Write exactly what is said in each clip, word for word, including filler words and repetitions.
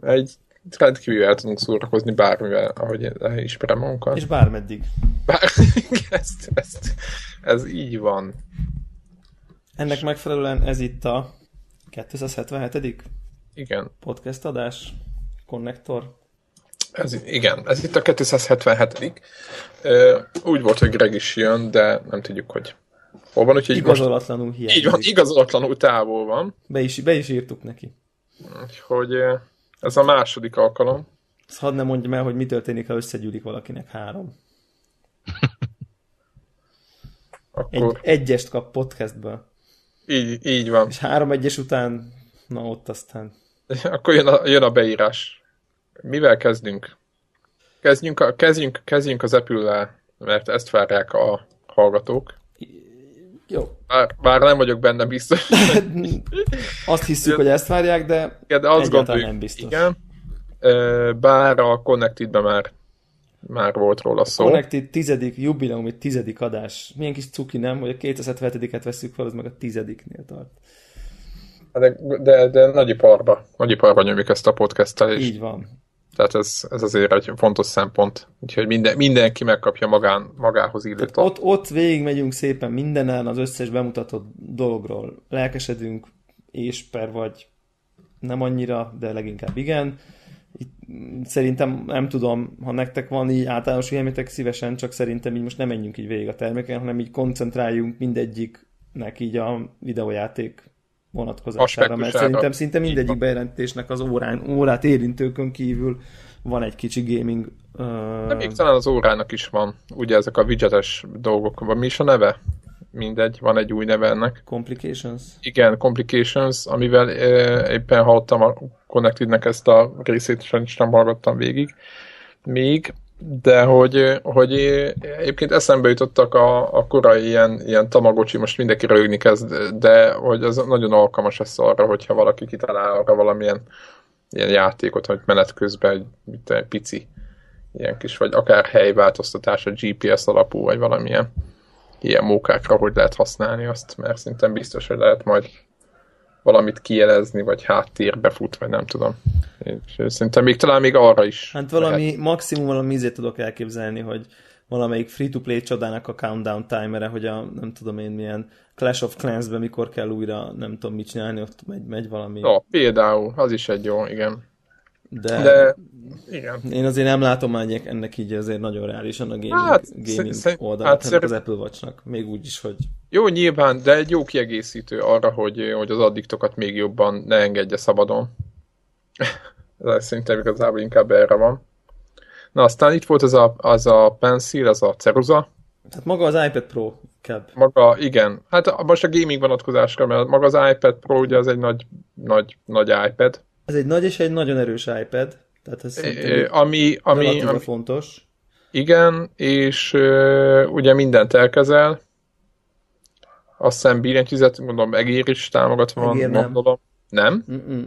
egy rendkívül el tudunk szórakozni bármivel, ahogy ismerem magunkat. És bármeddig. Bár... ezt, ezt, ez így van. Ennek megfelelően ez itt a kétszázhetvenhetedik Igen. podcast adás, Konnektor. Ez, igen, ez itt a kétszázhetvenhetedik. Úgy volt, hogy Greg is jön, de nem tudjuk, hogy hol van. Úgyhogy igazolatlanul most... hiányzik. Így van, igazolatlanul távol van. Be is, be is írtuk neki. Hogy ez a második alkalom. Ezt hadd ne mondjam el, hogy mi történik, ha összegyűlik valakinek három. Akkor... Egy egyest kap podcastből. Így, így van. És három egyes után, na ott aztán. Akkor jön a, jön a beírás. Mivel kezdünk? Kezdjünk, a, kezdjünk, kezdjünk az Apple-lel, mert ezt várják a hallgatók. Jó. Bár, bár nem vagyok benne biztos. Azt hiszük, hogy ezt várják, de, igen, de azt egyáltalán gondoljuk, nem biztos. Igen. Bár a Connected-ben már, már volt róla szó. A Connected tizedik, jubileumi tizedik adás. Milyen kis cuki, nem? Hogy a kétszázhetvenhetiket veszük fel, az meg a tizediknél tart. De, de, de nagyiparba, nagyiparba nyomjuk ezt a podcasttel is. Így van. Tehát ez, ez azért egy fontos szempont. Úgyhogy minden, mindenki megkapja magán, magához illőt. Ott, ott végigmegyünk szépen mindenen, az összes bemutatott dologról lelkesedünk, és per vagy nem annyira, de leginkább igen. Itt, szerintem nem tudom, ha nektek van így általános élményetek, szívesen, csak szerintem így most nem menjünk így végig a terméken, hanem így koncentráljunk mindegyiknek így a videójáték vonatkozására, mert szerintem szinte mindegyik bejelentésnek az órán, órát érintőkön kívül van egy kicsi gaming... Uh... De még talán az órának is van, ugye ezek a widgetes dolgok, mi is a neve? Mindegy, van egy új neve ennek. Complications? Igen, Complications, amivel e, éppen hallottam a Connected-nek ezt a részét, és nem hallgattam végig még, de hogy, hogy egyébként eszembe jutottak a, a korai ilyen, ilyen Tamagocsi, most mindenki rögni kezd, de hogy az nagyon alkalmas lesz arra, hogyha valaki kitalál arra valamilyen ilyen játékot, hogy menet közben egy, mit, egy pici ilyen kis, vagy akár helyváltoztatás, a gé pé es alapú, vagy valamilyen ilyen mókákra, hogy lehet használni azt, mert szerintem biztos, hogy lehet majd valamit kijelezni, vagy háttérbe fut, vagy nem tudom. És szerintem még talán még arra is. Hát valami, lehet. Maximum valami ízét tudok elképzelni, hogy valamelyik free-to-play csodának a countdown timere, hogy a nem tudom én milyen Clash of Clans-ben mikor kell újra nem tudom mit csinálni, ott megy, megy valami. No, például, az is egy jó, igen. De, De igen. Én azért nem látom már ennek így azért nagyon reálisan a gaming, hát, gaming sz- oldalát, hát szer- az Apple Watch-nak. Még úgy is, hogy... Jó, nyilván, de egy jó kiegészítő arra, hogy, hogy az addiktokat még jobban ne engedje szabadon. Ez szerintem igazából inkább erre van. Na, aztán itt volt az a, az a Pencil, az a ceruza. Tehát maga az iPad Pro kebb. Maga, igen. Hát most a gaming vonatkozásra, mert maga az iPad Pro ugye az egy nagy, nagy, nagy iPad. Ez egy nagy és egy nagyon erős iPad. Tehát ez é, ami, ami, ami fontos. Igen, és uh, ugye mindent elkezel. Azt hiszem billentyűzet, mondom, egér is támogatva van. Egér nem. Gondolom. Nem?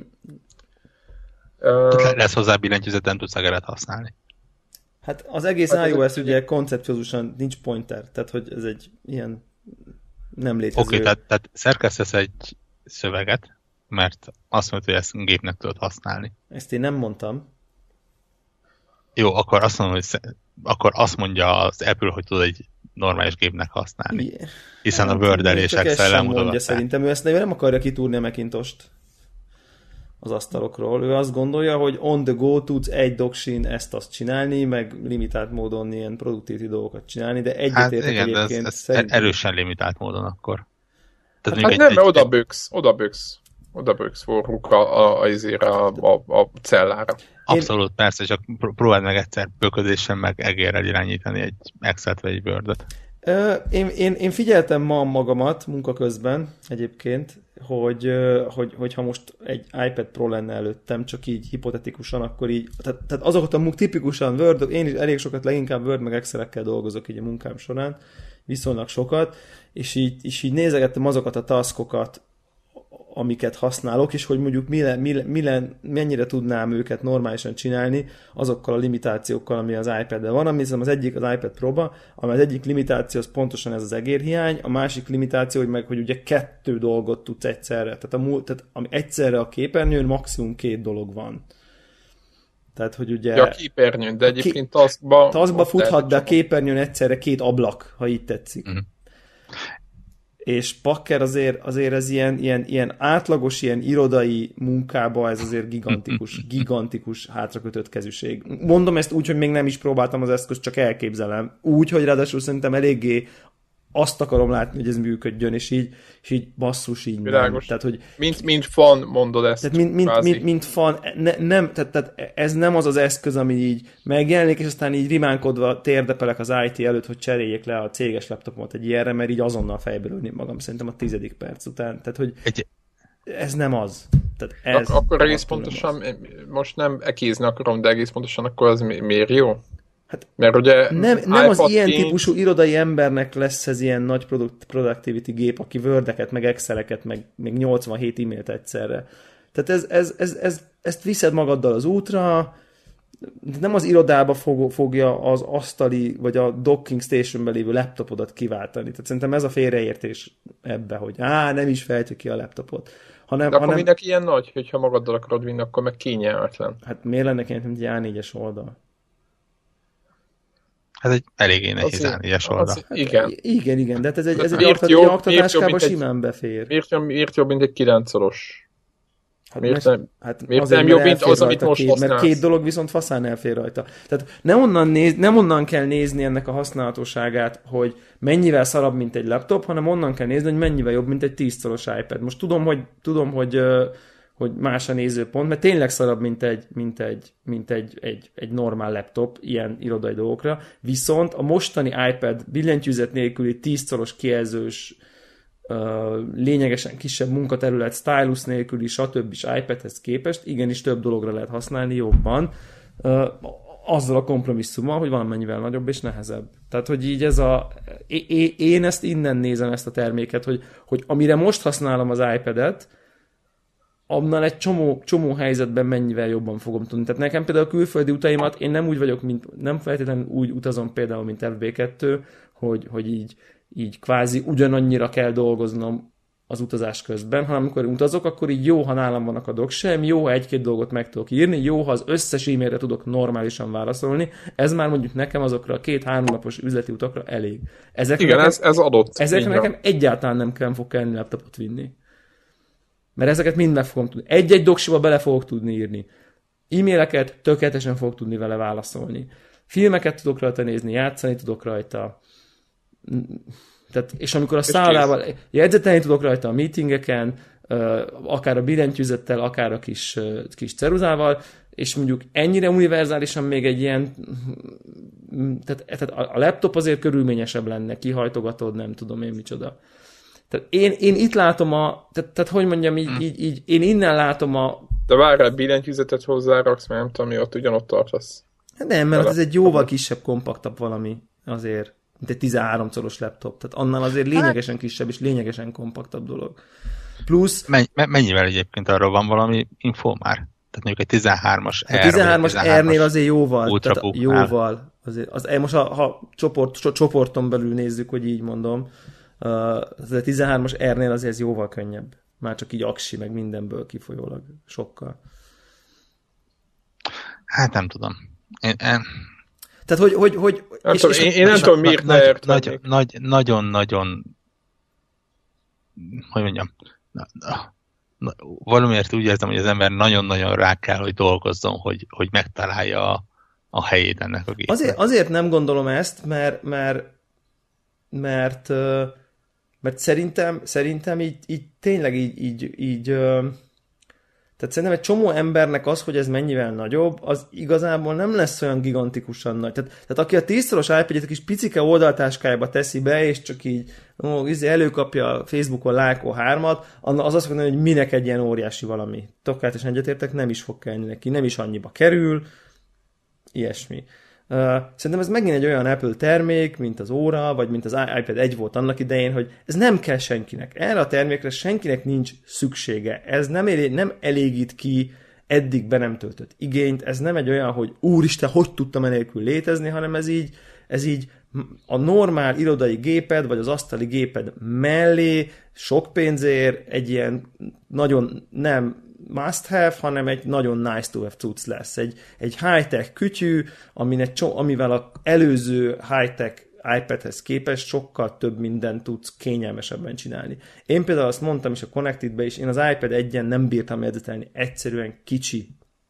Uh, lesz hozzá billentyűzet, nem tudsz egeret használni. Hát az egész hát iOS egy... ugye koncepciózusan nincs pointer, tehát hogy ez egy ilyen nem létező... Oké, okay, tehát, tehát szerkesztesz egy szöveget, mert azt mondod, hogy ezt gépnek tudod használni. Ezt én nem mondtam. Jó, akkor azt mondom, hogy akkor azt mondja az Apple, hogy tudod egy normális gépnek használni. Yeah. Hiszen hát, a Word-el és Excel-el mutogatták. Szerintem ő ezt nem akarja kitúrni a Macintost az asztalokról. Ő azt gondolja, hogy on the go tudsz egy doksin ezt-azt csinálni, meg limitált módon ilyen produktív dolgokat csinálni, de egyetértek hát egyébként. Ez, ez erősen limitált módon akkor. Tehát hát, hát nem, mert oda böksz, oda böksz. Oda böksz forruk a, a, a, a, a cellára. Abszolút, én... persze, csak próbáld meg egyszer böködésen meg egérrel irányítani egy Excel-t vagy egy Word-ot. Én, én, én figyeltem ma magamat munka közben egyébként, hogy, hogy, hogy ha most egy iPad Pro lenne előttem, csak így hipotetikusan, akkor így, tehát, tehát azokat a tipikusan Word, én is elég sokat, leginkább Word meg Excel-ekkel dolgozok így a munkám során, viszonylag sokat, és így, és így nézegettem azokat a taskokat, amiket használok, és hogy mondjuk mille, mille, mille, mennyire tudnám őket normálisan csinálni azokkal a limitációkkal, ami az iPad-ben van, ami az egyik az iPad Pro-ba, ami az egyik limitáció az pontosan ez az egérhiány, a másik limitáció, hogy meg, hogy ugye kettő dolgot tudsz egyszerre, tehát, a, tehát ami egyszerre a képernyőn maximum két dolog van. Tehát, hogy ugye... Ja, a képernyőn, de egyébként taskba... Taskba futhat, de a képernyőn egyszerre két ablak, ha így tetszik. Mm. És Packer azért, azért ez ilyen, ilyen, ilyen átlagos, ilyen irodai munkába ez azért gigantikus, gigantikus hátrakötött kezűség. Mondom ezt úgy, hogy még nem is próbáltam az eszközt, csak elképzelem. Úgy, hogy ráadásul szerintem eléggé azt akarom látni, hogy ez működjön, és így, és így basszus, így Világos. nem. Tehát, hogy, mint, mint fan mondod ezt. Tehát mint, mint, mint, mint fan, ne, nem, tehát, tehát ez nem az az eszköz, ami így megjelenik, és aztán így rimánkodva térdepelek az i té előtt, hogy cseréljék le a céges laptopot egy ilyenre, mert így azonnal fejből ülni magam szerintem a tizedik perc után. Tehát, hogy egy... ez nem az. Tehát ez Ak- akkor egész pontosan, az. Most nem ekézni akarom, de egész pontosan akkor az mi- miért jó? Hát mert ugye nem, nem az ilyen ként... típusú irodai embernek lesz ez ilyen nagy product, productivity gép, aki Word-eket, meg Excel-eket, meg még nyolcvanhét e-mailt egyszerre. Tehát ez, ez, ez, ez, ezt viszed magaddal az útra, nem az irodába fog, fogja az asztali, vagy a docking stationben lévő laptopodat kiváltani. Tehát szerintem ez a félreértés ebbe, hogy á, nem is fejtjük ki a laptopot. Hanem, de akkor hanem... mindenki ilyen nagy, hogyha magaddal akarod vinni, akkor meg kényelmetlen. Hát miért lenne kényelmetlen, mint egy á négyes oldal? Ez egy eléggé nehéz á négyes oldal. Az, igen. Hát, igen, igen, de hát ez egy, ez egy aktatáskába simán befér. Miért jobb, miért jobb, mint egy kilencszoros? Hát miért nem, hát miért nem jobb, mint az, amit most két, használsz? Mert két dolog viszont faszán elfér rajta. Tehát nem onnan, néz, nem onnan kell nézni ennek a használhatóságát, hogy mennyivel szarabb, mint egy laptop, hanem onnan kell nézni, hogy mennyivel jobb, mint egy tízszoros iPad. Most tudom, hogy, tudom, hogy hogy más a nézőpont, mert tényleg szarabb, mint egy, mint egy, mint egy, egy, egy normál laptop ilyen irodai dolgokra, viszont a mostani iPad billentyűzet nélküli tízszoros kijelzős, uh, lényegesen kisebb munkaterület, stylus nélküli, stb. iPadhez képest igenis több dologra lehet használni jobban, uh, azzal a kompromisszummal, hogy valamennyivel nagyobb és nehezebb. Tehát, hogy így ez a... Én ezt innen nézem, ezt a terméket, hogy, hogy amire most használom az iPadet, annál egy csomó, csomó helyzetben mennyivel jobban fogom tudni. Tehát nekem például a külföldi utaimat, én nem úgy vagyok, mint, nem feltétlenül úgy utazom például, mint ef bé kettő, hogy, hogy így, így kvázi ugyanannyira kell dolgoznom az utazás közben, hanem amikor utazok, akkor így jó, ha nálam vannak a doksem, jó, ha egy-két dolgot meg tudok írni, jó, ha az összes e-mailre tudok normálisan válaszolni. Ez már mondjuk nekem azokra a két-három napos üzleti utakra elég. Ezekre igen, nekem, ez, ez adott. Ezekre nekem egyáltalán nem kell fog kelleni laptopot vinni. Mert ezeket mind meg fogom tudni. Egy-egy doksiba bele fogok tudni írni. E-maileket tökéletesen fogok tudni vele válaszolni. Filmeket tudok rajta nézni, játszani tudok rajta. Tehát, és amikor a szállával jegyzetelni tudok rajta a meetingeken, akár a billentyűzettel, akár a kis, kis ceruzával, és mondjuk ennyire univerzálisan még egy ilyen, tehát, tehát a laptop azért körülményesebb lenne, kihajtogatod, nem tudom én micsoda. Tehát én, én itt látom a, tehát, tehát hogy mondjam, így, hmm. így, így, én innen látom a... De várjál, billentyűzetet hozzáraksz, mert nem tudom, mi ott ugyanott tartasz. Nem, mert ez egy jóval kisebb, kompaktabb valami azért, mint egy tizenháromszoros laptop. Tehát annál azért lényegesen kisebb és lényegesen kompaktabb dolog. Plusz... Men, mennyivel egyébként arról van valami info már? Tehát mondjuk egy tizenhármas R. A tizenhármas R-nél azért jóval. Tehát jóval. Azért, az, most ha, ha csoport, csoporton belül nézzük, hogy így mondom, az a tizenhármas R-nél azért ez jóval könnyebb. Már csak így aksi, meg mindenből kifolyólag. Sokkal. Hát nem tudom. Én, én... Tehát, hogy... hogy, hogy nem és, tudom, és, én, én nem tudom, miért nagy, ne nagy, nagy, Nagyon-nagyon hogy mondjam na, na, na, valamiért úgy érzem, hogy az ember nagyon-nagyon rá kell, hogy dolgozzon, hogy, hogy megtalálja a, a helyét ennek a gépnek. Azért, azért nem gondolom ezt, mert mert mert, mert szerintem, szerintem így, így tényleg így, így, így tehát szerintem egy csomó embernek az, hogy ez mennyivel nagyobb, az igazából nem lesz olyan gigantikusan nagy. Tehát, tehát aki a tízszoros iPad-et a kis picike oldaltáskájába teszi be, és csak így ó, előkapja a Facebookon lájkol hármat, az azt mondja, hogy minek egy ilyen óriási valami. Tökéletesen egyetértek, nem is fog kelleni neki, nem is annyiba kerül, ilyesmi. Uh, szerintem ez megint egy olyan Apple termék, mint az óra, vagy mint az iPad egy volt annak idején, hogy ez nem kell senkinek. Erre a termékre senkinek nincs szüksége. Ez nem, elég, nem elégít ki eddig be nem töltött igényt. Ez nem egy olyan, hogy úristen, hogy tudtam enélkül létezni, hanem ez így, ez így a normál irodai géped, vagy az asztali géped mellé sok pénzért egy ilyen nagyon nem must have, hanem egy nagyon nice to have cucc lesz. Egy, egy high-tech kütyű, aminek, amivel az előző high-tech iPadhez képest sokkal több mindent tudsz kényelmesebben csinálni. Én például azt mondtam is a Connected-be is, én az iPad egyen nem bírtam editelni, egyszerűen kicsi,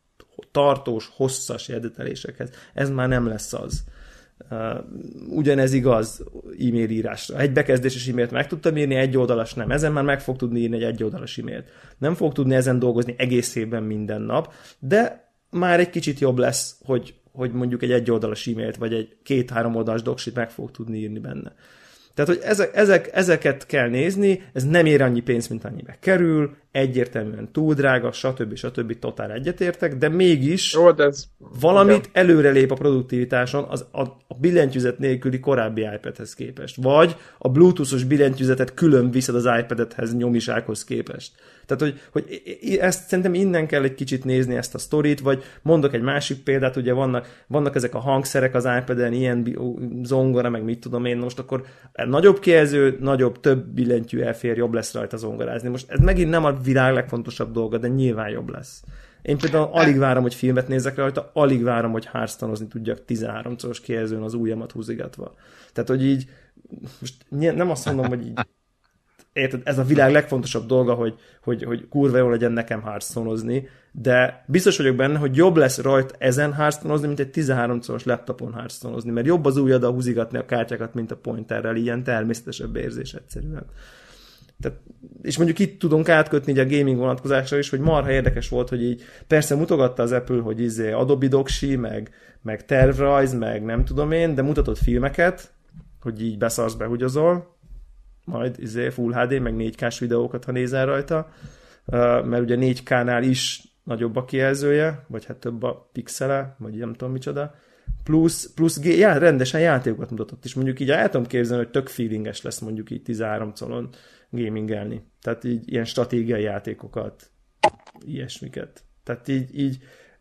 tartós, hosszas editelésekhez. Ez már nem lesz az. Uh, ugyanez igaz e-mail írásra. Egy bekezdéses e-mailt meg tudtam írni, egy oldalas nem. Ezen már meg fog tudni írni egy egy oldalas e-mailt. Nem fog tudni ezen dolgozni egész évben minden nap, de már egy kicsit jobb lesz, hogy, hogy mondjuk egy egy oldalas e-mailt, vagy egy két-három oldalas doksit meg fog tudni írni benne. Tehát, hogy ezek, ezek, ezeket kell nézni, ez nem ér annyi pénzt, mint annyibe kerül, egyértelműen túl drága, stb. stb. Totál egyetértek, de mégis Jó, de ez... valamit igen. előrelép a produktivitáson az, a, a billentyűzet nélküli korábbi iPadhez képest. Vagy a bluetoothos billentyűzetet külön viszed az iPadethez nyomisághoz képest. Tehát, hogy, hogy ezt szerintem innen kell egy kicsit nézni ezt a sztorit, vagy mondok egy másik példát, ugye vannak, vannak ezek a hangszerek az iPaden, ilyen zongora, meg mit tudom én, most akkor nagyobb kijelző, nagyobb, több billentyű elfér, jobb lesz rajta zongorázni. Most ez megint nem a világ legfontosabb dolga, de nyilván jobb lesz. Én például alig várom, hogy filmet nézzek rajta, alig várom, hogy Hearthstone-ozni tudjak tizenháromszoros kijelzőn az ujjamat húzigatva. Tehát, hogy így, most nem azt mondom, hogy így érted, ez a világ legfontosabb dolga, hogy, hogy, hogy kurva jól legyen nekem Hearthstone-ozni, de biztos vagyok benne, hogy jobb lesz rajta ezen Hearthstone-ozni, mint egy tizenháromszoros laptopon Hearthstone-ozni, mert jobb az ujjaddal húzigatni a kártyákat, mint a pointerrel, ilyen természetesebb érzés egyszerűen. Tehát, és mondjuk itt tudunk átkötni a gaming vonatkozásra is, hogy marha érdekes volt, hogy így persze mutogatta az Apple, hogy izé Adobe Doksi, meg, meg tervrajz, meg nem tudom én, de mutatott filmeket, hogy így beszarsz, behugyozol, majd izé Full há dé, meg négy ká-s videókat, ha nézel rajta, mert ugye négy ká-nál is nagyobb a kijelzője, vagy hát több a pixele, vagy nem tudom micsoda, plusz, plusz já, rendesen játékokat mutatott, és mondjuk így el tudom képzelni, hogy tök feelinges lesz mondjuk így tizenhárom colon gamingelni. Tehát így ilyen stratégiai játékokat, ilyesmiket. Tehát így, így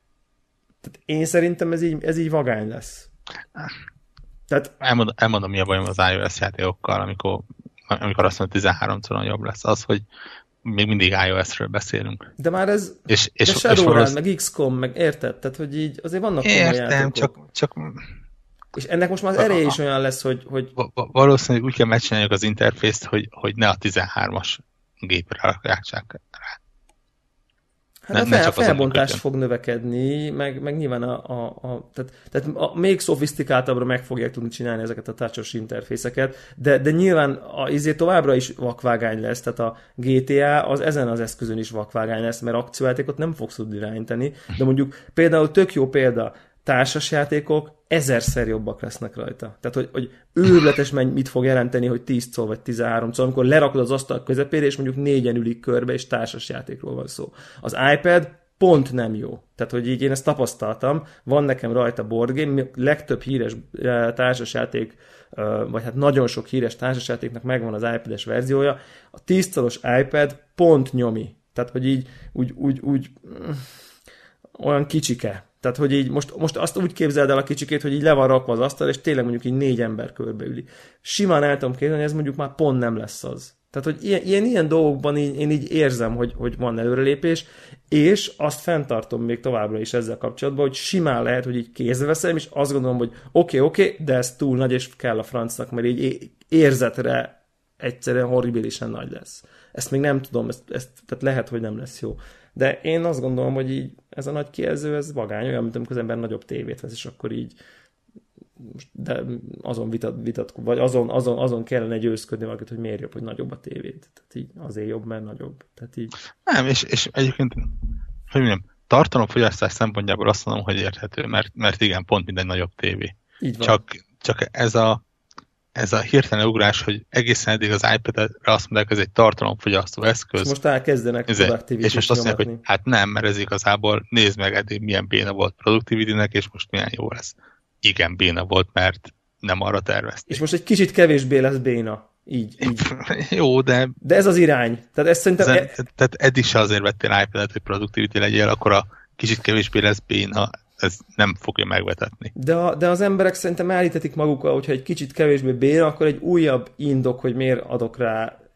tehát én szerintem ez így, ez így vagány lesz. Tehát, elmondom, elmondom, mi a bajom az iOS játékokkal, amikor, amikor azt mondom, tizenhárom colon jobb lesz. Az, hogy még mindig iOS-ről beszélünk. De már ez, és, és, de Shadowrun, és meg iksz kom, meg érted? Tehát, hogy így azért vannak komoly játékok. Értem, csak, csak... És ennek most már az ereje is olyan lesz, hogy... hogy... Valószínűleg úgy kell megcsináljuk az interfészt, hogy, hogy ne a tizenhármas gépre rakják rá. Hát nem, a fel, felbontás fog növekedni, meg, meg nyilván a, a, a, tehát, tehát a, még szofisztikáltabbra meg fogják tudni csinálni ezeket a touchos interfészeket, de, de nyilván a, izé továbbra is vakvágány lesz, tehát a gé té á az ezen az eszközön is vakvágány lesz, mert akciójátékot nem fogsz tudni irányítani, de mondjuk például tök jó példa, társasjátékok ezerszer jobbak lesznek rajta. Tehát, hogy, hogy őrületes menny mit fog jelenteni, hogy tíz col vagy tizenhárom col, amikor lerakod az asztal közepére, és mondjuk négyen ülik körbe, és társasjátékról van szó. Az iPad pont nem jó. Tehát, hogy így én ezt tapasztaltam, van nekem rajta board game, legtöbb híres társasjáték, vagy hát nagyon sok híres társasjátéknak megvan az iPad-es verziója, a tíz colos iPad pont nyomi. Tehát, hogy így úgy, úgy, úgy olyan kicsike. Tehát, hogy így most, most azt úgy képzeld el a kicsikét, hogy így le van rakva az asztal, és tényleg mondjuk így négy ember körbeüli. Simán el tudom képzelni, ez mondjuk már pont nem lesz az. Tehát, hogy ilyen, ilyen, ilyen dolgokban így, én így érzem, hogy, hogy van előrelépés, és azt fenntartom még továbbra is ezzel kapcsolatban, hogy simán lehet, hogy így kézbe veszem, és azt gondolom, hogy oké, okay, oké, okay, de ez túl nagy, és kell a francnak, mert így érzetre egyszerűen horribilisen nagy lesz. Ezt még nem tudom, ezt, ezt, tehát lehet, hogy nem lesz jó. De én azt gondolom, hogy így ez a nagy kijelző, ez vagány, olyan, mint amikor az ember nagyobb tévét vesz, és akkor így de azon vitat, vitat vagy azon, azon, azon kellene győzködni valakit, hogy miért jobb, hogy nagyobb a tévét. Tehát így azért jobb, mert nagyobb. Tehát így... Nem, és, és egyébként, hogy mondjam, tartalomfogyasztás szempontjából azt mondom, hogy érthető, mert, mert igen, pont minden nagyobb tévé. Így van. Csak, csak ez a ez a hirtelen ugrás, hogy egészen eddig az iPad-re azt mondják, hogy ez egy tartalomfogyasztó eszköz. És most elkezdenek productivity-t És most azt mondják, hogy hát nem, mert ez igazából nézd meg eddig milyen béna volt productivity-nek, és most milyen jó lesz. Igen, béna volt, mert nem arra tervezték. És most egy kicsit kevésbé lesz béna. Így, így. Jó, de... De ez az irány. Tehát ezt szerintem... E... Tehát eddig se azért vettél iPad-et, hogy productivity legyél, akkor a kicsit kevésbé lesz béna, ez nem fogja megvetetni. De, a, de az emberek szerintem állítetik magukkal, hogyha egy kicsit kevésbé béna, akkor egy újabb indok, hogy miért adok rá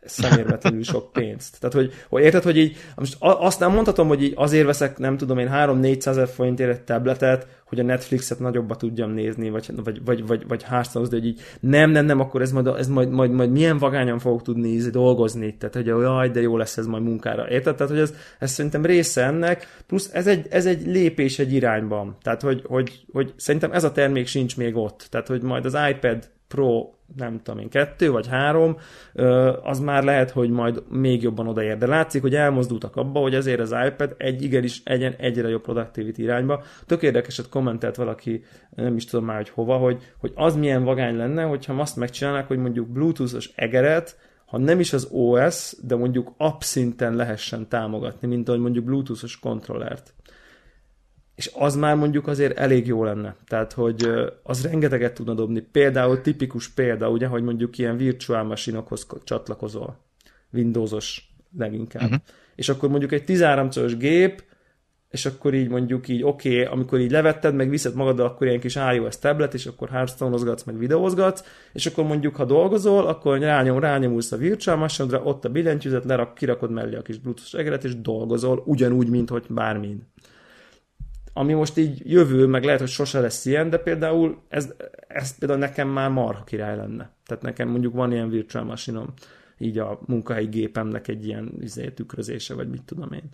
szemérmetlenül sok pénzt. Tehát, hogy, hogy érted, hogy így, most azt nem mondhatom, hogy így azért veszek, nem tudom én, három-négyszázezer forintért egy tabletet, hogy a Netflixet nagyobba tudjam nézni, vagy, vagy, vagy, vagy, vagy Hearthstone-ozni, hogy így nem, nem, nem, akkor ez majd, ez majd, majd, majd milyen vagányan fogok tudni ízni, dolgozni, tehát, hogy jaj, de jó lesz ez majd munkára. Érted? Tehát, hogy ez, ez szerintem része ennek, plusz ez egy, ez egy lépés egy irányban. Tehát, hogy, hogy, hogy szerintem ez a termék sincs még ott. Tehát, hogy majd az iPad Pro, nem tudom én, kettő vagy három, az már lehet, hogy majd még jobban odaér. De látszik, hogy elmozdultak abba, hogy ezért az iPad egy igenis egyen egyre jobb productivity irányba. Tök érdekeset kommentelt valaki, nem is tudom már, hogy hova, hogy, hogy az milyen vagány lenne, hogyha azt megcsinálnák, hogy mondjuk Bluetooth-os egeret, ha nem is az o es, de mondjuk app szinten lehessen támogatni, mint ahogy mondjuk Bluetooth-os kontrollert. És az már mondjuk azért elég jó lenne. Tehát, hogy az rengeteget tudna dobni. Például tipikus példa, ugye, hogy mondjuk ilyen virtual machine-okhoz csatlakozol. Windowsos leginkább. Uh-huh. És akkor mondjuk egy tizenhárom colos gép, és akkor így mondjuk így oké, okay, amikor így levetted, meg viszed magaddal, akkor ilyen kis iOS tablet, és akkor Hearthstone-ozgatsz, meg videózgatsz, és akkor mondjuk, ha dolgozol, akkor rányom, rányomulsz a virtual machine-ra, ott a billentyűzet, lerak, kirakod mellé a kis Bluetooth egeret, és dolgozol, ugyanúgy, mint hogy bármin. Ami most így jövő, meg lehet, hogy sose lesz ilyen, de például ez, ez például nekem már marha király lenne. Tehát nekem mondjuk van ilyen virtual machine-om, így a munkahelyi gépemnek egy ilyen izé, tükrözése, vagy mit tudom én.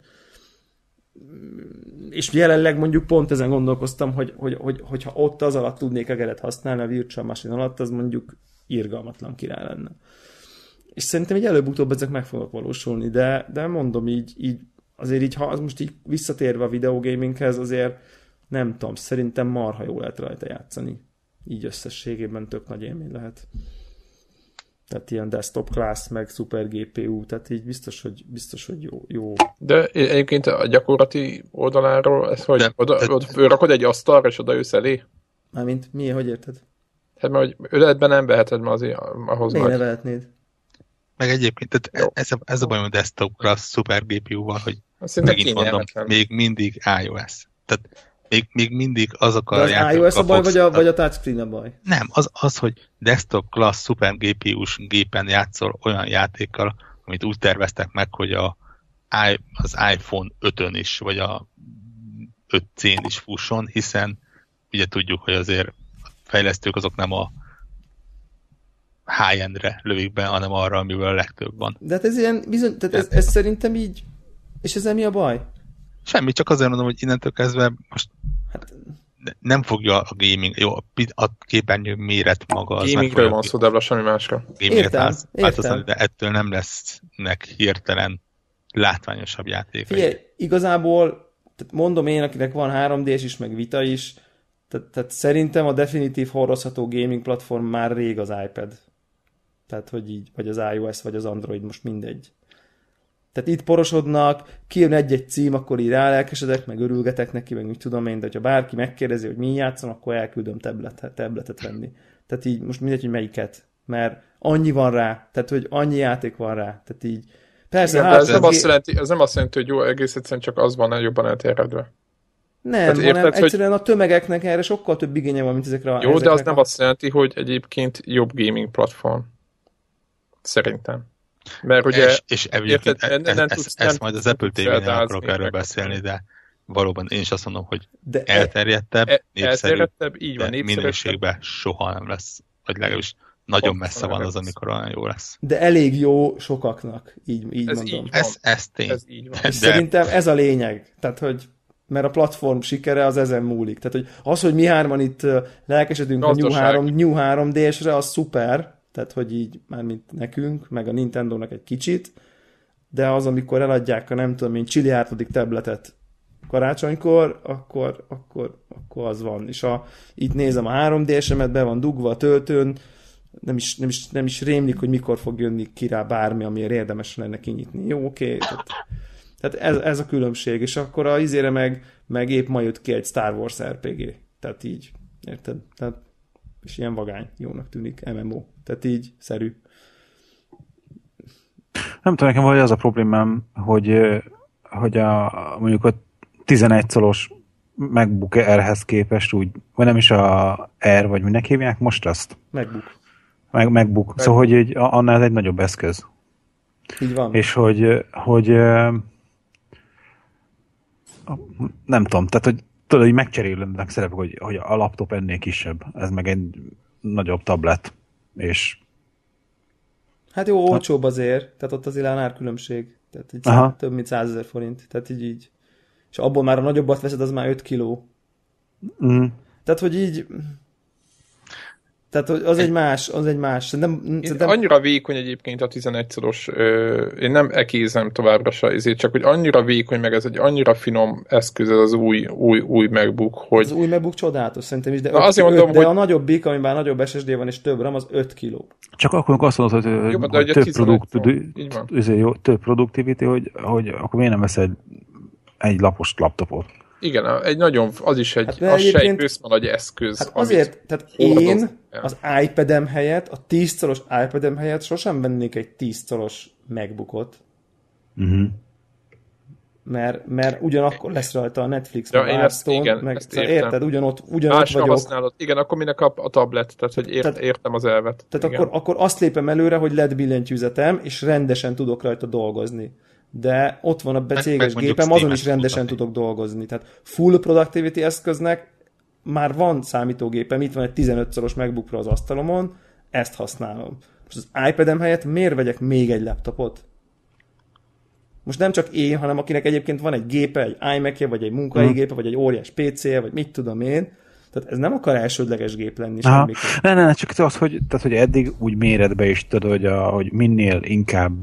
És jelenleg mondjuk pont ezen gondolkoztam, hogy, hogy, hogy, hogyha ott az alatt tudnék egeret használni a virtual machine alatt, az mondjuk irgalmatlan király lenne. És szerintem így előbb-utóbb ezek meg fognak valósulni, de, de mondom így, így azért így, ha az most így visszatérve a videogaminghez, azért nem tudom, szerintem marha jó lehet rajta játszani. Így összességében tök nagy élmény lehet. Tehát ilyen desktop class, meg szuper gé pé u, tehát így biztos, hogy, biztos, hogy jó, jó. De egyébként a gyakorlati oldaláról, ez hogy oda, oda rakod egy asztalra, és oda jössz elé? Mármint mi, hogy érted? Hát mert hogy öletben nem veheted ma azért ahhoz miért ne vehetnéd? Meg egyébként, tehát ez, a, ez a bajom a desktop class szuper gé pé u-val, hogy szerintem megint mondom, még mindig iOS. Tehát még, még mindig azok a játékok. De az iOS a baj, vagy a, vagy a touchscreen a baj? Nem, az, az, hogy desktop class szuper gé pé u-s gépen játszol olyan játékkal, amit úgy terveztek meg, hogy a, az iPhone ötön is, vagy a öt cén is fusson, hiszen ugye tudjuk, hogy azért a fejlesztők azok nem a high-endre lövik be, hanem arra, amivel a legtöbb van. De hát ez ilyen bizony, tehát ez, ez szerintem így, és ezzel mi a baj? Semmi, csak azért mondom, hogy innentől kezdve most hát, nem fogja a gaming, jó, a képernyő méret maga az. Gamingről van szó, de semmi másra. Értem, értem. De ettől nem lesznek hirtelen látványosabb játékai. Figyelj, igazából, tehát mondom én, akinek van három dés is, meg Vita is, tehát, tehát szerintem a definitív hordozható gaming platform már rég az iPad. Tehát, hogy így, vagy az iOS, vagy az Android, most mindegy. Tehát itt porosodnak, kijön egy-egy cím, akkor így rálelkesedek, meg örülgetek neki, meg mit tudom én, de ha bárki megkérdezi, hogy mi játszom, akkor elküldöm tabletet, tabletet venni. Tehát így most mindegy, hogy melyiket. Mert annyi van rá, tehát hogy annyi játék van rá. Tehát így, persze, igen, hát, ez, nem azt jelenti, ez nem azt jelenti, hogy jó, egész egyszerűen csak az van jobban elterjedve. Nem, hanem érted, egyszerűen hogy... a tömegeknek erre sokkal több igénye van, mint ezekre a... Jó, de az nem a... azt jelenti, hogy egyébként jobb gaming platform. Szerintem. Mert ugye... És, és egyébként e, e, ezt, ezt majd az Apple té vén akarok erről beszélni, de valóban én is azt mondom, hogy de elterjedtebb, e, népszerűbb, így van, de minőségben soha nem lesz. Vagy legalábbis nagyon messze van az, amikor olyan jó lesz. De elég jó sokaknak, így, így ez mondom. Így ez, ez tény. Ez így van. És de... szerintem ez a lényeg. Tehát, hogy mert a platform sikere az ezen múlik. Tehát, hogy az, hogy mi hárman itt lelkesedünk a New, három, New három dé-sre, az szuper, tehát, hogy így mármint nekünk, meg a Nintendónak egy kicsit, de az, amikor eladják a nem tudom én csiliárdodik tabletet karácsonykor, akkor, akkor, akkor az van. És ha itt nézem a három dé-semet, be van dugva a töltőn, nem is, nem is, nem is rémlik, hogy mikor fog jönni ki rá bármi, amiért érdemes lenne kinyitni. Jó, oké. Okay, tehát, tehát ez, ez a különbség. És akkor a izére meg, meg épp ma jött ki egy Star Wars er pé gé. Tehát így, érted? Tehát, és ilyen vagány, jónak tűnik, em em o. Tehát így, szerű. Nem tudom, nekem vagy az a problémám, hogy, hogy a, mondjuk a tizenegy colos MacBook Airhez képest úgy, vagy nem is a Air, vagy minek hívják most azt? MacBook. Meg, MacBook. MacBook. Szóval, hogy egy, annál ez egy nagyobb eszköz. Így van. És hogy, hogy nem tudom, tehát hogy tudod, hogy megcserélődnek szerepek, hogy, hogy a laptop ennél kisebb, ez meg egy nagyobb tablet, és hát jó, olcsóbb azért, tehát ott azért árkülönbség, tehát így Aha. több mint százezer forint, tehát így, így. És abból már a nagyobbat veszed, az már öt kiló. Mm. Tehát, hogy így... Tehát, hogy az egy más, az egy más. Nem, szerintem... Annyira vékony egyébként a tizenegy szoros, ö, én nem ekézem továbbra se, ezért csak, hogy annyira vékony, meg ez egy annyira finom eszköz, ez az új, új, új MacBook, hogy... Az új MacBook csodálatos szerintem is, de, Na, öt, azért mondom, öt, de hogy... a nagyobbik, amiben nagyobb es es dé van és több RAM, az öt kiló. Csak akkor, amikor azt mondod, hogy, Jó, hogy, hogy több, produkt, van, több productivity, hogy, hogy akkor miért nem veszel egy lapos laptopot? Igen, egy nagyon, az is egy, hát az se egy bőszme nagy eszköz. Hát azért, tehát én az iPad-em helyett, a tíz szoros iPad-em helyett sosem vennék egy tíz szoros MacBookot. Uh-huh. Mert, mert ugyanakkor lesz rajta a Netflix, ja, meg a Hearthstone, meg szóval érted, ugyanott, ugyanott vagyok. Használod. Igen, akkor minek a, a tablet, tehát hogy ért, tehát, értem az elvet. Tehát akkor, akkor azt lépem előre, hogy el é dé billentyűzetem, és rendesen tudok rajta dolgozni. De ott van a becéges gépem, azon is rendesen tudok dolgozni. Tehát full productivity eszköznek már van számítógépem, itt van egy tizenöt szoros MacBook Pro az asztalomon, ezt használom. Most az iPad-em helyett miért vegyek még egy laptopot? Most nem csak én, hanem akinek egyébként van egy gépe, egy iMac-je, vagy egy munkahelyi gépe, vagy egy óriás pé cé-je, vagy mit tudom én. Tehát ez nem akar elsődleges gép lenni semmiképp. Ne, ne, csak az, hogy, tehát, hogy eddig úgy méretbe is tudod, hogy, a, hogy minél inkább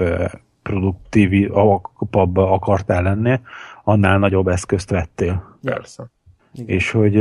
produktívabb akartál lenni, annál nagyobb eszközt vettél. Persze. Igen. És hogy,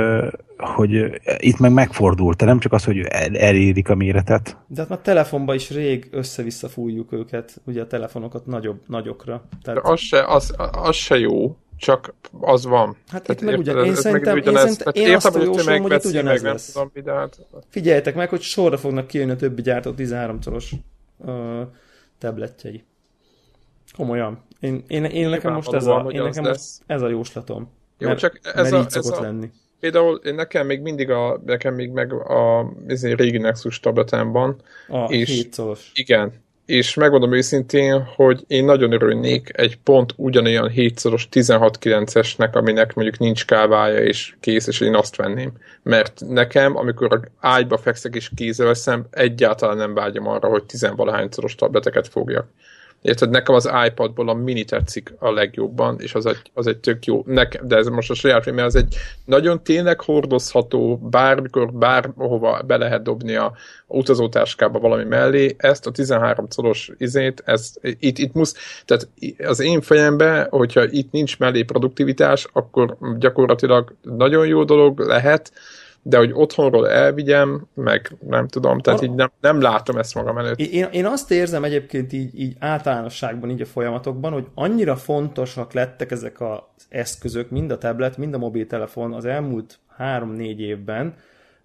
hogy itt meg megfordult, te nem csak az, hogy elérik a méretet. De hát már telefonban is rég össze-vissza fújjuk őket, ugye a telefonokat nagyobb, nagyokra. Tehát... De az se, az, az se jó, csak az van. Hát tehát itt meg ugyan, én szerintem, én, szerintem, én azt jósolom, hogy itt ugyanez lesz. Tudom, de hát... Figyeljetek meg, hogy sorra fognak kijönni a többi gyártó tizenhárom szoros uh, tabletjei. Komolyan. Én, én, én nekem most ez a, én nekem most ez a jóslatom. Jó, mert, csak ez a, ez a lenni. Például nekem még mindig a, nekem még meg a régi Nexus tabletemban. A és, hét szoros. Igen. És megmondom őszintén, hogy én nagyon örülnék egy pont ugyanolyan hét szoros tizenhat kilencesnek, aminek mondjuk nincs kávája és kész, és én azt venném. Mert nekem, amikor ágyba fekszek és kézzel veszem, egyáltalán nem vágyom arra, hogy tizenvalahány szoros tableteket fogjak. Érted, nekem az iPadból a mini tetszik a legjobban, és az egy, az egy tök jó, nekem, de ez most a saját, mert az egy nagyon tényleg hordozható, bármikor, bárhova be lehet dobni a, a utazótáskába valami mellé, ezt a tizenhárom szoros izét, ez, itt, itt musz, tehát az én fejemben, hogyha itt nincs mellé produktivitás, akkor gyakorlatilag nagyon jó dolog lehet, de hogy otthonról elvigyem, meg nem tudom, tehát így nem, nem látom ezt magam előtt. Én, én azt érzem egyébként így, így általánosságban, így a folyamatokban, hogy annyira fontosak lettek ezek az eszközök, mind a tablet, mind a mobiltelefon az elmúlt három-négy évben,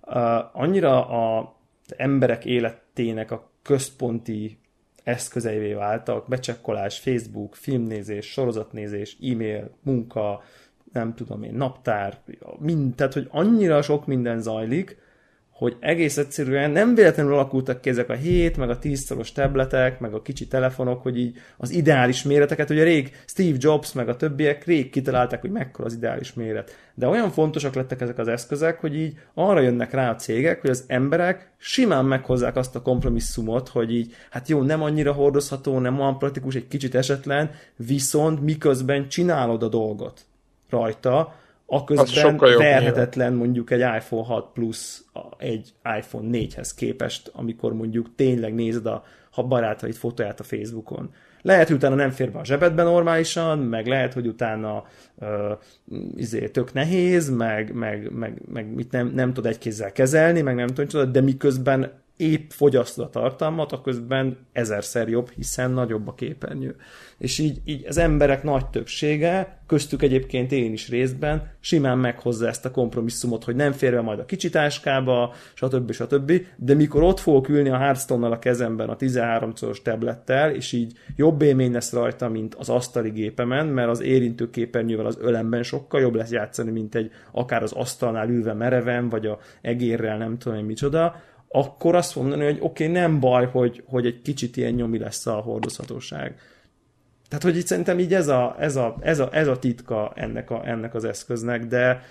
uh, annyira az emberek életének a központi eszközeivé váltak, becsekkolás, Facebook, filmnézés, sorozatnézés, e-mail, munka, nem tudom én, naptár, mind, tehát, hogy annyira sok minden zajlik, hogy egész egyszerűen nem véletlenül alakultak ki ezek a hét, meg a tíz szoros tabletek, meg a kicsi telefonok, hogy így az ideális méreteket, ugye rég Steve Jobs, meg a többiek rég kitalálták, hogy mekkora az ideális méret. De olyan fontosak lettek ezek az eszközök, hogy így arra jönnek rá a cégek, hogy az emberek simán meghozzák azt a kompromisszumot, hogy így, hát jó, nem annyira hordozható, nem olyan praktikus, egy kicsit esetlen, viszont miközben csinálod a dolgot rajta, aközben verhetetlen mondjuk egy iPhone hat Plus egy iPhone négyhez képest, amikor mondjuk tényleg nézed a, a barátaid fotóját a Facebookon. Lehet, hogy utána nem fér be a zsebedben normálisan, meg lehet, hogy utána uh, izé, tök nehéz, meg, meg, meg, meg mit nem, nem tud egy kézzel kezelni, meg nem tudom, de miközben épp fogyasztod a tartalmat, aközben ezerszer jobb, hiszen nagyobb a képernyő. És így, így az emberek nagy többsége, köztük egyébként én is részben, simán meghozza ezt a kompromisszumot, hogy nem fér be majd a kicsi táskába, stb. stb. De mikor ott fogok ülni a Hearthstone-nal a kezemben a tizenhárom szoros tablettel, és így jobb élmény lesz rajta, mint az asztali gépemen, mert az érintő képernyővel az ölemben sokkal jobb lesz játszani, mint egy akár az asztalnál ülve mereven, vagy a egérrel, nem tudom én micsoda, akkor azt mondani, hogy oké, okay, nem baj, hogy, hogy egy kicsit ilyen nyomi lesz a hordozhatóság. Tehát, hogy itt szerintem így ez a, ez a, ez a, ez a titka ennek, a, ennek az eszköznek, de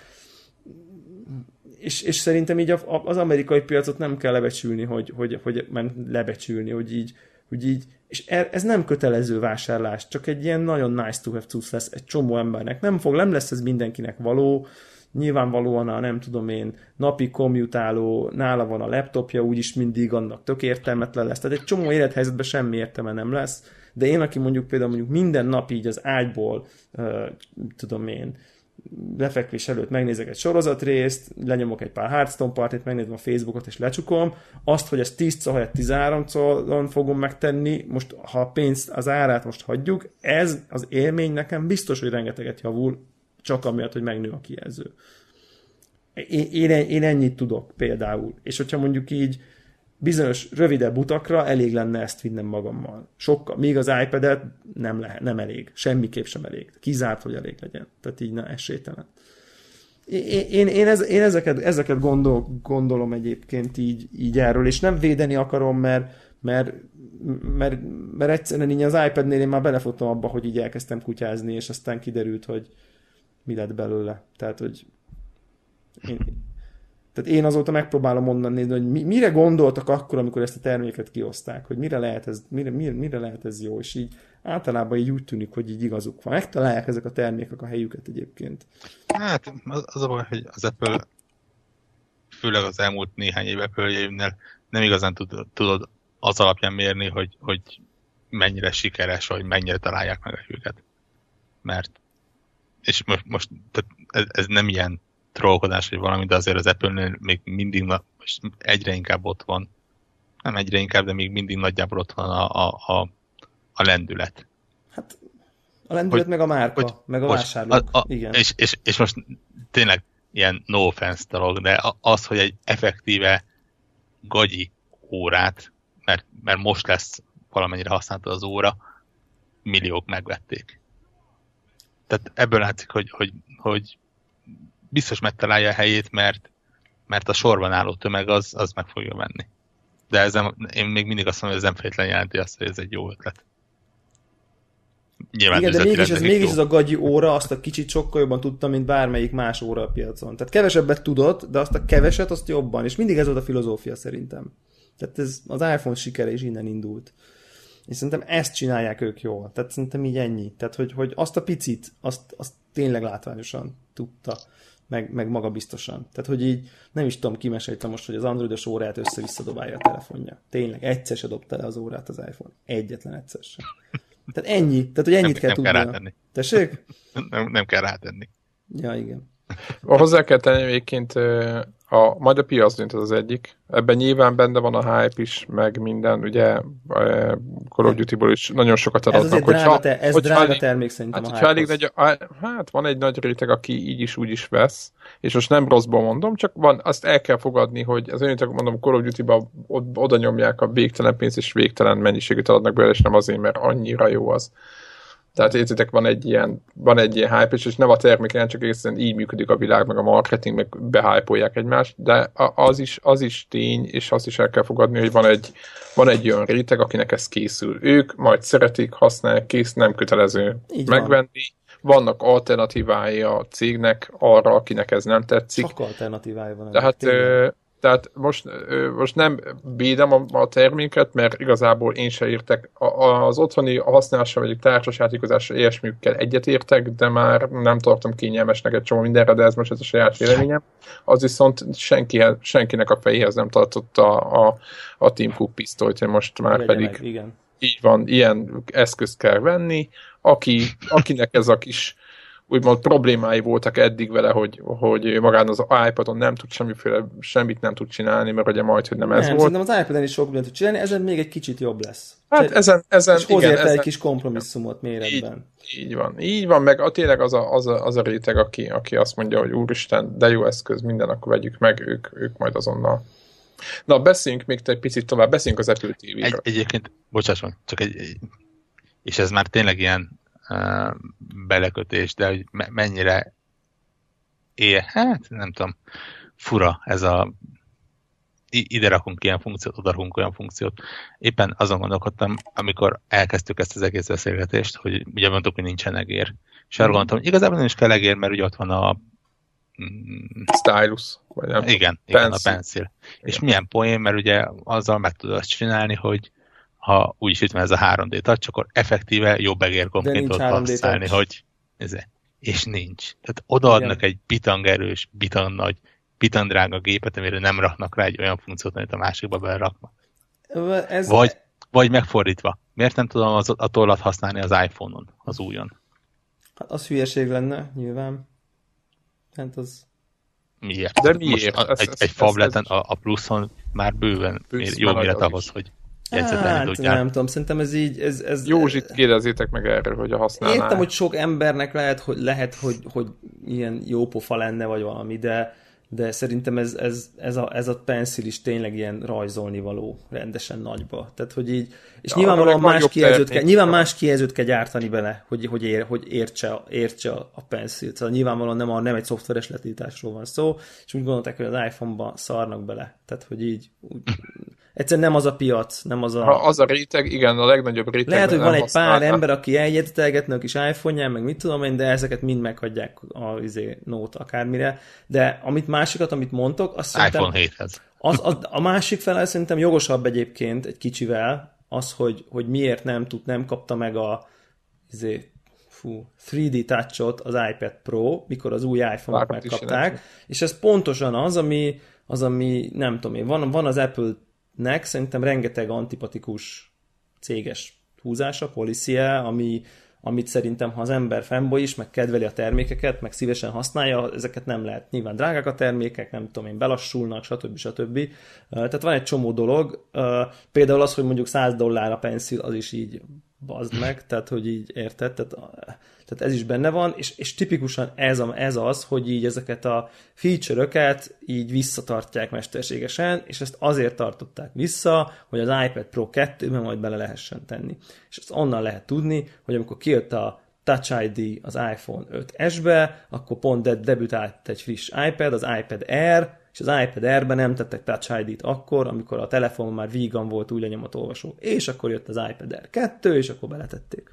és, és szerintem így az amerikai piacot nem kell lebecsülni, hogy, hogy, hogy lebecsülni, hogy így, hogy így, és ez nem kötelező vásárlás, csak egy ilyen nagyon nice to have cucc lesz egy csomó embernek. Nem fog, nem lesz ez mindenkinek való, nyilvánvalóan a nem tudom én napi kommutáló, nála van a laptopja, úgyis mindig annak tök értelmetlen lesz. Tehát egy csomó élethelyzetben semmi értelme nem lesz, de én, aki mondjuk például mondjuk minden nap így az ágyból, uh, tudom én, lefekvés előtt megnézek egy sorozatrészt, lenyomok egy pár Hearthstone partit, megnézem a Facebookot és lecsukom, azt, hogy ezt tíz helyett tizenhárom fogom megtenni, most ha a pénzt, az árát most hagyjuk, ez az élmény nekem biztos, hogy rengeteget javul, csak amiatt, hogy megnő a kijelző. Én, én, én ennyit tudok például. És hogyha mondjuk így bizonyos rövidebb utakra elég lenne ezt vinnem magammal. Sokkal. Míg az iPad-et nem, lehet, nem elég. Semmiképp sem elég. Kizárt, hogy elég legyen. Tehát így na, esélytelen. Én, én, én, ez, én ezeket, ezeket gondol, gondolom egyébként így, így erről, és nem védeni akarom, mert, mert, mert, mert egyszerűen így az iPad-nél én már belefutottam abba, hogy így elkezdtem kutyázni, és aztán kiderült, hogy mi lett belőle. Tehát, hogy én, tehát én azóta megpróbálom onnan nézni, hogy mi, mire gondoltak akkor, amikor ezt a terméket kioszták, hogy mire lehet ez, mire, mire, mire lehet ez jó, és így általában így úgy tűnik, hogy így igazuk van. Megtalálják ezek a termékek a helyüket egyébként. Hát az, az a baj, hogy az Apple főleg az elmúlt néhány év Apple-jénél nem igazán tudod, tudod az alapján mérni, hogy, hogy mennyire sikeres, vagy mennyire találják meg a helyüket. Mert és most, most tehát ez, ez nem ilyen trollkodás, vagy valami, de azért az Apple-nél még mindig, most egyre inkább ott van, nem egyre inkább, de még mindig nagyjából ott van a, a, a, a lendület. Hát a lendület hogy, meg a márka, hogy, meg a hogy, vásárlók. A, a, igen. És, és, és most tényleg ilyen no offense dolog, de az, hogy egy effektíve gagyi órát, mert, mert most lesz valamennyire használható az óra, milliók megvették. Tehát ebből látszik, hogy, hogy, hogy biztos megtalálja a helyét, mert, mert a sorban álló tömeg az, az meg fogja venni. De ez nem, én még mindig azt mondom, hogy ez nem feltétlenül jelenti azt, hogy ez egy jó ötlet. Nyilván igen, de mégis ez, mégis ez a gagyi óra azt a kicsit sokkal jobban tudta, mint bármelyik más óra a piacon. Tehát kevesebbet tudott, de azt a keveset azt jobban. És mindig ez volt a filozófia szerintem. Tehát ez az iPhone sikere is innen indult. És szerintem ezt csinálják ők jól. Tehát szerintem így ennyi. Tehát, hogy, hogy azt a picit, azt, azt tényleg látványosan tudta, meg, meg magabiztosan. Tehát, hogy így nem is tudom, kimesélte most, hogy az androidos órát össze-vissza dobálja a telefonja. Tényleg, egyszer se dobta le az órát az iPhone. Egyetlen egyszer sem. Tehát ennyi. Tehát, hogy ennyit nem, kell nem tudnia. Kell rátenni. Tessék? Nem, nem kell rátenni. Ja, igen. Hozzá kell tenni egyébként, a, majd a piac dönt az egyik. Ebben nyilván benne van a hype is, meg minden, ugye Call of Duty-ból is nagyon sokat adatnak. Ez azért drága, te, ez drága elég, termék szerintem hát, a hype elég nagy, hát van egy nagy réteg, aki így is úgy is vesz, és most nem rosszból mondom, csak van, azt el kell fogadni, hogy az önöttek mondom, Call of Duty-ba oda nyomják a végtelen pénzt, és végtelen mennyiségűt adnak belőle, és nem azért, mert annyira jó az. Tehát értitek, van egy ilyen, van egy ilyen hype, és nem a terméken, csak egyszerűen így működik a világ, meg a marketing, meg behypolják egymást, de az is, az is tény, és azt is el kell fogadni, hogy van egy, van egy olyan réteg, akinek ez készül. Ők majd szeretik, használják, kész, nem kötelező így megvenni. Van. Vannak alternatívái a cégnek arra, akinek ez nem tetszik. Csak alternatívái van. Tehát, Tehát most, most nem védem a, a terméket, mert igazából én se értek. A, az otthoni használással, vagy a társasjátékozással ilyesműkkel egyetértek, de már nem tartom kényelmesnek egy csomó mindenre, de ez most ez a saját véleményem. Az viszont senki, senkinek a fejéhez nem tartotta a, a, a Tim Cook pisztolyt, most már Legyen pedig meg, igen. Így van, ilyen eszközt kell venni. Aki, akinek ez a kis úgymond problémái voltak eddig vele, hogy, hogy magán az iPadon nem tud semmiféle, semmit nem tud csinálni, mert ugye majd, hogy nem, nem ez volt. Szerintem az iPadon is sok mindent tud csinálni, ezen még egy kicsit jobb lesz. Hát Cser- ezen, ezen és igen. hozzáért ezen, egy kis kompromisszumot méretben. Így, így van. Így van, meg a, tényleg az a, az, a, az a réteg, aki, aki azt mondja, hogy úristen, de jó eszköz, minden, akkor vegyük meg, ők, ők majd azonnal. Na, beszéljünk még egy picit tovább, beszéljünk az Apple té véről. Egy, egyébként, bocsásson, csak egy, egy, és ez már tényleg ilyen Uh, belekötés, de hogy me- mennyire él, hát nem tudom, fura ez a ide rakunk ilyen funkciót, oda rakunk olyan funkciót. Éppen azon gondolkodtam, amikor elkezdtük ezt az egész beszélgetést, hogy ugye mondtuk, hogy nincsen egér. És arra gondoltam, hogy igazából nem is kell egér, mert ugye ott van a mm, stylus. Vagy nem igen, igen, a pencil. És milyen poén, mert ugye azzal meg tudod azt csinálni, hogy ha úgyis itt van ez a három dé touch, akkor effektíve jobb egérgombként tudod használni, hogy ez, és nincs. Tehát odaadnak egy bitangerős, bitan nagy, bitan drága gépet, amire nem raknak rá egy olyan funkciót, amit a másikba beleraknak. Ez... Vagy, vagy megfordítva. Miért nem tudom az, a tollat használni az iPhone-on, az újon? Hát az hülyeség lenne, nyilván. Hát az... Miért? De miért? Most ez, egy, ez, egy fableten ez... a, a pluszon már bőven jó méret ahhoz, is. Hogy hát, tudjál. Nem tudom, szerintem ez így... Ez, ez, Józsit kérdezzétek meg erről, hogy a használnál. Értem, hogy sok embernek lehet, hogy, lehet, hogy, hogy ilyen jó pofa lenne, vagy valami, de, de szerintem ez, ez, ez, a, ez a pencil is tényleg ilyen rajzolni való rendesen nagyba. Tehát, hogy így... És ja, nyilvánvalóan más kijelzőt kell, nyilván más kijelzőt kell gyártani bele, hogy, hogy, ér, hogy értse, értse a pencil. Szóval nyilvánvalóan nem, a, nem egy szoftveres letításról van szó, és úgy gondolták, hogy az iPhone-ba szarnak bele. Tehát, hogy így... Úgy, egyszerűen nem az a piac, nem az a... Ha az a réteg, igen, a legnagyobb réteg. Lehet, hogy van egy pár ember, aki eljegyzetelgetne a kis iPhone-ján, meg mit tudom én, de ezeket mind meghagyják a izé, Note akármire. De amit másikat, amit mondtok, azt szerintem... iPhone héthez. Az, a, a másik fele szerintem jogosabb egyébként egy kicsivel, az, hogy, hogy miért nem tud, nem kapta meg a izé, fú, három dé Touch-ot az iPad Pro, mikor az új iPhone-ot megkapták. És ez pontosan az, ami, az, ami nem tudom én, van, van az Apple-nek szerintem rengeteg antipatikus céges húzása, policy-e, ami, amit szerintem, ha az ember fanboy is, meg kedveli a termékeket, meg szívesen használja, ezeket nem lehet. Nyilván drágák a termékek, nem tudom én, belassulnak, stb. stb. Tehát van egy csomó dolog. Például az, hogy mondjuk száz dollár a pencil, az is így bazd meg, tehát hogy így érted, tehát, tehát ez is benne van, és, és tipikusan ez, a, ez az, hogy így ezeket a feature-öket így visszatartják mesterségesen, és ezt azért tartották vissza, hogy az iPad Pro kettőben majd bele lehessen tenni. És ezt onnan lehet tudni, hogy amikor kijött a Touch i dé az iPhone öt es-be, akkor pont de- debütált egy friss iPad, az iPad Air, és az iPad Air-ben nem tettek Touch i dé-t akkor, amikor a telefonon már vígan volt új lenyomatolvasó. És akkor jött az iPad Air kettő, és akkor beletették.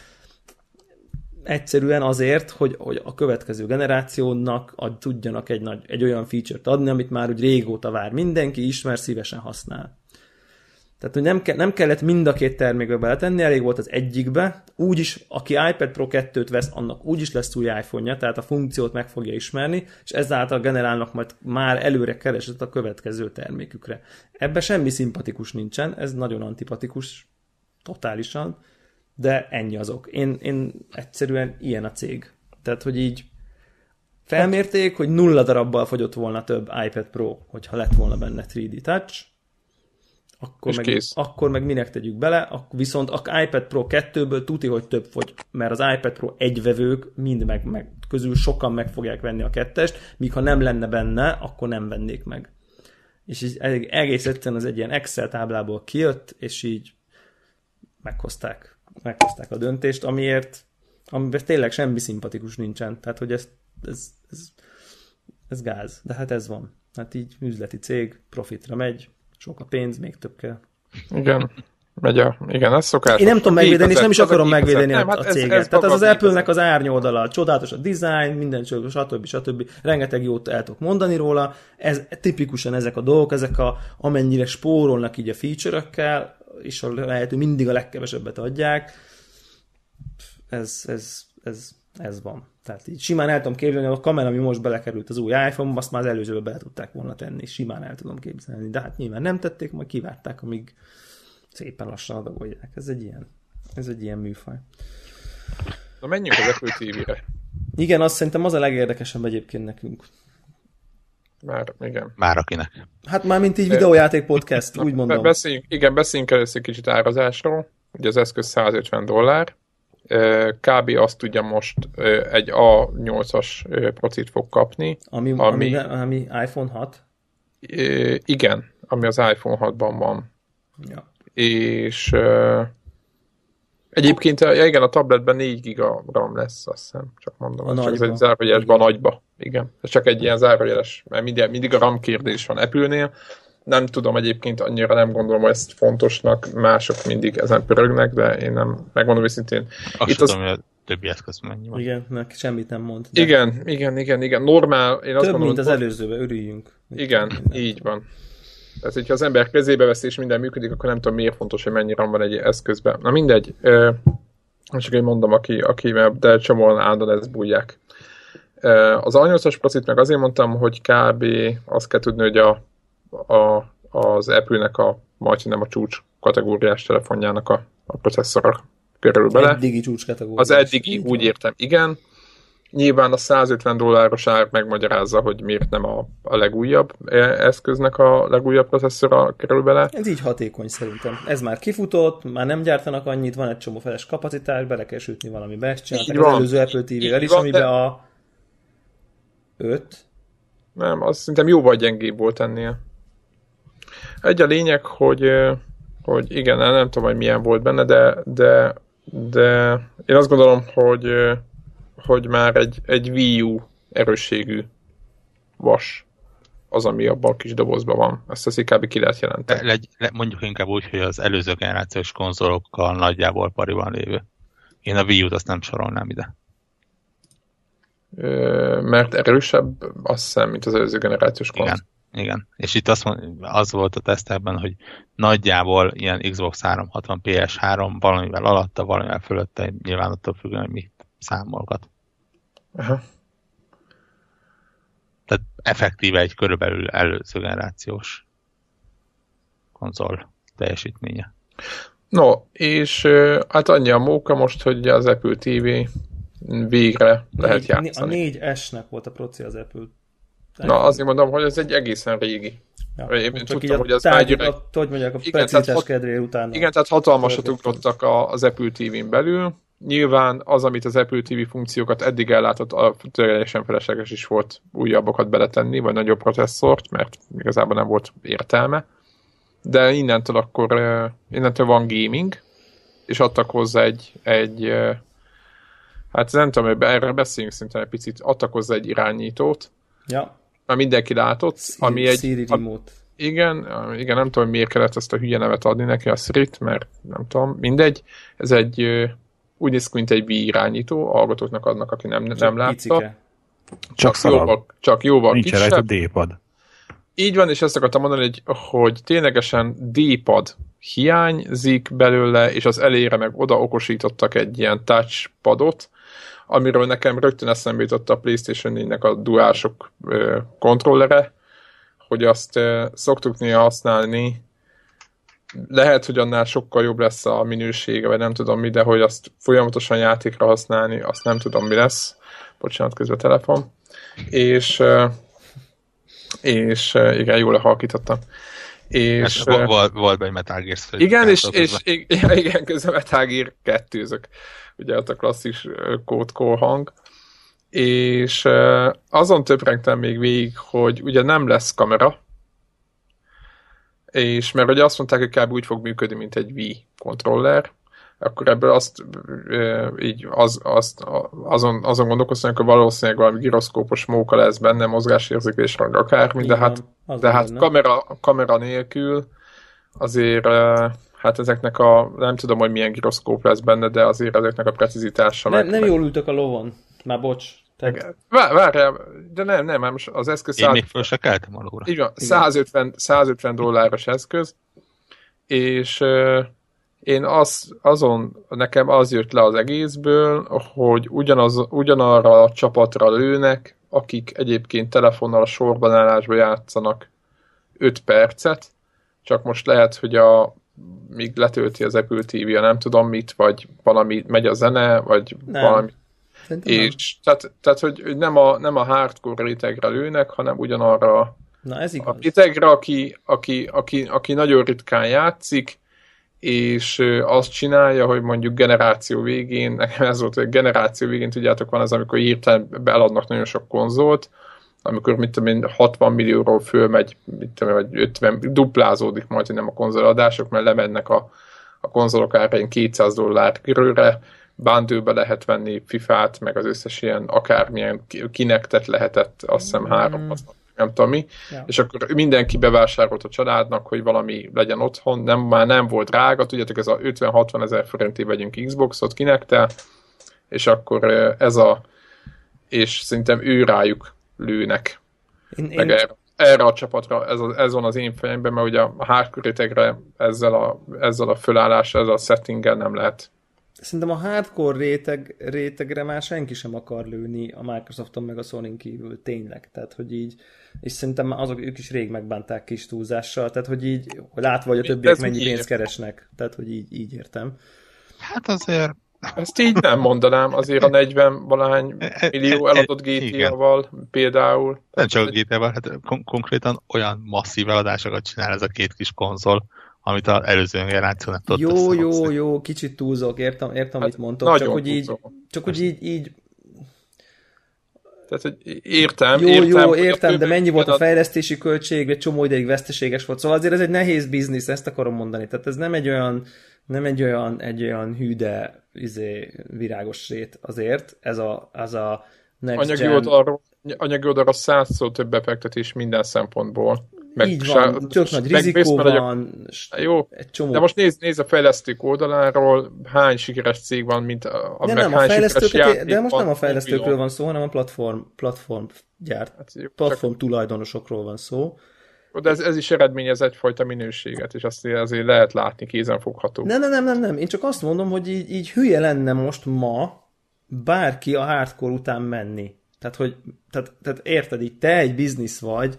Egyszerűen azért, hogy, hogy a következő generációnak ad, tudjanak egy, nagy, egy olyan feature-t adni, amit már úgy régóta vár mindenki, ismer, szívesen használ. Tehát, hogy nem, ke- nem kellett mind a két termékbe beletenni, elég volt az egyikbe. Úgyis, aki iPad Pro kettőt vesz, annak úgyis lesz új iPhone-ja, tehát a funkciót meg fogja ismerni, és ezáltal generálnak majd már előre keresett a következő termékükre. Ebben semmi szimpatikus nincsen, ez nagyon antipatikus, totálisan, de ennyi azok. Én, én egyszerűen ilyen a cég. Tehát, hogy így felmérték, hogy nulla darabbal fogyott volna több iPad Pro, hogyha lett volna benne három dé Touch, Akkor meg, akkor meg minek tegyük bele, akkor viszont a iPad Pro kettőből tuti, hogy több fogy, mert az iPad Pro egyvevők mind meg, meg közül sokan meg fogják venni a kettest, míg ha nem lenne benne, akkor nem vennék meg. És így egész egyszerűen az egy ilyen Excel táblából kijött, és így meghozták, meghozták a döntést, amiért, amiben tényleg semmi szimpatikus nincsen. Tehát, hogy ez, ez, ez, ez gáz. De hát ez van. Hát így üzleti cég, profitra megy, sok a pénz, még több kell. Igen, megy a, igen, ez szokás. Én nem tudom megvédeni, és nem is akarom megvédeni nem, a, a céget. Ez, ez Tehát az az Apple-nek az árnyoldala, csodálatos a design, minden stb. stb. Rengeteg jót el tudok mondani róla. Ez tipikusan ezek a dolgok, ezek a, amennyire spórolnak így a feature-ökkel, és a lehető mindig a legkevesebbet adják. Ez, ez, ez, ez van. Tehát így simán el tudom képzelni, a kamera, ami most belekerült az új iPhone-ba, azt már az előzőbe bele tudták volna tenni, simán el tudom képzelni, de hát nyilván nem tették, majd kivárták, amíg szépen lassan adagolják. Ez egy ilyen, ez egy ilyen műfaj. Na menjünk az Apple té vére. Igen, azt szerintem az a legérdekesebb egyébként nekünk. Már, igen. Már akinek. Hát már mint így videójáték podcast, úgy mondom. Beszéljünk, igen, beszéljünk először kicsit árazásról. Ugye az eszköz százötven dollár. Kb. Azt tudja most egy á nyolcas procit fog kapni. Ami, ami, ami iPhone hat? Igen, ami az iPhone hatban van. Ja. És egyébként igen, a tabletben négy giga RAM lesz, azt hiszem, csak mondom. A csak ez egy zárójelesben a nagyba. Igen, ez csak egy ilyen zárójeles, mert mindig, mindig a RAM kérdés van Apple-nél, Nem tudom, egyébként annyira nem gondolom, hogy ezt fontosnak, mások mindig ezen pörögnek, de én nem, megmondom őszintén. Azt Itt tudom, az... hogy a többi eszköz mennyi van. Igen, meg semmit nem mond. De... Igen, igen, igen, igen. Normál, én azt Több, mondom, mint az előzőben, örüljünk. Igen, minden. Így van. Tehát, hogyha az ember kezébe veszi és minden működik, akkor nem tudom, miért fontos, hogy mennyire van egy eszközben. Na mindegy, csak én mondom, aki, aki de csomóan állandóan ezt bújják. Az A nyolcas procit meg azért mondtam, hogy kb. Azt kell tudni, hogy a, a, az Apple-nek a majdnem a csúcs kategóriás telefonjának a, a processzora körül bele. Eddigi csúcs kategóriás. Az eddigi, úgy van. Értem, igen. Nyilván a százötven dolláros ár megmagyarázza, hogy miért nem a, a legújabb eszköznek a legújabb processzora kerül bele. Ez így hatékony szerintem. Ez már kifutott, már nem gyártanak annyit, van egy csomó feles kapacitás, bele kell sütni valamibe, ezt csinálták az előző Apple té vé-vel is, amiben de... a öt. Nem, az szerintem jóval gyengébb volt ennél. Egy a lényeg, hogy, hogy igen, nem tudom, hogy milyen volt benne, de, de, de én azt gondolom, hogy hogy már egy, egy Wii U erősségű vas az, ami abban a kis dobozban van. Ezt az kb. Ki lehet jelenteni. Le, le, mondjuk inkább úgy, hogy az előző generációs konzolokkal nagyjából pariban lévő. Én a Wii U-t azt nem sorolnám ide. Ö, mert erősebb, azt hiszem, mint az előző generációs konzol. Igen, igen. És itt az, az volt a tesztekben, hogy nagyjából ilyen Xbox háromszázhatvan, pé es három valamivel alatta, valamivel fölötte, nyilván attól függően, hogy mit számolgat. Aha. Tehát effektíve egy körülbelül előző generációs konzol teljesítménye. No, és hát annyi a móka most, hogy az Apple té vé végre lehet játszani. A négy es-nek volt a proci az Apple. Na, azért mondom, hogy ez egy egészen régi. Ja, én tudtam, hogy az már gyerek... Hogy mondják, a precizitás kedvéért utána. Igen, tehát hatalmasat ugrottak az Apple té vén belül. Nyilván az, amit az Apple té vé funkciókat eddig ellátott, teljesen felesleges is volt újabbakat beletenni, vagy nagyobb processzort, mert igazából nem volt értelme. De innentől akkor, innentől van gaming, és adtak hozzá egy, egy hát nem tudom, hogy erről beszéljünk szintén egy picit, adtak hozzá egy irányítót, ja. Már mindenki látott, Siri, ami egy... Siri remote. Igen, igen, nem tudom, miért kellett ezt a hülye nevet adni neki, a Siri-t, mert nem tudom, mindegy. Ez egy úgy néz ki, mint egy Wii irányító, hallgatóknak adnak, aki nem, nem látta. Picike. Csak, csak jóval, csak jóval Nincs kisebb. rajta D-pad. Így van, és ezt akartam mondani, hogy, hogy ténylegesen D-pad hiányzik belőle, és az elére meg oda okosítottak egy ilyen touchpadot, amiről nekem rögtön eszembe jutott a PlayStation négynek a DualShock kontrollere, hogy azt szoktuk néha használni. Lehet, hogy annál sokkal jobb lesz a minősége, vagy nem tudom mi, de hogy azt folyamatosan játékra használni, azt nem tudom mi lesz. Bocsánat, közben telefon. És, és igen, jól lehalkítottam. És, hát, volt, volt be egy Metal Gear Solid. Igen, és, és igen, igen, közben Metal Gear kettőzök. Ugye ott a klasszis kódkó hang. És azon töprengtem még végig, hogy ugye nem lesz kamera, és mert ugye azt mondták, hogy kb. Úgy fog működni, mint egy Wii kontroller, akkor ebből azt így az, azt, azon, azon gondolkoztam, hogy valószínűleg valami gyroszkópos móka lesz benne, mozgásérzékelés, akármi, de hát, de hát kamera, kamera nélkül azért hát ezeknek a, nem tudom, hogy milyen gyroszkóp lesz benne, de azért ezeknek a precizitása nem, meg... Nem jól ültök a lovon, már bocs. Tehát... Várjál, de nem, nem, nem, az eszköz... Én száz... még föl se keltem a lóra. Így van, százötven, százötven dolláros eszköz, és uh, én az, azon, nekem az jött le az egészből, hogy ugyanaz, ugyanarra a csapatra lőnek, akik egyébként telefonnal a sorban állásba játszanak öt percet, csak most lehet, hogy a míg letölti az Apple té vé, nem tudom mit, vagy valami megy a zene, vagy nem. valami. Szerintem és tehát, tehát, hogy nem a, nem a hardcore rétegre lőnek, hanem ugyanarra Na, ez igaz. a rétegre, aki, aki, aki, aki nagyon ritkán játszik, és azt csinálja, hogy mondjuk generáció végén, nekem ez volt, hogy generáció végén, tudjátok, van az, amikor hirtelen beeladnak nagyon sok konzolt, amikor mit tudom én, hatvan millióról fölmegy, mit tudom én, vagy ötven, duplázódik majd, hogy nem a konzoladások, mert lemennek a, a konzolok árén kétszáz dollár körülre, bundle-be lehet venni fifát, meg az összes ilyen akármilyen kinektet lehetett, azt hiszem három, nem tudom mi, ja. És akkor mindenki bevásárolt a családnak, hogy valami legyen otthon, nem, már nem volt drága, tudjátok, ez a ötven-hatvan ezer forintért vegyünk Xboxot, kinek te, és akkor ez a, és szerintem ő rájuk lőnek. Én, meg én... Erre, erre a csapatra, ez, a, ez van az én fejemben, mert ugye a hardcore rétegre ezzel a, ezzel a fölállással, ezzel a settinggel nem lehet. Szerintem a hardcore réteg, rétegre már senki sem akar lőni a Microsofton meg a Sonyn kívül, tényleg. Tehát, hogy így, és szerintem azok ők is rég megbánták kis túlzással, tehát, hogy így, hogy látva, hogy a többiek mennyi pénzt értem. keresnek. Tehát, hogy így, így értem. Hát azért... Ezt így nem mondanám, azért a negyven-valahány millió eladott gé té á-val például. Nem csak a gé té á-val, hát kon- konkrétan olyan masszív eladásokat csinál ez a két kis konzol, amit az előző generáció nem tudott. Jó, jó, jó, kicsit túlzok, értem, értem, hát amit mondtok, csak hogy így, csak hogy így, így... Tehát, hogy értem, jó, értem, jó, értem, de mennyi volt a fejlesztési költség, egy csomó ideig veszteséges volt, szóval azért ez egy nehéz biznisz, ezt akarom mondani, tehát ez nem egy olyan, nem egy olyan, egy olyan hűde, izé, virágos rét azért, ez a, az a next anyagi gen... oldalról, anyagi oldalra százszor több befektetés minden szempontból. Meg, így van, sá, tök nagy rizikó van, jó, egy csomó. De most nézd, nézd a fejlesztők oldaláról, hány sikeres cég van, mint a, de meg nem, hány a fejlesztők, de most van, nem a fejlesztőkről van szó, hanem a platform, platform gyárt, hát jó, platform csak... tulajdonosokról van szó. De ez, ez is eredményez egyfajta minőséget, és azt azért lehet látni, kézenfogható. Nem, nem, nem, nem, nem, én csak azt mondom, hogy így, így hülye lenne most ma bárki a hardcore után menni. Tehát, hogy, tehát, tehát érted, így te egy biznisz vagy,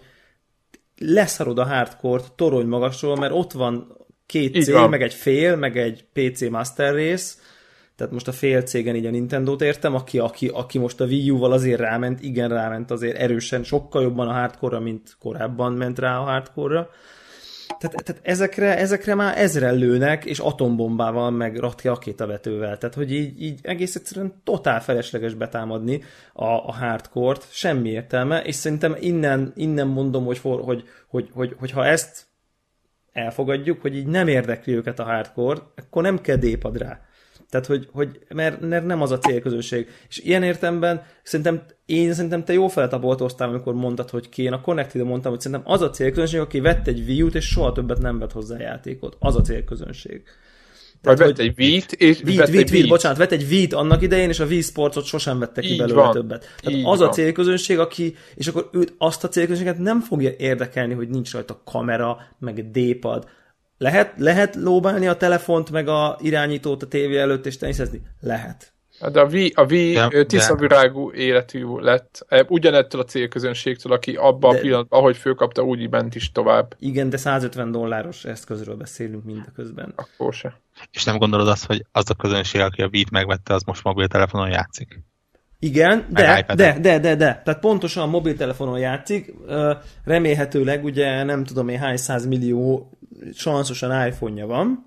leszarod a hardcore-t torony magasról, mert ott van két cég, meg egy fél, meg egy pé cé Master Race, tehát most a fél cégen így a Nintendót értem, aki, aki, aki most a Wii U-val azért ráment, igen ráment azért erősen, sokkal jobban a hardcore-ra, mint korábban ment rá a hardcore-ra. Tehát, tehát ezekre, ezekre már ezren lőnek, és atombombával, meg rakétavetővel. Tehát, hogy így, így egész egyszerűen totál felesleges betámadni a, a hardcore-t, semmi értelme, és szerintem innen, innen mondom, hogy, for, hogy, hogy, hogy, hogy ha ezt elfogadjuk, hogy így nem érdekli őket a hardcore, akkor nem kell D-pad rá. Tehát, hogy, hogy mert, mert nem az a célközönség. És ilyen értelemben szerintem én szerintem te jó felet aboltoztál, amikor mondtad, hogy ki. Én a Connected-en mondtam, hogy szerintem az a célközönség, aki vett egy Wii U-t, és soha többet nem vett hozzá játékot. Az a célközönség. Tehát, vagy vett egy Wii-t, és Wii-t, vett Wii-t, egy Wii-t, bocsánat, vett egy Wii-t annak idején, és a Wii Sportsot sosem vette ki belőle van. többet. Tehát így az van. A célközönség, aki, és akkor őt azt a célközönséget nem fogja érdekelni, hogy nincs rajta kamera, meg D-pad. Lehet, lehet lóbálni a telefont, meg a irányítót a tévé előtt, és teniszezni? Lehet. De a Wii, a Wii ja, tiszavirágú életű lett, ugyanettől a célközönségtől, aki abban a pillanatban, ahogy fölkapta, úgy ment is tovább. Igen, de százötven dolláros eszközről beszélünk mindeközben. Akkor se. És nem gondolod azt, hogy az a közönség, aki a Wii-t megvette, az most mobiltelefonon játszik? Igen, de, de, de, de, de. Tehát pontosan a mobiltelefonon játszik, remélhetőleg ugye nem tudom én hány százmillió sanszosan iPhone-ja van,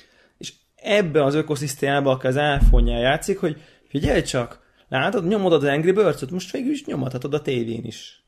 és ebbe az ökoszisztémába, aki az iPhone-ján játszik, hogy figyelj csak, látod, nyomod az Angry Birds-ot, most végül is nyomadhatod a tévén is.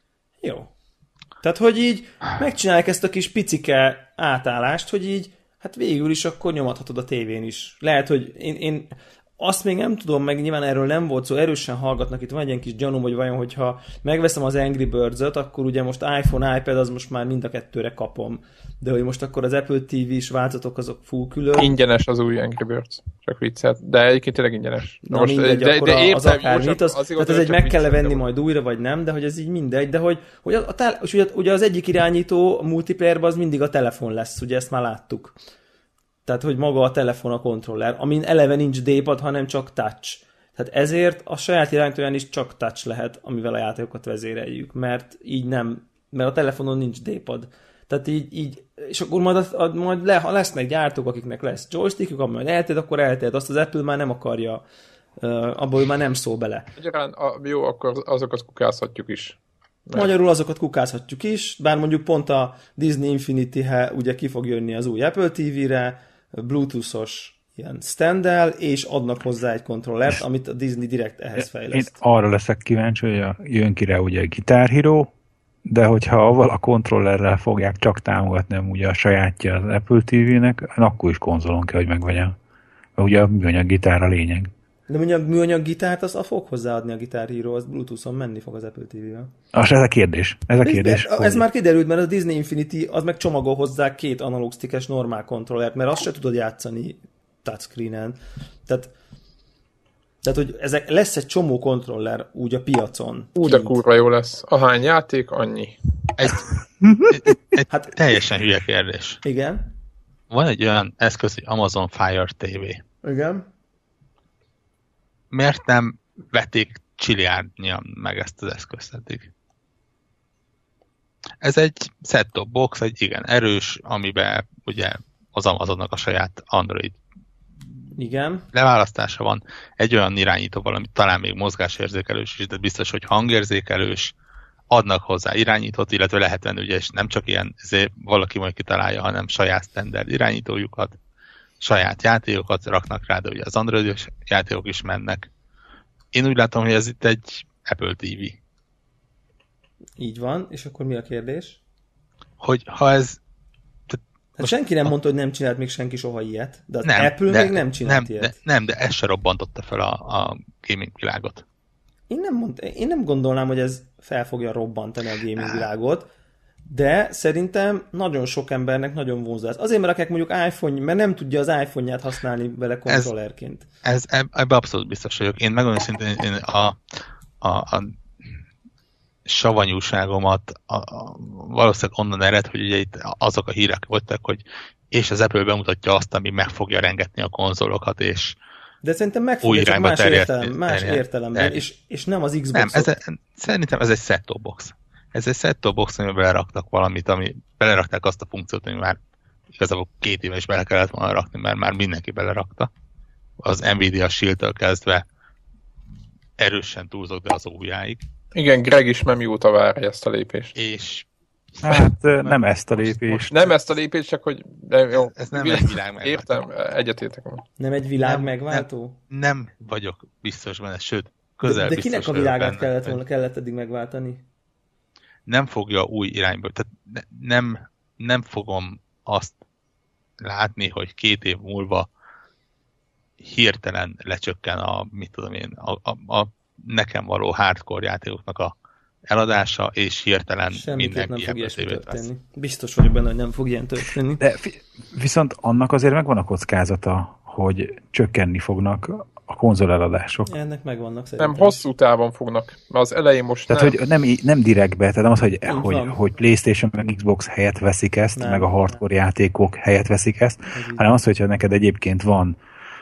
Jó. Tehát, hogy így megcsinálják ezt a kis picike átállást, hogy így, hát végül is akkor nyomadhatod a tévén is. Lehet, hogy én, én azt még nem tudom, meg nyilván erről nem volt szó, erősen hallgatnak, itt van egy ilyen kis gyanúm, hogy vajon, hogyha megveszem az Angry Birds-öt, akkor ugye most iPhone, iPad, az most már mind a kettőre kapom. De hogy most akkor az Apple té vés változatok azok full külön. Ingyenes az új Angry Birds, csak viccet, de egyébként tényleg ingyenes. Na most, mindegy, de, akkor de értem, az akármit, az, az tehát ez egy meg kell venni majd újra, vagy nem, de hogy ez így mindegy, de hogy, hogy a, a, és ugye, ugye az egyik irányító a multiplayerben az mindig a telefon lesz, ugye ezt már láttuk. Tehát, hogy maga a telefon a kontroller, amin eleve nincs D-pad, hanem csak touch. Tehát ezért a saját irányítóján is csak touch lehet, amivel a játékokat vezéreljük, mert így nem, mert a telefonon nincs D-pad. Tehát így, így és akkor majd, a, a, majd le, ha lesznek gyártók, akiknek lesz joystickjuk, ami majd eltehet, akkor eltehet. Azt az Apple már nem akarja, uh, abból már nem szól bele. Magyarán, a, jó, akkor azokat kukázhatjuk is. Mert... Magyarul azokat kukázhatjuk is, bár mondjuk pont a Disney Infinity-he ugye ki fog jönni az új Apple té vére, Bluetooth-os ilyen stand-el, és adnak hozzá egy kontrollert, amit a Disney direkt ehhez fejleszt. Én arra leszek kíváncsi, hogy a, jön ki rá ugye Guitar Hero, de hogyha avval a kontrollerrel fogják csak támogatni ugye a sajátja az Apple té vének, akkor is konzolon kell, hogy megvegyem. Mert ugye a műanyag gitár a lényeg. De mondjuk műanyag gitárt, azt fog hozzáadni a Guitar Hero, az Bluetooth-on menni fog az Apple té vével. Az ez a kérdés. Ez a kérdés. Ez, ez már kiderült, mert a Disney Infinity az meg csomagol hozzá két analóg stickes normál kontrollert, mert azt se tudod játszani touchscreenen. Tehát, tehát hogy ezek, lesz egy csomó kontroller úgy a piacon. Ú, de kurva jó lesz. Ahány játék, annyi. Egy, egy, egy hát, teljesen hülye kérdés. Igen. Van egy olyan eszköz, hogy Amazon Fire té vé. Igen. Miért nem vették csiliárdnyian meg ezt az eszközt eddig? Ez egy set-top box, egy igen erős, amiben ugye az Amazonnak a saját Android igen. leválasztása van. Egy olyan irányítóval, ami talán még mozgásérzékelős is, de biztos, hogy hangérzékelős, adnak hozzá irányítót, illetve lehet venni, ugye, és nem csak ilyen, ezért valaki majd kitalálja, hanem saját standard irányítójukat, saját játékokat raknak rá, de ugye az Android játékok is mennek. Én úgy látom, hogy ez itt egy Apple té vé. Így van, és akkor mi a kérdés? Hogy ha ez... Hát senki nem a... mondta, hogy nem csinált még senki soha ilyet, de az nem, Apple de, még nem csinált nem, ilyet. De, nem, de ez se robbantotta fel a, a gaming világot. Én nem, mond, én nem gondolnám, hogy ez fel fogja robbantani a gaming világot, de szerintem nagyon sok embernek nagyon vonzó ez. Azért, mert akik mondjuk iPhone, mert nem tudja az iPhone-ját használni vele kontrollerként. Ez, ez ebben abszolút biztos vagyok. Én megmondom szintén, én a, a, a savanyúságomat a, a, valószínűleg onnan ered, hogy ugye itt azok a hírek voltak, hogy és az Apple bemutatja azt, ami meg fogja rengetni a konzolokat, és de szerintem meg fogja, csak más, terjed, értelem, más terjed, értelemben, terjed. És, és nem az Xbox-ot. Nem, ez, szerintem ez egy set-top box. Ez egy set-top box, amiben beleraktak valamit, ami belerakták azt a funkciót, ami már igazából két éve is bele kellett volna rakni, mert már mindenki belerakta. Az Nvidia Shield-től kezdve erősen túlzok, de az ójáig. Igen, Greg is nem mióta várja ezt a lépést. És hát nem ezt a lépést. Most nem ezt a lépést, csak hogy... De jó, ez nem világ, egy világ megváltó. Értem, egyetértek. Nem egy világ nem, megváltó? Nem, nem vagyok biztos benne, sőt, közel de, de biztos kinek a világát benne, kellett volna, kellett eddig megváltani? Nem fogja új irányba. Tehát ne, nem, nem fogom azt látni, hogy két év múlva hirtelen lecsökken a, mit tudom én, a, a, a nekem való hardcore játékoknak a eladása, és hirtelen semmiképp mindenki nem fog ebből történni. Biztos vagyok benne, hogy nem fog ilyen történni. De viszont annak azért megvan a kockázata, hogy csökkenni fognak a konzoleladások. Ennek megvannak szerintem. Nem, hosszú távon fognak, mert az elején most tehát, nem. hogy nem, nem direktbe, tehát nem az, hogy, hogy, hogy PlayStation meg Xbox helyett veszik ezt, nem, meg a hardcore nem. játékok helyett veszik ezt, ez hanem az, hogyha neked egyébként van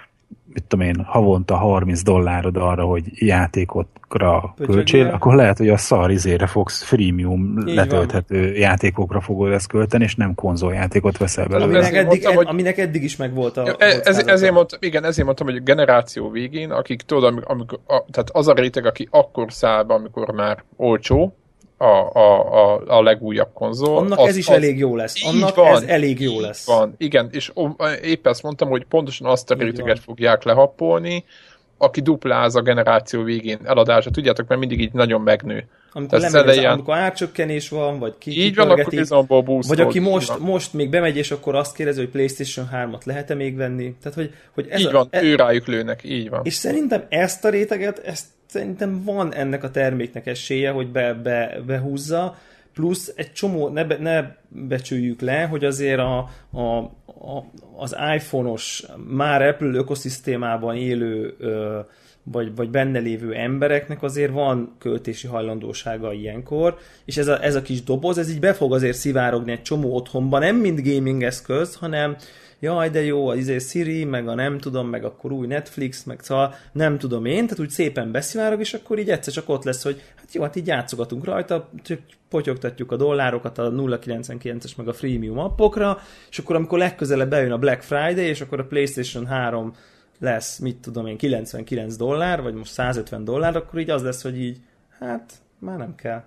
mit tudom én, havonta harminc dollárod arra, hogy játékokra költsél, akkor lehet, hogy a szar izére fogsz freemium így letölthető van. Játékokra fogod ezt költeni, és nem konzoljátékot veszel belőle. Aminek eddig, mondtam, hogy... aminek eddig is megvolt a... Ez, ez, ezért mondtam, igen, ezért mondtam, hogy a generáció végén, akik tudod, amikor, a, tehát az a réteg, aki akkor száll be, amikor már olcsó, A, a, a, a legújabb konzol. Annak az, ez is az, elég jó lesz. Annak van, ez elég jó lesz. Van, igen, és épp ezt mondtam, hogy pontosan azt a réteget fogják lehappolni, aki dupláz a generáció végén eladása. Tudjátok, mert mindig így nagyon megnő. Amikor, lemegy, elején... amikor árcsökkenés van, vagy ki így van, akkor bizonból boosztol. Vagy aki most, most még bemegy, és akkor azt kérdezi, hogy PlayStation hármat lehet-e még venni. Tehát, hogy, hogy ez így a, van, e... ő rájuk lőnek, így van. És szerintem ezt a réteget, ezt szerintem van ennek a terméknek esélye, hogy be, be, behúzza, plusz egy csomó, ne, be, ne becsüljük le, hogy azért a, a, a, az iPhone-os, már Apple ökoszisztémában élő ö, vagy, vagy benne lévő embereknek azért van költési hajlandósága ilyenkor, és ez a, ez a kis doboz, ez így be fog azért szivárogni egy csomó otthonban, nem mind gaming eszköz, hanem jaj, de jó, az izé Siri, meg a nem tudom, meg akkor új Netflix, meg szóval nem tudom én, tehát úgy szépen beszivárog, és akkor így egyszer csak ott lesz, hogy hát jó, hát így játszogatunk rajta, potyogtatjuk a dollárokat a nulla kilencvenkilences meg a freemium appokra, és akkor amikor legközelebb bejön a Black Friday, és akkor a PlayStation három lesz, mit tudom én, kilencvenkilenc dollár, vagy most százötven dollár, akkor így az lesz, hogy így, hát már nem kell.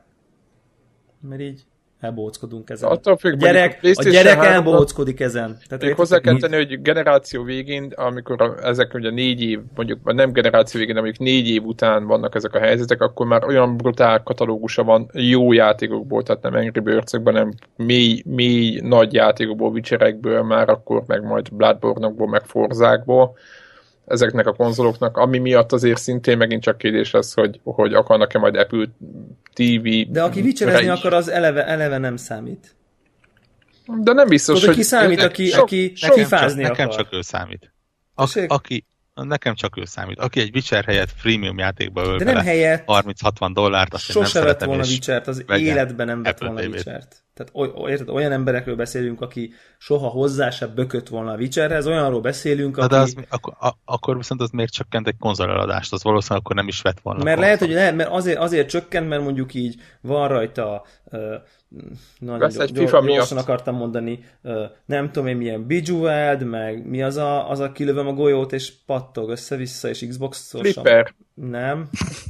Mert így elbóckodunk ezen. Attól függ, a gyerek, a gyerek elbóckodik ezen. Tehát még hozzá kell tenni, hogy generáció végén, amikor a, ezek ugye négy év, mondjuk nem generáció végén, de mondjuk négy év után vannak ezek a helyzetek, akkor már olyan brutál katalógusa van jó játékokból, tehát nem Angry Birds-ekben, nem mély, mély nagy játékokból, Witcherekből, már akkor meg majd Bloodborne-okból, meg Forzákból, ezeknek a konzoloknak, ami miatt azért szintén megint csak kérdés lesz, hogy, hogy akarnak-e majd Apple té vé. De aki witcherezni akar, az eleve, eleve nem számít. De nem biztos, Tudod, hogy... ki számít, ne, aki, sok, aki sok, kifázni nekem akar. csak ő számít. A, aki, nekem csak ő számít. Aki egy Witcher helyett freemium játékba öl de nem helyett harminc-hatvan dollárt, azt sose nem vett volna Witchert, az életben nem vett Apple volna té vét. Witchert. Tehát oly, érted, olyan emberekről beszélünk, aki soha hozzá se bökött volna a Witcherhez, olyanról beszélünk, aki... De az, akkor, akkor viszont az miért csökkent egy konzoleladást? Az valószínűleg akkor nem is vett volna. Mert lehet, hogy lehet, mert azért, azért csökkent, mert mondjuk így van rajta uh, nagyon gyors, gyors, gyorsan akartam mondani, uh, nem tudom én milyen Bejeweled, meg mi az a, az a kilövöm a golyót, és pattog össze-vissza, és Xbox-osan. Flipper. Nem.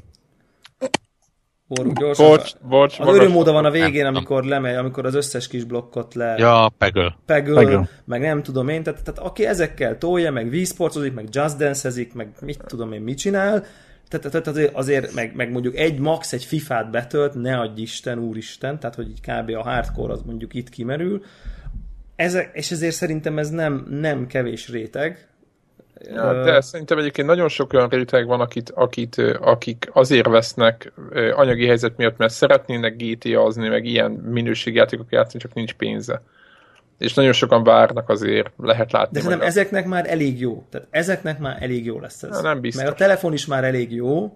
Gyorsan, bocs, bocs, az örömmóda van a végén, amikor lemegy, amikor az összes kis blokkot le... Ja, Peggle. Peggle, Peggle. Meg nem tudom én, tehát, tehát aki ezekkel tolja, meg Wii Sportsozik, meg Just Dance-ezik, meg mit tudom én, mit csinál, tehát, tehát azért, azért meg, meg mondjuk egy max egy fifát betölt, ne adj Isten, úristen, tehát hogy így kb. A hardcore az mondjuk itt kimerül, ezek, és ezért szerintem ez nem, nem kevés réteg. Ja, de szerintem egyébként nagyon sok olyan réteg van, akit, akit, akik azért vesznek anyagi helyzet miatt, mert szeretnének gé té á-azni, meg ilyen minőségjátékok játszani, csak nincs pénze. És nagyon sokan várnak azért, lehet látni. De szerintem ezeknek már elég jó. Tehát ezeknek már elég jó lesz ez. Na, nem biztos. Meg a telefon is már elég jó,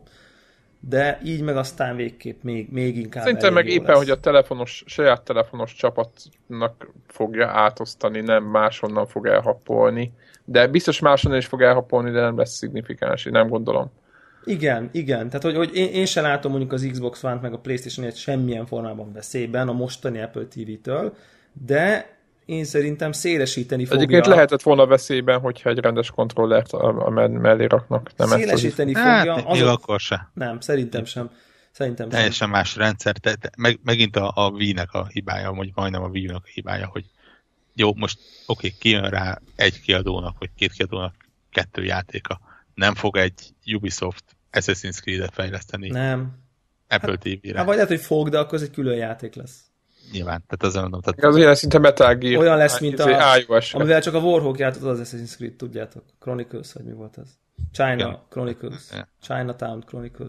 de így meg aztán végképp még, még inkább szerintem meg éppen, lesz. Hogy a telefonos, saját telefonos csapatnak fogja átosztani, nem máshonnan fog elhappolni. De biztos máshonnan is fog elhappolni, de nem lesz szignifikáns, én nem gondolom. Igen, igen. Tehát, hogy, hogy én, én sem látom mondjuk az Xbox One-t meg a PlayStation-et semmilyen formában veszélyben a mostani Apple té vé-től, de én szerintem szélesíteni fogja... Egyébként lehetett volna veszélyben, hogyha egy rendes kontrollert a mellé raknak. Nem szélesíteni ezt fogja... Hát, még akkor se. Nem, szerintem sem. Szerintem sem. Teljesen más rendszer. Te, te, meg, megint a, a Wii-nek a hibája, vagy majdnem a Wii-nek a hibája, hogy jó, most oké, okay, kijön rá egy kiadónak, vagy két kiadónak kettő játéka. Nem fog egy Ubisoft Assassin's Creed-et fejleszteni nem. Apple hát, té vére. Hát vagy lehet, hogy fog, de akkor ez egy külön játék lesz. Nyilván, tehát azon mondom. Tehát... Az olyan szinte Metal Gear. Olyan lesz, mint a, iOS, amivel csak a Warhawk játszott az Assassin's Creed, tudjátok. Chronicles, vagy mi volt az? China yeah. Chronicles. Yeah. Chinatown Chronicles.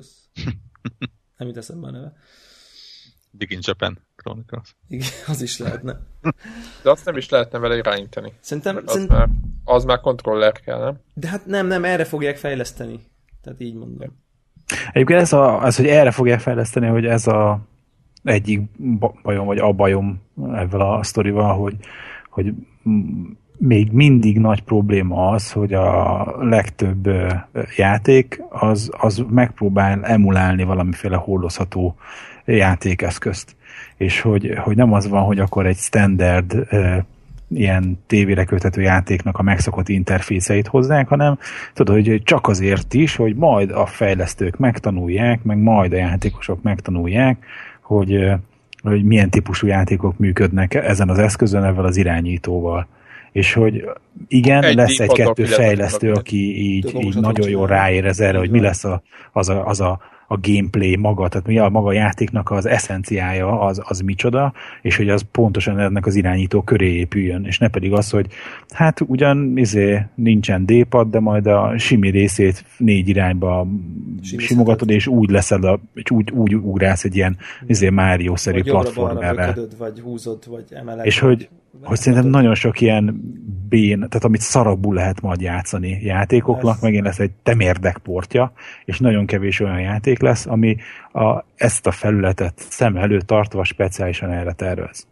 Nem jut eszembe a neve. Big in Japan Chronicles. Igen, az is lehetne. De azt nem is lehetne vele irányítani. Szerintem... Az, szerint... már, az már kontroller kell, nem? De hát nem, nem, erre fogják fejleszteni. Tehát így mondom. Egyébként ez, a, az, hogy erre fogják fejleszteni, hogy ez a egyik bajom, vagy a bajom ebben a sztorival, hogy, hogy még mindig nagy probléma az, hogy a legtöbb játék az, az megpróbál emulálni valamiféle hordozható játékeszközt. És hogy, hogy nem az van, hogy akkor egy standard ilyen tévére köthető játéknak a megszokott interfészeit hozzák, hanem tudod, hogy csak azért is, hogy majd a fejlesztők megtanulják, meg majd a játékosok megtanulják, hogy, hogy milyen típusú játékok működnek ezen az eszközön, ezzel az irányítóval. És hogy igen, egy lesz egy-kettő fejlesztő, aki így, így nagyon jól ráérez erre, hogy mi lesz a, az, a, az a a gameplay maga, tehát mi a maga a játéknak az eszenciája, az, az micsoda, és hogy az pontosan ennek az irányító köré épüljön, és ne pedig az, hogy hát ugyan izé, nincsen D-pad, de majd a simi részét négy irányba Simi simogatod, és úgy leszed, a, és úgy, úgy ugrálsz egy ilyen izé Mario-szerű platformerrel. Vagy húzod, vagy emeled. És hogy, hogy szerintem nagyon sok ilyen bén, tehát amit szarabul lehet majd játszani játékoknak, ez... megint lesz egy temérdek portja, és nagyon kevés olyan játék lesz, ami a, ezt a felületet szem előtt tartva speciálisan erre tervez.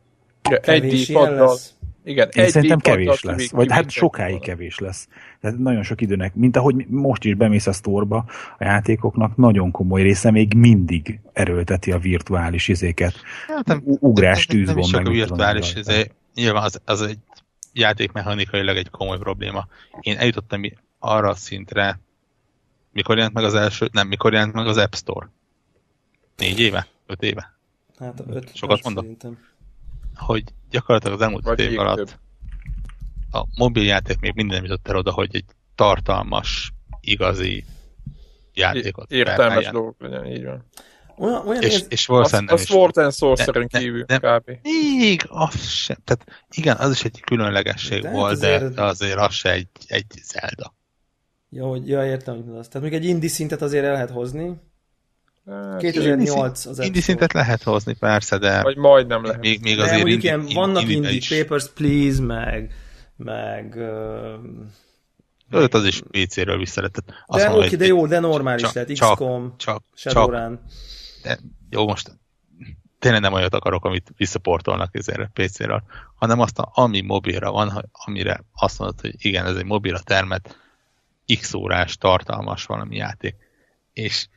Egy D-paddal. Igen, Én egy szerintem kevés lesz, vagy hát sokáig kevés lesz. Tehát nagyon sok időnek, mint ahogy most is bemész a sztorba, a játékoknak nagyon komoly része még mindig erőlteti a virtuális izéket. Hát, ugrás, tűzgomb, meg. Nem is a virtuális izé, nyilván az, az egy játékmechanikailag egy komoly probléma. Én eljutottam arra a szintre, mikor jelent meg az első, nem, mikor jelent meg az App Store? Négy éve? Öt éve? Hát öt, sokat mondom? Szerintem. Hogy gyakorlatilag az elmúlt öt év alatt több. A mobiljáték még minden jutott el oda, hogy egy tartalmas, igazi játékot értelmes dolgok legyen, így van. Olyan, olyan és, ez... és valószínűleg nem is. A Sword and Sorcerer-en kívül kb. Még az sem. Tehát igen, az is egy különlegesség de volt, de azért... de azért az se egy, egy Zelda. Ja, hogy, ja, értem, hogy az. Tehát még egy indie szintet azért el lehet hozni. Hát, kétezer-nyolc az indie szintet lehet hozni, persze, de... Vagy majdnem lehet. Még, még de azért mondjuk indie, ilyen, vannak indie, indie, indie Papers, Please, meg... meg uh, Öt az is pé céről visszaletett. De oké, okay, de jó, de normális csak, lehet. iksz kom, csak, Shadowrun. De jó, most tényleg nem olyat akarok, amit visszaportolnak ezért pé céről, hanem azt, ami mobilra van, amire azt mondod, hogy igen, ez egy mobilra termett x órás, tartalmas valami játék. És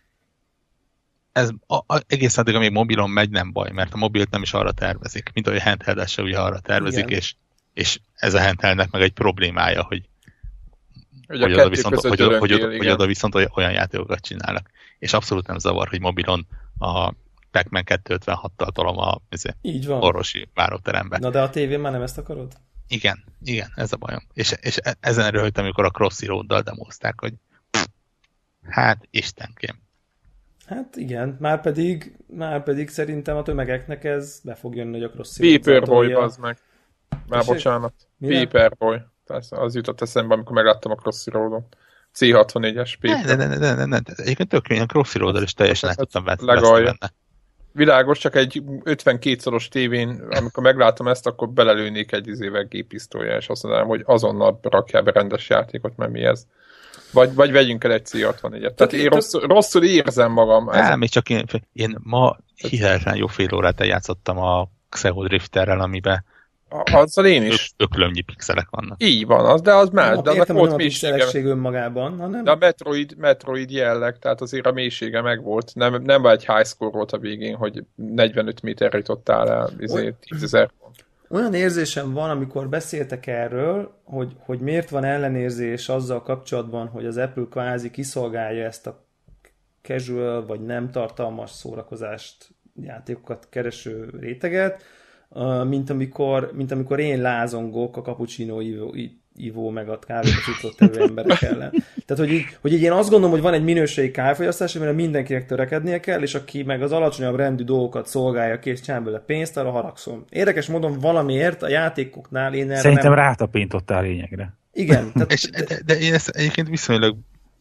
ez a, a, egészen addig, amíg mobilon megy, nem baj, mert a mobilt nem is arra tervezik, mint ahogy a handheld se ugye arra tervezik, és, és ez a handheldnek meg egy problémája, hogy hogy, hogy, oda viszont, hogy, hogy, hogy, oda, hogy oda viszont olyan játékokat csinálnak. És abszolút nem zavar, hogy mobilon a Pac-Man kétszázötvenhattal tolom a orvosi váróterembe. Na de a tévén már nem ezt akarod? Igen, igen, ez a bajom. És, és ezen röhögtem, amikor a Crossy Roaddal demózták, hogy pff, hát istenkém. Hát igen, már pedig, már pedig szerintem a tömegeknek ez be fog jönni, hogy a Crossy Paperboy, bazd meg. Már bocsánat. Paperboy. Az jutott eszembe, amikor megláttam a Crossy Roadon. cé hatvannégyes Paper. Ne, ne, ne, ne, ne, egyébként tök jó, a Crossy Roaddal is teljesen el tudtam benne. Világos, csak egy ötvenkét szoros tévén, amikor megláttam ezt, akkor belelőnék egy izével géppisztolya, és azt mondanám, hogy azonnal rakjál be rendes játékot, mert mi ez. Vagy, vagy vegyünk el egy cé hatvannégyet. Tehát én rosszul, rosszul érzem magam. Nem, még csak én, én ma hihetetlen jó fél órát eljátszottam a Xevo Drifterrel, amiben azzal én is. Öklömnyi pixelek vannak. Így van, az, de az más. No, de értem, volt a pixelesség önmagában, hanem... De a Metroid, Metroid jelleg, tehát azért a mélysége megvolt. Nem, nem egy high score volt a végén, hogy negyvenöt méterre jutottál el izé, tízezer pont. Olyan érzésem van, amikor beszéltek erről, hogy, hogy miért van ellenérzés azzal kapcsolatban, hogy az Apple kvázi kiszolgálja ezt a casual vagy nem tartalmas szórakozást, játékokat kereső réteget, mint amikor, mint amikor én lázongok a cappuccino ivó, ivó meg a kávéba cuccot tevő emberek ellen. Tehát, hogy így, hogy így én azt gondolom, hogy van egy minőségi kávéfogyasztás, amire mindenkinek törekednie kell, és aki meg az alacsonyabb rendű dolgokat szolgálja ki, és csinál belőle pénzt, arra haragszom. Érdekes módon valamiért a játékoknál én erre Szerintem nem... rátapintottál lényegre. Igen. Tehát... és, de, de én ezt egyébként viszonylag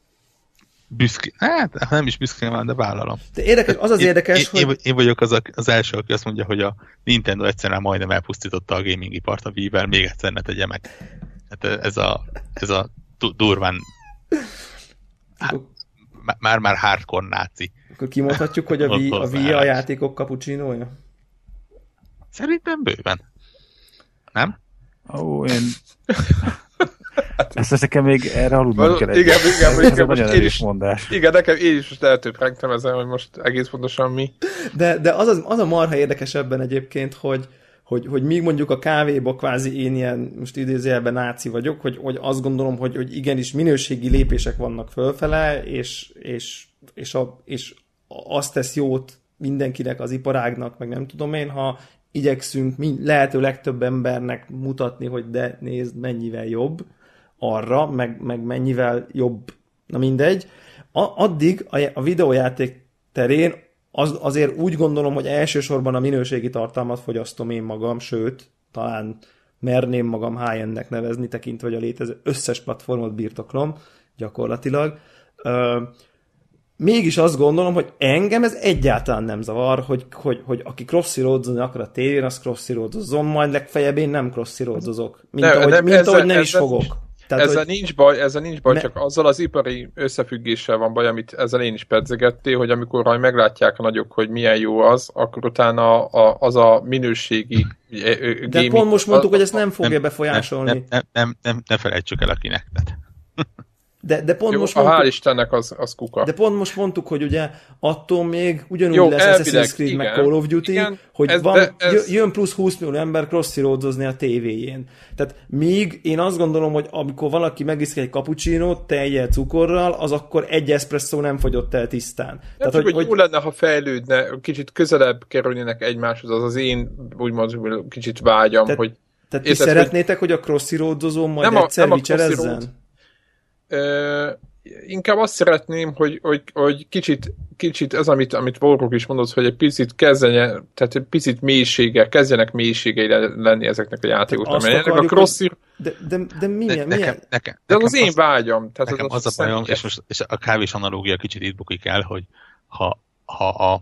büszke, hát nem is büszkén van, de vállalom. De érdekes, az az érdekes, én, hogy... Én, én vagyok az, a, az első, aki azt mondja, hogy a Nintendo egyszerűen majdnem elpusztította a gamingipart a Wii-vel, még egyszer ne tegye meg. Hát ez a, ez a durván már-már hardcore náci. Akkor kimondhatjuk, hogy a Wii a, Wii a játékok cappuccinója? Szerintem bőven. Nem? Ó, én... Ezt nekem még erre aludnom kell egy. Igen, igen, ez igen, most én is, mondás. Igen, nekem én is most eltöprengtem ezen, hogy most egész pontosan mi. De, de az, az, az a marha érdekes ebben egyébként, hogy, hogy, hogy míg mondjuk a kávéba kvázi én ilyen, most idézőjelben náci vagyok, hogy, hogy azt gondolom, hogy, hogy igenis minőségi lépések vannak fölfele, és, és, és, a, és azt tesz jót mindenkinek, az iparágnak, meg nem tudom én, ha igyekszünk mind, lehető legtöbb embernek mutatni, hogy de nézd, mennyivel jobb arra, meg, meg mennyivel jobb, na mindegy. A, addig a, a videójáték terén az, azért úgy gondolom, hogy elsősorban a minőségi tartalmat fogyasztom én magam, sőt, talán merném magam high-endnek nevezni, tekintve, hogy a létező összes platformot birtoklom gyakorlatilag. Ö, mégis azt gondolom, hogy engem ez egyáltalán nem zavar, hogy, hogy, hogy aki crossy roadozni akar a tévén, az crossy roadozzon, majd legfeljebb én nem crossy roadozok, mint ne, ahogy, mint ezzel, ahogy nem is fogok. Is, Tehát, ezzel, hogy... nincs baj, ezzel nincs baj, ne... csak azzal az ipari összefüggéssel van baj, amit ezzel én is pedzegettél, hogy amikor majd meglátják a nagyok, hogy milyen jó az, akkor utána a, az a minőségi gaming... De pont most mondtuk, a, hogy ezt nem fogja nem, befolyásolni. Nem, nem, nem, nem, ne felejtsük el a Kinectet. De, de pont jó, most a mondtuk, hál' Istennek az, az kuka. De pont most mondtuk, hogy ugye attól még ugyanúgy jó, lesz Assassin's Creed meg Call of Duty, igen, hogy ez, van, ez... jön plusz húsz millió ember crossy roadozni a tévéjén. Tehát míg én azt gondolom, hogy amikor valaki megiszik egy cappuccinót tejjel, cukorral, az akkor egy espresszó nem fogyott el tisztán. Nem Tehát, csak, hogy, hogy jó lenne, ha fejlődne, kicsit közelebb kerülnének egymáshoz, az az én úgymond kicsit vágyam, tehát, hogy... Tehát ti szeretnétek, hogy, hogy a crossy roadozó majd nem egyszer vicserezzen? Ö, inkább azt szeretném, hogy, hogy, hogy kicsit kicsit ez, amit, amit Volkok is mondott, hogy egy picit kezdjen, tehát egy picit mélysége, kezdjenek mélységei lenni ezeknek a játékoknak. Mert a crossfit... De, de, de milyen? De, milyen? nekem, nekem, de az nekem az én az, vágyam. Tehát nekem az, az a bajom, és, most, és a kávés analógia kicsit itt bukik el, hogy ha, ha a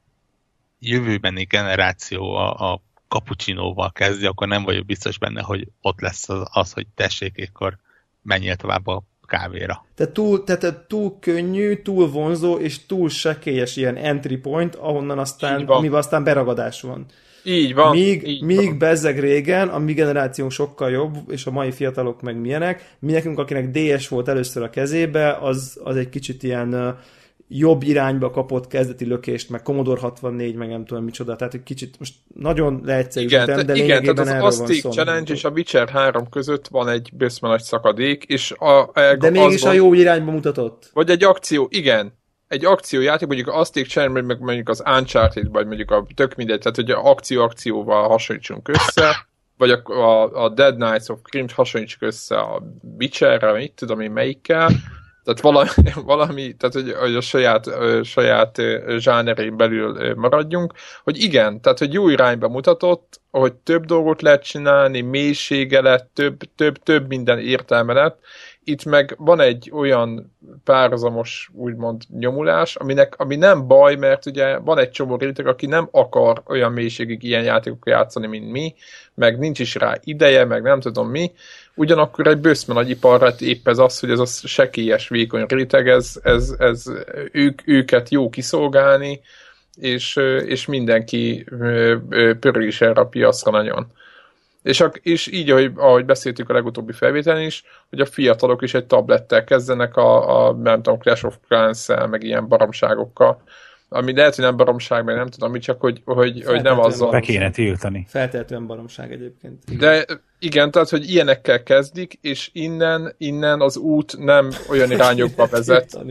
jövőbeni generáció a, a cappuccinóval kezdi, akkor nem vagyok biztos benne, hogy ott lesz az, az hogy tessék, akkor menjél tovább a kávéra. Tehát túl, tehát túl könnyű, túl vonzó és túl sekélyes ilyen entry point, ahonnan aztán, amiben aztán beragadás van. Így van. Míg, így míg van. bezzeg régen, a mi generációnk sokkal jobb, és a mai fiatalok meg milyenek, mi nekünk, akinek dé es volt először a kezébe, az, az egy kicsit ilyen uh, jobb irányba kapott kezdeti lökést, meg Commodore hatvannégy, meg nem tudom micsoda, tehát egy kicsit most nagyon leegyszerűsítem, de igen, lényegében tehát erről az van Aztec szó. Challenge és a Witcher három között van egy böszme nagy szakadék, és a, de mégis van, a jó irányba mutatott. Vagy egy akció, igen, egy akciójáték, mondjuk az Aztec Challenge, meg mondjuk az Uncharted, vagy mondjuk a tök mindegy, tehát hogy akció-akcióval hasonlítsunk össze, vagy a, a, a Dead Knights of Crim hasonlítsuk össze a Witcherrel, mit tudom én melyikkel, tehát valami, valami tehát hogy, hogy a saját, a saját zsánerén belül maradjunk, hogy igen, tehát hogy jó irányba mutatott, hogy több dolgot lehet csinálni, mélysége lett, több, több, több minden értelme lett. Itt meg van egy olyan párhuzamos úgymond nyomulás, aminek, ami nem baj, mert ugye van egy csomó réteg, aki nem akar olyan mélységig ilyen játékokkal játszani, mint mi, meg nincs is rá ideje, meg nem tudom mi. Ugyanakkor egy böszme nagy iparra épp ez az, hogy ez a sekélyes, vékony réteg, ez, ez, ez ők, őket jó kiszolgálni, és, és mindenki pörög is erre a piacra nagyon. És, a, és így, ahogy, ahogy beszéltük a legutóbbi felvételen is, hogy a fiatalok is egy tablettel kezdenek a, a nem tudom, Clash of Clans-szel, meg ilyen baromságokkal. Ami lehet, hogy nem baromság, meg nem tudom mit, csak hogy, hogy, hogy nem azzal. Be kéne tiltani. Feltehetően baromság egyébként. Igen. De igen, tehát, hogy ilyenekkel kezdik, és innen, innen az út nem olyan irányokba vezet.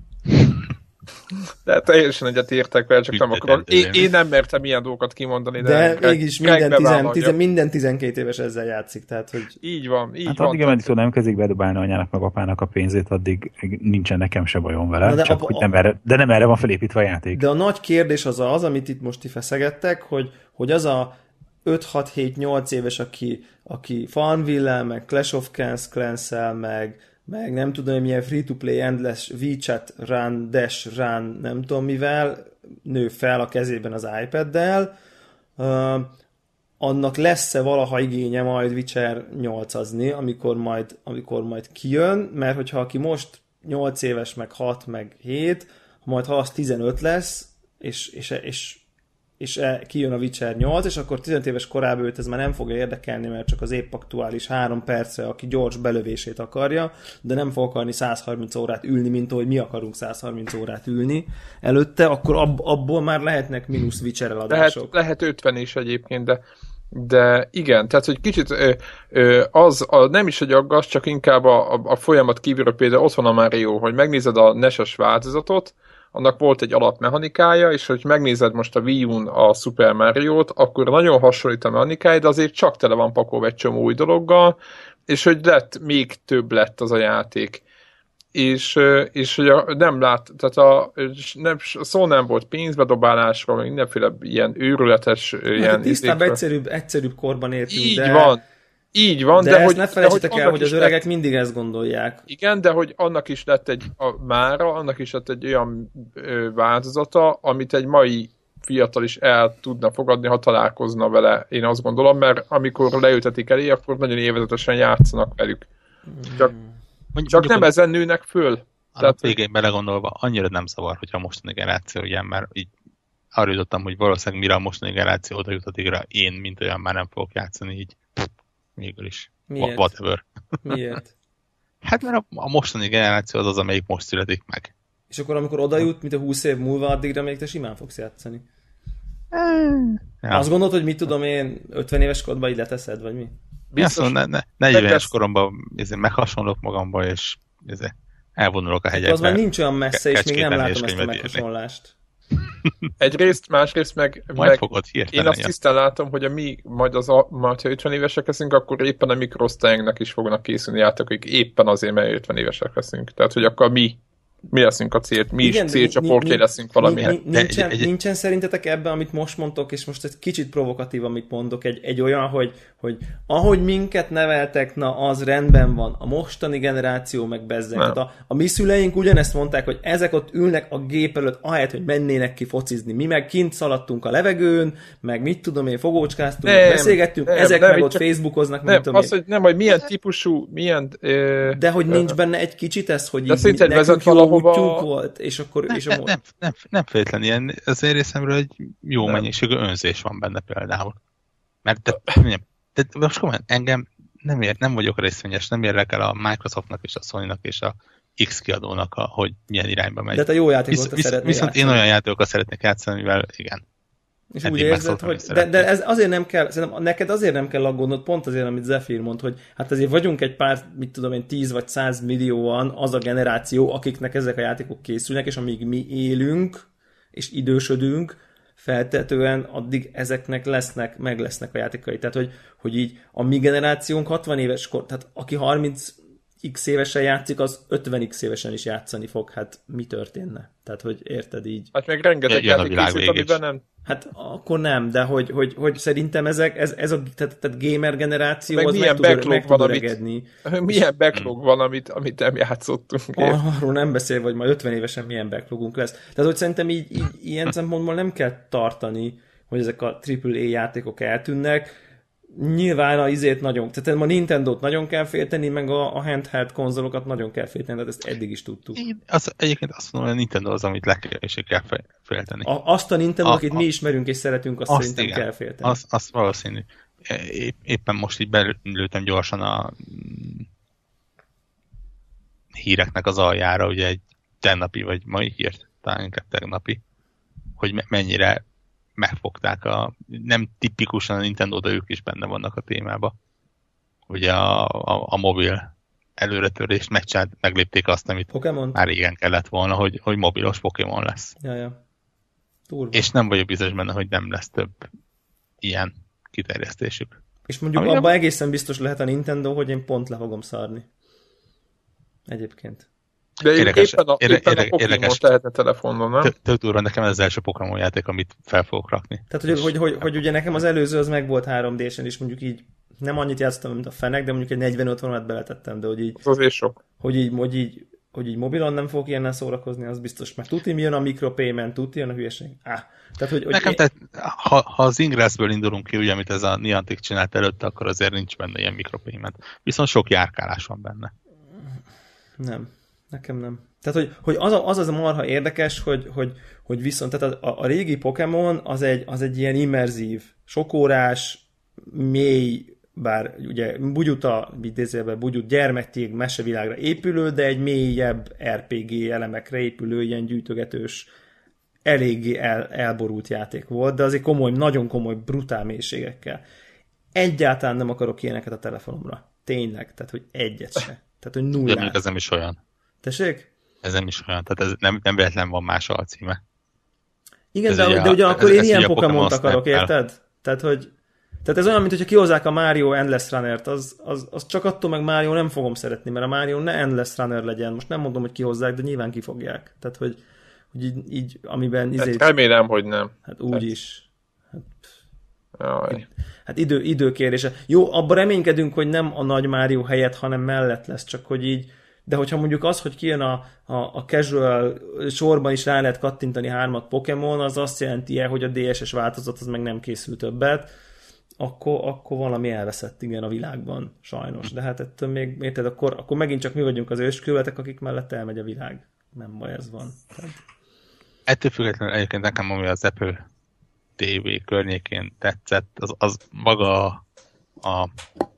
De teljesen egyet értek vele, csak nem akarok. Én, én nem mertem ilyen dolgokat kimondani. De, de mégis minden, tizen, tizen, minden tizenkét éves ezzel játszik. Tehát, hogy... Így van, így hát van. addig, ameddig nem kezdik bedobálni anyának meg apának a pénzét, addig nincsen nekem se bajom vele, de, csak, a, hogy nem erre, de nem erre van felépítve a játék. De a nagy kérdés az az, amit itt most ti feszegettek, hogy, hogy az a öt hat hét nyolc éves, aki, aki Farmville-el, meg Clash of Clans, Clans-el, meg meg nem tudom, milyen free-to-play endless WeChat run, Dash run, nem tudom mivel, nő fel a kezében az iPad-del, uh, annak lesz-e valaha igénye majd Witcher nyolcazni, amikor majd, amikor majd kijön, mert hogyha aki most nyolc éves, meg hat, meg hét, majd ha az tizenöt lesz, és, és, és és kijön a Witcher nyolc, és akkor tizenöt éves korában őt ez már nem fogja érdekelni, mert csak az épp aktuális három percre, aki gyors belövését akarja, de nem fog akarni száz harminc órát ülni, mint ahogy mi akarunk száz harminc órát ülni előtte, akkor ab, abból már lehetnek mínusz Witcher eladások. Lehet, lehet ötven is egyébként, de, de igen, tehát hogy kicsit ö, ö, az a, nem is egy aggaszt, csak inkább a, a, a folyamat kívülről például ott van a Mario, hogy megnézed a neses változatot, annak volt egy alapmechanikája, és hogy megnézed most a Wii U-n a Super Mario-t, akkor nagyon hasonlít a mechanikája, de azért csak tele van pakolva egy csomó új dologgal, és hogy lett, még több lett az a játék. És, és hogy a, nem lát, tehát a, nem, szó nem volt pénzbedobálásról, mindenféle ilyen őrületes hát ilyen... Tisztább, egyszerűbb, egyszerűbb korban értünk, így de... van. Így van, de, de ezt hogy, ne felejtsétek de, el, hogy az öregek lett, mindig ezt gondolják. Igen, de hogy annak is lett egy, a, mára, annak is lett egy olyan ö, változata, amit egy mai fiatal is el tudna fogadni, ha találkozna vele, én azt gondolom, mert amikor leültetik elé, akkor nagyon élvezetesen játszanak velük. Csak, mondjuk, csak nem ezen nőnek föl. A Tehát, végén belegondolva annyira nem zavar, hogyha a mostani generáció ilyen, mert így arra jutottam, hogy valószínűleg mire a mostani generáció oda jut, addigra én, mint olyan már nem fogok játszani, így végül is. Miért? Whatever. Miért? Hát mert a, a mostani generáció az az, amelyik most születik meg. És akkor amikor oda jut, mint a húsz év múlva, addigra még te simán fogsz játszani. Ja. Azt gondolod, hogy mit tudom én, ötven éves korodban így leteszed, vagy mi? Biztos, ne, ne, negyven éves koromban meghasonlok magamba, és ezért elvonulok a hegyekbe. Az már nincs olyan messze, és még nem látom ezt a meghasonlást. Egyrészt, másrészt meg, meg én azt tisztán látom, hogy a mi, majd, az a, majd ha ötven évesek leszünk, akkor éppen a mikrosztályunknak is fognak készülni játékok, akik éppen azért, mert ötven évesek leszünk. Tehát, hogy akkor mi mi leszünk a cél, mi igen, is célcsoportjai leszünk valamihez. Nincsen, nincsen szerintetek ebben, amit most mondtok, és most egy kicsit provokatív, amit mondok, egy, egy olyan, hogy, hogy ahogy minket neveltek, na az rendben van, a mostani generáció meg bezzeg. A, a mi szüleink ugyanezt mondták, hogy ezek ott ülnek a gép előtt, ahelyett, hogy mennének ki focizni. Mi meg kint szaladtunk a levegőn, meg mit tudom én, fogócskáztunk, nem, beszélgettünk, nem, ezek nem, meg ott csak, Facebookoznak, nem, tudom az, én. Hogy nem, hogy milyen típusú, milyen... Ö, de hogy nincs benne egy kicsit ez, hogy így nekünk jó útjuk volt, és akkor... Nem, és nem, nem, nem, nem feltétlenül ilyen, az én részemről egy jó nem. mennyiségű önzés van benne például. Mert te, nem, de most komolyan, engem nem, ér, nem vagyok részvényes, nem érdekel a Microsoftnak és a Sony-nak és a X kiadónak, a, hogy milyen irányba megy. De te jó játékokat visz, szeretnél Viszont játszani. Én olyan játékokat szeretnék játszani, mivel igen. És úgy érzed, hogy de, de ez azért nem kell, szerintem neked azért nem kell aggódnod, pont azért, amit Zephyr mond, hogy hát azért vagyunk egy pár, mit tudom én, tíz vagy száz millióan az a generáció, akiknek ezek a játékok készülnek, és amíg mi élünk, és idősödünk, feltetően addig ezeknek lesznek, meg lesznek a játékai. Tehát, hogy, hogy így a mi generációnk hatvan éves kor, tehát aki harminc x évesen játszik, az ötven x évesen is játszani fog. Hát mi történne? Tehát, hogy érted így? Hát meg rengeteg játék készült, amiben nem... Hát akkor nem, de hogy, hogy, hogy szerintem ezek, ez, ez a tehát, tehát gamer generáció meg az milyen meg tud, meg tud öregedni. Milyen backlog van, amit, amit nem játszottunk. Arról nem beszél, hogy majd ötven évesen milyen backlogunk lesz. Tehát, hogy szerintem így, így ilyen szempontból nem kell tartani, hogy ezek a triple A játékok eltűnnek. Nyilván a izét nagyon, tehát a Nintendót nagyon kell félteni, meg a, a handheld konzolokat nagyon kell félteni, tehát ezt eddig is tudtuk. Én az, egyébként azt mondom, hogy a Nintendo az, amit legkevésbé kell félteni. A, azt a Nintendo, akit mi ismerünk és szeretünk, azt, azt szerintem igen, kell félteni. Azt, azt valószínű. É, éppen most így belőttem gyorsan a híreknek az aljára, ugye egy tegnapi, vagy mai hírt, talán inkább tegnapi, hogy mennyire megfogták a, nem tipikusan a Nintendo, de ők is benne vannak a témába. Ugye a, a, a mobil előretörést megcsinált, meglépték azt, amit Pokémon? Már régen kellett volna, hogy, hogy mobilos Pokémon lesz. Ja, ja. Turva. És nem vagyok biztos benne, hogy nem lesz több ilyen kiterjesztésük. És mondjuk abban nem... egészen biztos lehet a Nintendo, hogy én pont le fogom szarni. Egyébként. De érdekes, éppen a, éppen érdekes, a Pokémon lehetne telefonon, nem? Tök durva, nekem ez az első Pokémon játék, amit fel fogok rakni. Tehát, hogy, hogy, hogy, hogy ugye nekem az előző az meg volt három dé-sen, és mondjuk így nem annyit játszottam, mint a fenek, de mondjuk egy negyven-ötvenet beletettem, de hogy így... Az azért sok. Hogy így, hogy így, hogy így mobilon nem fogok ilyennel szórakozni, az biztos. Mert tuti mi jön a micropayment, tuti jön a hülyeség. Ah, tehát, hogy, hogy nekem, én... tehát, ha, ha az Ingressből indulunk ki, ugye, amit ez a Niantic csinált előtte, akkor azért nincs benne ilyen micropayment. Viszont sok járkálás van benne. Nem. Nekem nem. Tehát, hogy, hogy az, a, az az a marha érdekes, hogy, hogy, hogy viszont tehát a, a régi Pokémon az egy, az egy ilyen immerzív, sokórás, mély, bár ugye bugyuta, idézőjelben bugyut, gyermektég, mesevilágra épülő, de egy mélyebb er pé gé elemekre épülő, ilyen gyűjtögetős, eléggé el, elborult játék volt, de azért komoly, nagyon komoly, brutál mélységekkel. Egyáltalán nem akarok ilyeneket a telefonomra. Tényleg, tehát, hogy egyet se. Tehát, hogy nullát. De ez nem is olyan. Tessék? Ez nem is olyan, tehát ez nem, nem véletlen van más alcíme. Igen, ez de, ugye, de ugyanakkor én ilyen Pokémont akarok, érted? Tehát, hogy tehát ez olyan, mint hogyha kihozzák a Mario Endless Runner-t, az, az, az csak attól meg Mario nem fogom szeretni, mert a Mario ne Endless Runner legyen. Most nem mondom, hogy kihozzák, de nyilván kifogják. Tehát, hogy, hogy így, így amiben... Izé... Hát remélem, hogy nem. Hát úgy is. Hát, Jaj. hát idő, időkérése. Jó, abban reménykedünk, hogy nem a nagy Mario helyett, hanem mellett lesz, csak hogy így, de hogyha mondjuk az, hogy kijön a, a, a casual sorban is rá lehet kattintani hármat Pokémon, az azt jelenti el, hogy a dé es es változat az meg nem készül többet, akkor, akkor valami elveszett igen a világban, sajnos. De hát ettől még, érted, akkor, akkor megint csak mi vagyunk az őskülvetek, akik mellett elmegy a világ. Nem baj, ez van. Tehát... Ettől függetlenül egyébként nekem, ami az Apple té vé környékén tetszett, az, az maga a, a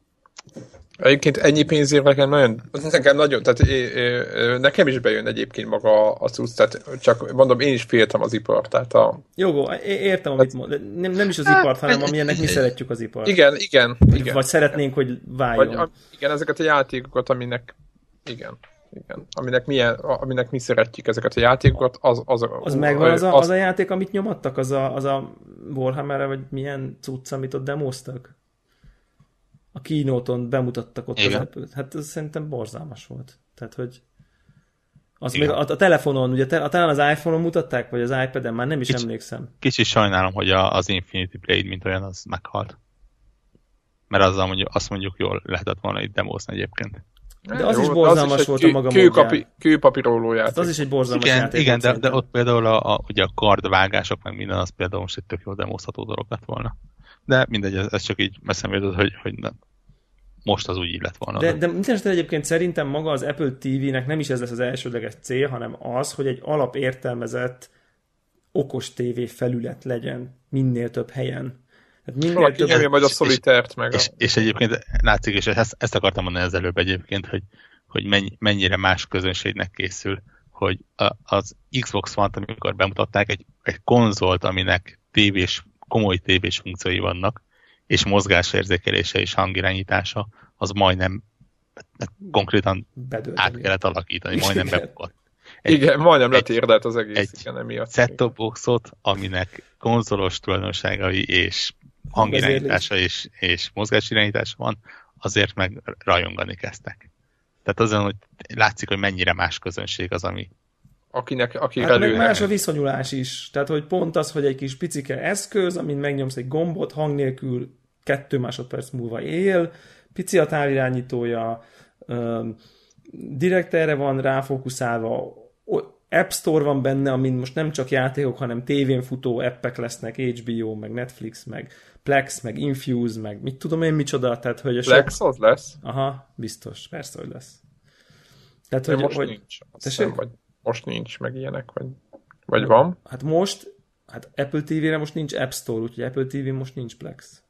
Egyébként ennyi pénzért nekem nagyon, nekem nagyon, tehát nekem is bejön egyébként maga a cucc, tehát csak mondom, én is féltem az ipart, tehát a... Jó, értem, amit mond, nem, nem is az ipart, hanem amilyennek mi szeretjük az ipart. Igen, igen, igen. Vagy szeretnénk, hogy váljon. Vagy, a, igen, ezeket a játékokat, aminek, igen, igen, aminek, milyen, aminek mi szeretjük ezeket a játékokat, az... Az, az, az megvan az a, az a játék, amit nyomattak, az a, az a Warhammerre, vagy milyen cucc, amit ott demoztak? A keynote-on bemutattak ott igen. Az Apple-t. Hát ez szerintem borzalmas volt. Tehát, hogy, Az még a, a telefonon, ugye te, talán az iPhone-on mutatták, vagy az iPad-en, már nem is kicsi, emlékszem. Kicsit sajnálom, hogy a, az Infinity Blade, mint olyan, az meghalt. Mert azzal mondjuk, azt mondjuk jól lehetett volna itt demózni egyébként. De az jó, is borzalmas az is volt kő, a maga kőkapi, kőpapíróló játék. Az is egy borzalmas igen, játék. Igen, de, de ott például a, a, ugye a kardvágások, meg minden, az például most egy tök jó demózható dolog lett volna. De mindegy, ez, ez csak így eszembe jutott, hogy, hogy nem. Most az úgy így lett volna. De, de mindenesetre egyébként szerintem maga az Apple té vének nem is ez lesz az elsődleges cél, hanem az, hogy egy alapértelmezett okos tévé felület legyen minél több helyen. Hát minél több... nyomja majd a szolitárt meg. És, a... és egyébként látszik, és ezt, ezt akartam mondani az előbb egyébként, hogy, hogy mennyi, mennyire más közönségnek készül, hogy a, az Xbox One-t, amikor bemutatták, egy, egy konzolt, aminek tévés, komoly tévés funkciói vannak, és mozgásérzékelése és hangirányítása, az majdnem konkrétan Bedölteni. át kellett alakítani, majdnem bebukott. Egy, igen, majdnem letérdelt az egész. Egy igen, set-top boxot, aminek konzolos tulajdonságai és hangirányítása és, és mozgásirányítása van, azért meg rajongani kezdtek. Tehát azon, hogy látszik, hogy mennyire más közönség az, ami akinek, aki hát meg más a viszonyulás is. Tehát, hogy pont az, hogy egy kis picike eszköz, amin megnyomsz egy gombot, hang nélkül kettő másodperc múlva él, pici a távirányítója, um, direkt erre van ráfókuszálva, App Store van benne, amin most nem csak játékok, hanem tévén futó appek lesznek, há bé o, meg Netflix, meg Plex, meg Infuse, meg mit tudom én micsoda. Tehát, hogy a Plex sok... az lesz? Aha, biztos, persze, hogy lesz. Tehát, hogy, most hogy... nincs. Hiszem, vagy most nincs, meg ilyenek, vagy, vagy van? Hát most, hát Apple té vére most nincs App Store, úgyhogy Apple té vén most nincs Plex.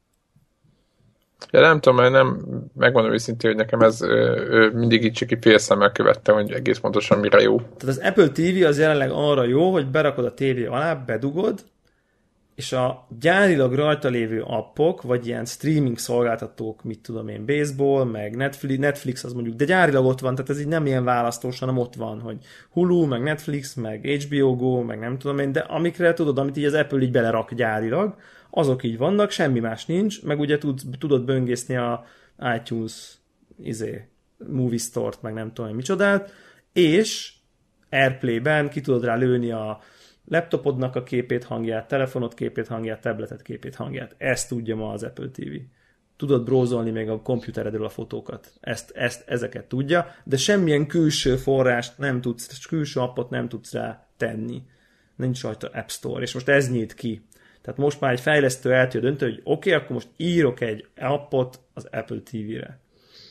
Ja, nem tudom, mert nem, megmondom őszintén, hogy nekem ez ö, mindig így csak félszemmel követtem, hogy egész pontosan mire jó. Tehát az Apple té vé az jelenleg arra jó, hogy berakod a tévé alá, bedugod, és a gyárilag rajta lévő appok, vagy ilyen streaming szolgáltatók, mit tudom én, baseball, meg Netflix, Netflix az mondjuk, de gyárilag ott van, tehát ez így nem ilyen választós, hanem ott van, hogy Hulu, meg Netflix, meg há bé o Go, meg nem tudom én, de amikre tudod, amit így az Apple így belerak gyárilag, azok így vannak, semmi más nincs, meg ugye tud, tudod böngészni a iTunes izé, Movie Store-t, meg nem tudom, micsodát, és AirPlay-ben ki tudod rá lőni a laptopodnak a képét, hangját, telefonod képét, hangját, tabletet képét, hangját. Ezt tudja ma az Apple té vé. Tudod brózolni még a komputeredről a fotókat. Ezt, ezt, ezeket tudja, de semmilyen külső forrást nem tudsz, külső appot nem tudsz rá tenni. Nincs rajta App Store, és most ez nyílt ki. Tehát most már egy fejlesztő el tudja dönteni, hogy oké, okay, akkor most írok egy appot az Apple té vére.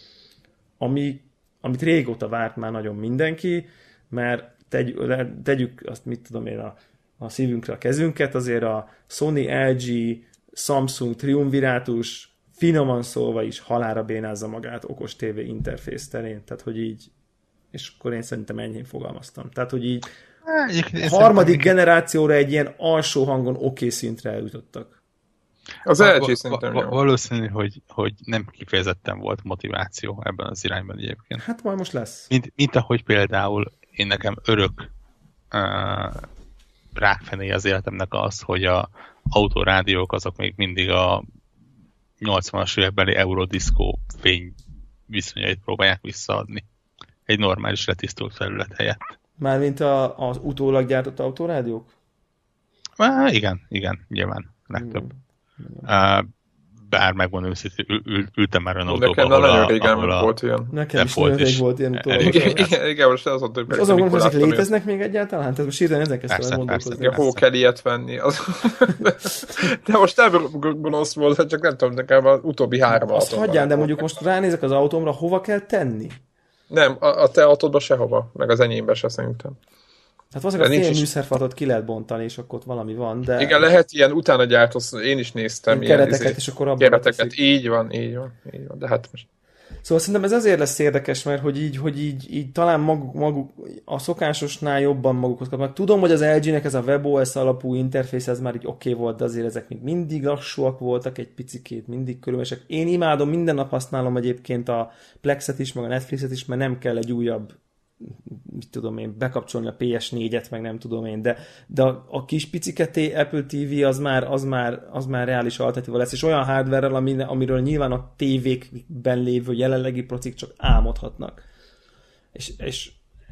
Ami, amit régóta várt már nagyon mindenki, mert tegy, tegyük azt, mit tudom én, a, a szívünkre a kezünket, azért a Sony, el gé, Samsung, triumvirátus finoman szólva is halálra bénázza magát okos tévé interfész terén, tehát hogy így, és akkor én szerintem enyhén fogalmaztam. Tehát, hogy így a harmadik generációra egy ilyen alsó hangon oké szintre eljutottak. Az el gé szerintem jó. Valószínű, hogy, hogy nem kifejezetten volt motiváció ebben az irányban egyébként. Hát majd most lesz. Mint, mint ahogy például én nekem örök uh, rákfené az életemnek az, hogy a autorádiók azok még mindig a nyolcvanas évekbeli Eurodisco fény viszonyait próbálják visszaadni. Egy normális letisztult felület helyett. Mármint a, az utólag gyártott autorádiók? Há, igen, igen, nyilván, legtöbb. Uh, bár megmondom őszintén, ül, ül, ültem már olyan autóban, ahol a... Nagyon régen ahol a, volt ilyen. Nekem is nagyon rég volt ilyen utólag. Igen, igen, igen, most az ott, hogy azon gondolom, hogy ezek léteznek még egyáltalán? Tehát most hirtelen ezen kezdtem gondolkozni. Igen, hol kell ilyet venni. Az... de most nem gonosz volt, csak nem tudom, nekem az utóbbi három azt hagyján, de mondjuk most ránézek az autómra, hova kell tenni? Nem, a, a te autódban sehova, meg az enyémben se szerintem. Hát valószínűleg a fél műszerfatot ki lehet bontani, és akkor ott valami van, de... Igen, lehet ilyen utána gyártott, én is néztem. Ilyen kereteket, ilyen, és akkor abban kereteket, így van, így van, így van, de hát most... Szóval szerintem ez azért lesz érdekes, mert hogy így, hogy így, így talán maguk, maguk a szokásosnál jobban magukhoz kapnak. Tudom, hogy az el gének ez a WebOS alapú interfész, ez már így oké okay volt, de azért ezek még mindig lassúak voltak, egy picikét, mindig körülmesek. Én imádom, minden nap használom egyébként a Plexet is, meg a Netflixet is, mert nem kell egy újabb, mit tudom én, bekapcsolni a pé es négyet, meg nem tudom én, de, de a, a kis piciketé Apple té vé az már, az már, az már reális alternatíva lesz, és olyan hardware-rel, ami, amiről nyilván a tévékben lévő jelenlegi procik csak álmodhatnak. És, és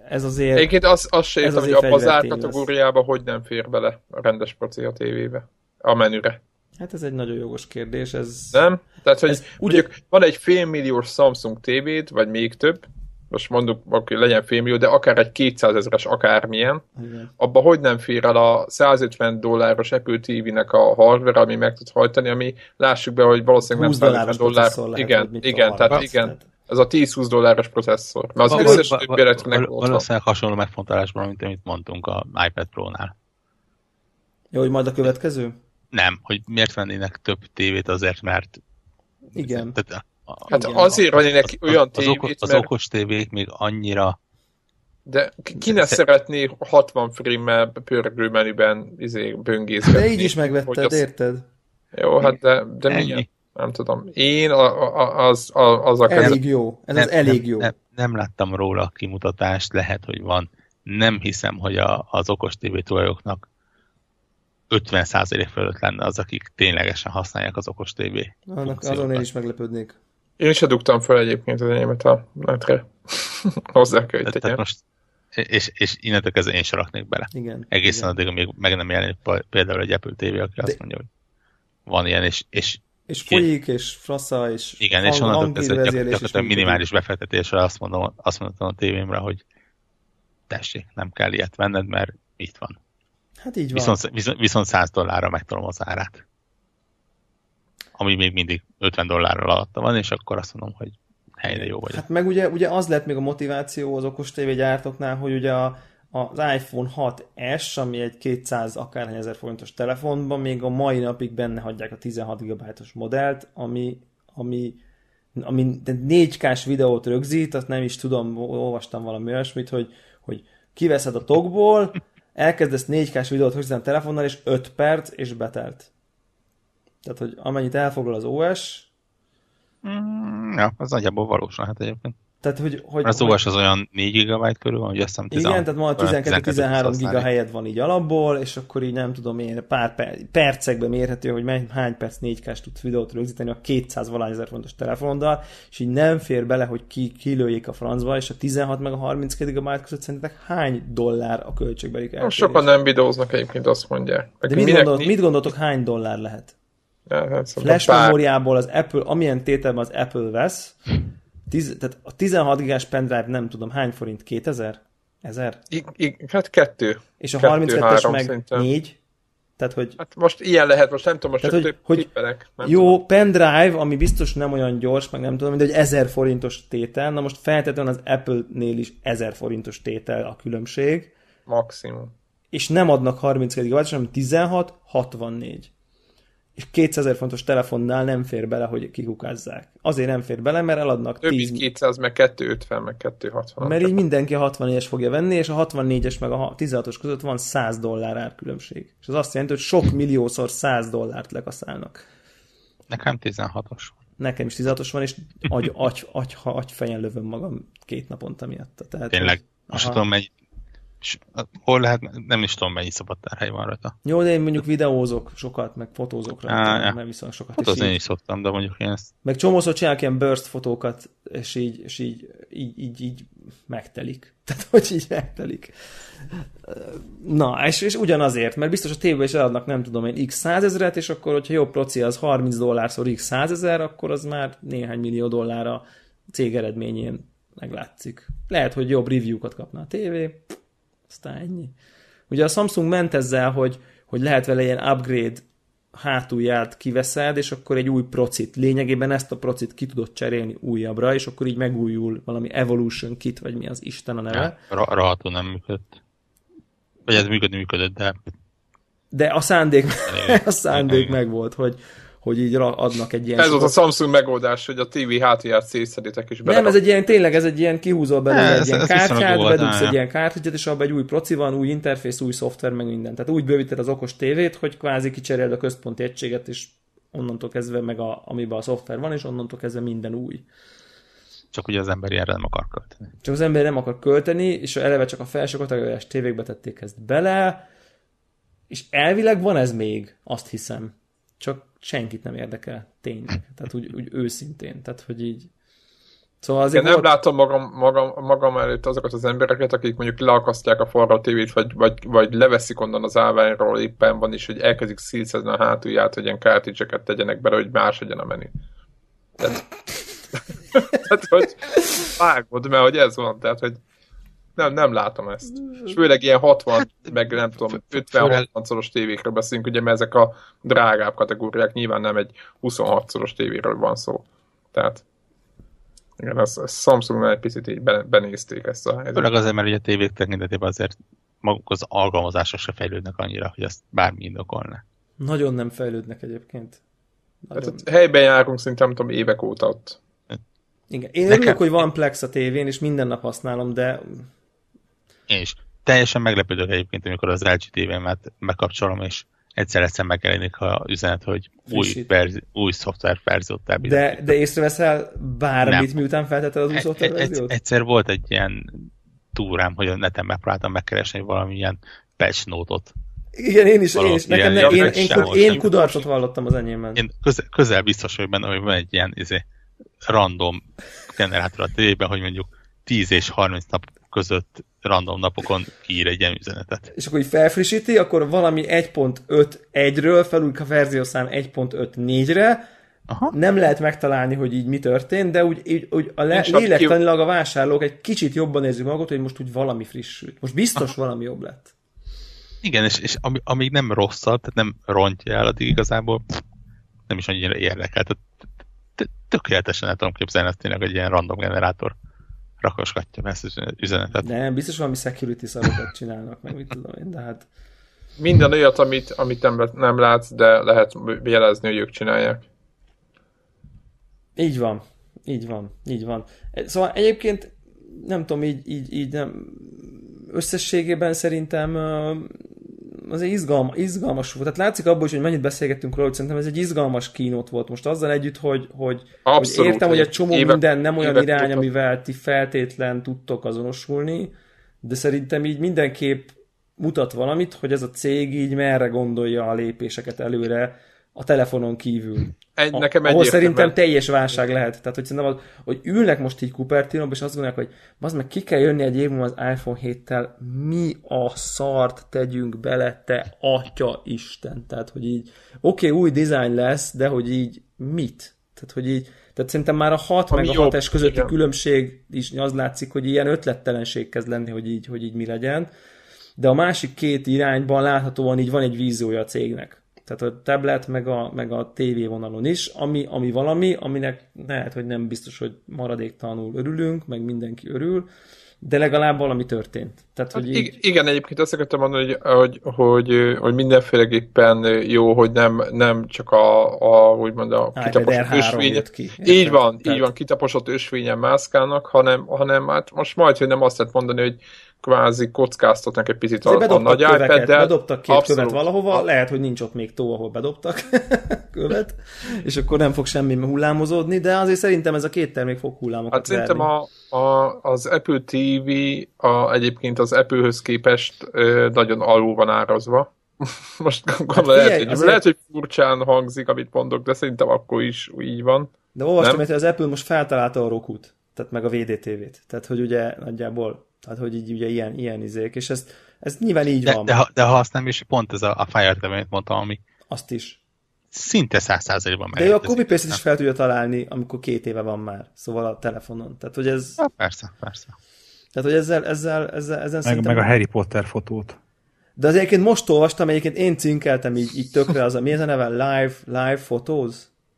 ez azért... Egyébként azt az se értem, hogy abban az árkategóriában lesz. hogy nem fér bele a rendes proci a tévébe, a menüre. Hát ez egy nagyon jogos kérdés. Ez... Nem? Tehát, hogy ez mondjuk ugye... van egy félmilliós Samsung tévét, vagy még több, most mondjuk, hogy legyen félmillió, de akár egy kétszázezeres akármilyen, igen. Abba hogy nem fér el a százötven dolláros Apple té vé-nek a hardware, ami meg tud hajtani, ami lássuk be, hogy valószínűleg nem százötven dollár. Igen, lehet, igen, tehát arra, igen. Tehát... Ez a tíz-húsz dolláros processzor. Mert az összes többi elektronik volt. Valószínűleg hasonló megfontolásban, mint amit mondtunk a iPad Pro-nál. Jó, hogy majd a következő? Nem, hogy miért vennének több tévét azért, mert... Igen. Tehát, a, hát igen, azért vennének az, olyan az, tévét, okos, az mert... okos tévék még annyira... De ki ne szeretné hatvan frame-mel pörgő menüben izé, böngészgetni? De így is megvetted, az... érted? Jó, hát de, de milyen? Nem tudom. Én a, a, az, a, az a Elég kezdet... jó. Ez nem, az elég jó. Nem, nem, nem láttam róla a kimutatást, lehet, hogy van. Nem hiszem, hogy a, az okos tévé tulajoknak ötven százalék fölött lenne az, akik ténylegesen használják az okos tévé. Annak, azon én is meglepődnék. Én is dugtam fel egyébként az enyémet a netre. Hozzá kell, hogy tegyen. Most, és, és innentől kezdve én sem raknék bele. Igen, Egészen igen. addig, amíg meg nem jelenik például egy Apple té vé, aki De... azt mondja, hogy van ilyen, és... És, és folyik, és frassa, és igen, hang, és onnantól kezdve gyakorlatilag minimális befektetésre azt mondom, azt mondtam a tévémre, hogy tessék, nem kell ilyet venned, mert itt van. Hát így van. Viszont, viszont, viszont száz dollárra megtolom az árát. Ami még mindig ötven dollárral alatta van, és akkor azt mondom, hogy helyre jó vagy. Hát meg ugye, ugye az lett még a motiváció az okos tévégyártóknál, hogy ugye a, az iPhone hat es, ami egy kétszáz akárhány ezer forintos telefonban, még a mai napig benne hagyják a tizenhat gigabájtos modellt, ami, ami, ami négy kás videót rögzít, azt nem is tudom, olvastam valami olyasmit, hogy, hogy kiveszed a tokból, elkezdesz négy kás videót rögzíteni a telefonnal, és öt perc, és betelt. Tehát, hogy amennyit elfoglal az o es... Mm, ja, az nagyjából valós lehet egyébként. Tehát, hogy, hogy, az o es az olyan négy gigabyte körül van, hogy azt hiszem tizenhat. Igen, tehát ma tizenkettő-tizenhárom giga helyed van így alapból, és akkor így nem tudom én, pár per, percekben mérhető, hogy mely, hány perc négy kás tudsz videót rögzíteni a kétszáz valahány ezer fontos telefonoddal, és így nem fér bele, hogy ki, kilőjék a francba, és a tizenhat meg a harminckét gigabyte között szerintetek hány dollár a költségbeli eltérés? Sokan nem videóznak egyébként, azt mondják. De mit, gondol, mit gondoltok, hány dollár lehet? Ja, hát Flash memóriából az Apple, amilyen tételben az Apple vesz, Tiz, tehát a tizenhat gigás pendrive nem tudom, hány forint? kétezer? ezer? I, I, hát kettő. És a harminckettes meg szerintem. négy? Tehát, hogy... Hát most ilyen lehet, most nem tudom, most tehát, csak hogy, több tippelek. Jó, tudom. pendrive, ami biztos nem olyan gyors, meg nem tudom, de egy ezer forintos tétel, na most feltétlenül az Apple-nél is ezer forintos tétel a különbség. Maximum. És nem adnak harminckét gigabájtos, hanem tizenhat hatvannégy. És kétszázezer fontos telefonnál nem fér bele, hogy kikukázzák. Azért nem fér bele, mert eladnak több tíz... kétszáz, meg kétszázötven, meg kétszázhatvan. Mert így mindenki a hatvannégyes fogja venni, és a hatvannégyes meg a tizenhatos között van száz dollár árkülönbség. És az azt jelenti, hogy sok milliószor száz dollárt lekaszálnak. Nekem tizenhatos van. Nekem is tizenhatos van, és agy, agy, agy, agy, agyfejen lövöm magam két naponta miatt. Tehát, tényleg, most tudom, mennyi és hol lehet, nem is tudom, mennyi szabadtárhely van rajta. Jó, de én mondjuk videózok sokat, meg fotózok rajta, Á, ja. meg viszont sokat. Fotózni én is szoktam, de mondjuk én ezt... Meg csomószor csinálok ilyen burst fotókat, és így, és így, így, így, így megtelik. Tehát, hogy így megtelik. Na, és, és ugyanazért, mert biztos a tévében is eladnak, nem tudom én, x százezret, és akkor, hogyha jobb proci az harminc dollárszor x százezer, akkor az már néhány millió dollár a cég eredményén meglátszik. Lehet, hogy jobb review-kat kapna a tévé, aztán ennyi. Ugye a Samsung ment ezzel, hogy, hogy lehet vele ilyen upgrade hátulját kiveszed, és akkor egy új procit. Lényegében ezt a procit ki tudod cserélni újabbra, és akkor így megújul valami Evolution Kit, vagy mi az Isten a neve. Ja, raható nem működött. Vagy ez működni működött, de... De a szándék, a szándék meg volt, hogy hogy így adnak egy ilyen... Ez volt a Samsung megoldás, hogy a té vé hátulját szétszeditek és bele. Nem, ez egy ilyen, tényleg ez egy ilyen kihúzol belőle egy ilyen kártyát, bedugsz egy ilyen kártyát, és abban egy új proci van, új interfész, új szoftver, meg minden. Tehát úgy bővíted az okos tévét, hogy kvázi kicseréld a központi egységet, és onnantól kezdve meg a, amiben a szoftver van, és onnantól kezdve minden új. Csak ugye az ember ilyenre nem akar költeni. Csak az ember nem akar költeni, és eleve csak a felső kategóriás tévékbe tették ezt bele, és elvileg van ez még, azt hiszem. Csak senkit nem érdekel, tényleg. Tehát úgy, úgy őszintén. Tehát, hogy így Szóval azért Én volt... nem látom magam, magam, magam előtt azokat az embereket, akik mondjuk leakasztják a falra a tévét, vagy, vagy, vagy leveszik onnan az állványról, éppen van is, hogy elkezdik szítszezni a hátulját, hogy ilyen cartridge-eket tegyenek bele, hogy más legyen a menü. Tehát, tehát hogy vágod, mert hogy ez van, tehát, hogy nem, nem látom ezt. És főleg ilyen hatvan, meg nem tudom, ötven-hatvan szoros tévékről beszélünk, ugye, mert ezek a drágább kategóriák, nyilván nem egy huszonhat szoros tévéről van szó. Tehát igen, a Samsungnál egy picit így benézték ezt a helyzetet. Főleg azért, mert ugye a tévék tekintetében azért maguk az alkalmazások se fejlődnek annyira, hogy ezt bármi indokolna. Nagyon nem fejlődnek egyébként. Hát helyben járunk szinte, nem tudom, évek óta ott. Igen. Én Nekem... örülök, hogy van Plex a tévén, és minden nap használom, de... Én is. Teljesen meglepődök egyébként, amikor az el gé tévémet megkapcsolom, és egyszer-egyszer megjelenik a üzenet, hogy új, verzi, új szoftver verziót elbizonyít. De, de észreveszel bármit, nem. Miután feltetted az új szoftver verziót? Egyszer volt egy ilyen túrám, hogy a neten megpróbáltam megkeresni valamilyen patch note-ot. Igen, én is, én is. Nekem ne, én, én, én, én kudarcot vallottam az enyémben. Én közel, közel biztos vagyok benne, hogy van egy ilyen izé, random generátor a tévében, hogy mondjuk tíz és harminc nap között random napokon kiír egy ilyen üzenetet. És akkor így felfrissíti, akkor valami egy pont öt egyről felül a verziószám egy pont öt négyre, aha. Nem lehet megtalálni, hogy így mi történt, de úgy, úgy, úgy a le, lélektanilag a vásárlók egy kicsit jobban érzik magukat, hogy most úgy valami frissült. Most biztos aha. valami jobb lett. Igen, és, és ami, amíg nem rosszabb, tehát nem rontja el, addig igazából nem is annyira érdekel. Tehát tökéletesen el tudom képzelni, ezt tényleg egy ilyen random generátor rakoskatja be ezt az üzenetet. Nem, biztos valami security szarokat csinálnak, meg mit tudom én, de hát... Minden olyat, amit, amit nem, nem látsz, de lehet jelezni, hogy ők csinálják. Így van, így van, így van. Szóval egyébként nem tudom, így, így, így nem... összességében szerintem azért izgalma, izgalmas volt. Tehát látszik abból is, hogy mennyit beszélgettünk róla, hogy szerintem ez egy izgalmas kínót volt most azzal együtt, hogy, hogy, abszolút, hogy értem, hogy egy csomó évek, minden nem olyan irány, tudtok. Amivel ti feltétlen tudtok azonosulni, de szerintem így mindenképp mutat valamit, hogy ez a cég így merre gondolja a lépéseket előre a telefonon kívül. Egy, nekem ahol szerintem teljes válság lehet. Tehát, hogy szerintem az, hogy ülnek most így Cupertino-ban, és azt gondolják, hogy az meg ki kell jönni egy év múlva az iPhone héttel, mi a szart tegyünk bele, te atya Isten. Tehát, hogy így, oké, okay, új design lesz, de hogy így mit? Tehát, hogy így, tehát szerintem már a hat meg a hat es közötti igen. különbség is az látszik, hogy ilyen ötlettelenség kezd lenni, hogy így, hogy így mi legyen. De a másik két irányban láthatóan így van egy víziója a cégnek. Tehát a tablet, meg a, meg a tévé vonalon is, ami, ami valami, aminek lehet, hogy nem biztos, hogy maradéktalanul örülünk, meg mindenki örül, de legalább valami történt. Tehát, hogy így... Igen, egyébként azt akartam mondani, hogy, hogy, hogy, hogy mindenféleképpen jó, hogy nem, nem csak a, a úgymond a kitaposott ösvényen. Ki. Így van, Tehát... így van, kitaposott ösvényen mászkálnak, hanem, hanem hát most majd, hogy nem azt lehet mondani, hogy kvázi kockáztatnak egy picit a, a nagy iPad-del. Bedobtak két abszolút. Követ valahova, lehet, hogy nincs ott még tó, ahol bedobtak követ, és akkor nem fog semmi hullámozódni, de azért szerintem ez a két termék fog hullámokat hát szerintem a, a, az Apple té vé a, egyébként az Apple-höz képest ö, nagyon alul van árazva. Most gondolom, hát lehet, hogy, azért... lehet, hogy furcsán hangzik, amit mondok, de szerintem akkor is így van. De olvastam, hogy az Apple most feltalálta a Roku-t, tehát meg a vé dé té vét. Tehát, hogy ugye nagyjából tehát, hogy így ugye ilyen, ilyen izék, és ez, ez nyilván így de, van. De, de, de ha azt nem is, pont ez a, a Fire té vé, amit mondtam, ami azt is. Szinte száz százalékban meg. De ő a copy-paste is fel tudja találni, amikor két éve van már, szóval a telefonon. Tehát, hogy ez... Ja, persze, persze. Tehát, hogy ezzel, ezzel, ezzel, ezzel meg, szerintem... meg a Harry Potter fotót. De az egyébként most olvastam, egyébként én cinkeltem így, így tökre, az a, mi ez a neve? Live, live Photos?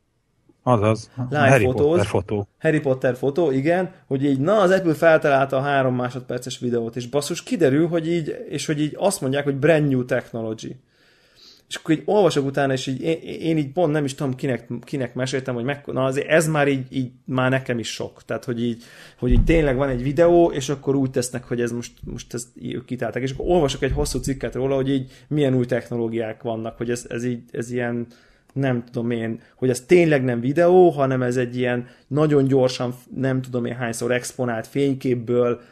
Azaz, Harry photos, Potter fotó. Harry Potter fotó, igen, hogy így, na, az Apple feltalálta a három másodperces videót, és basszus, kiderül, hogy így, és hogy így azt mondják, hogy brand new technology. És akkor így olvasok utána, és így én, én így pont nem is tudom, kinek, kinek meséltem, hogy meg, na azért ez már így, így, már nekem is sok. Tehát, hogy így, hogy így tényleg van egy videó, és akkor úgy tesznek, hogy ez most, most ezt ők kitálták. És akkor olvasok egy hosszú cikket róla, hogy így milyen új technológiák vannak, hogy ez, ez így, ez ilyen nem tudom én, hogy ez tényleg nem videó, hanem ez egy ilyen nagyon gyorsan, nem tudom én hányszor exponált fényképből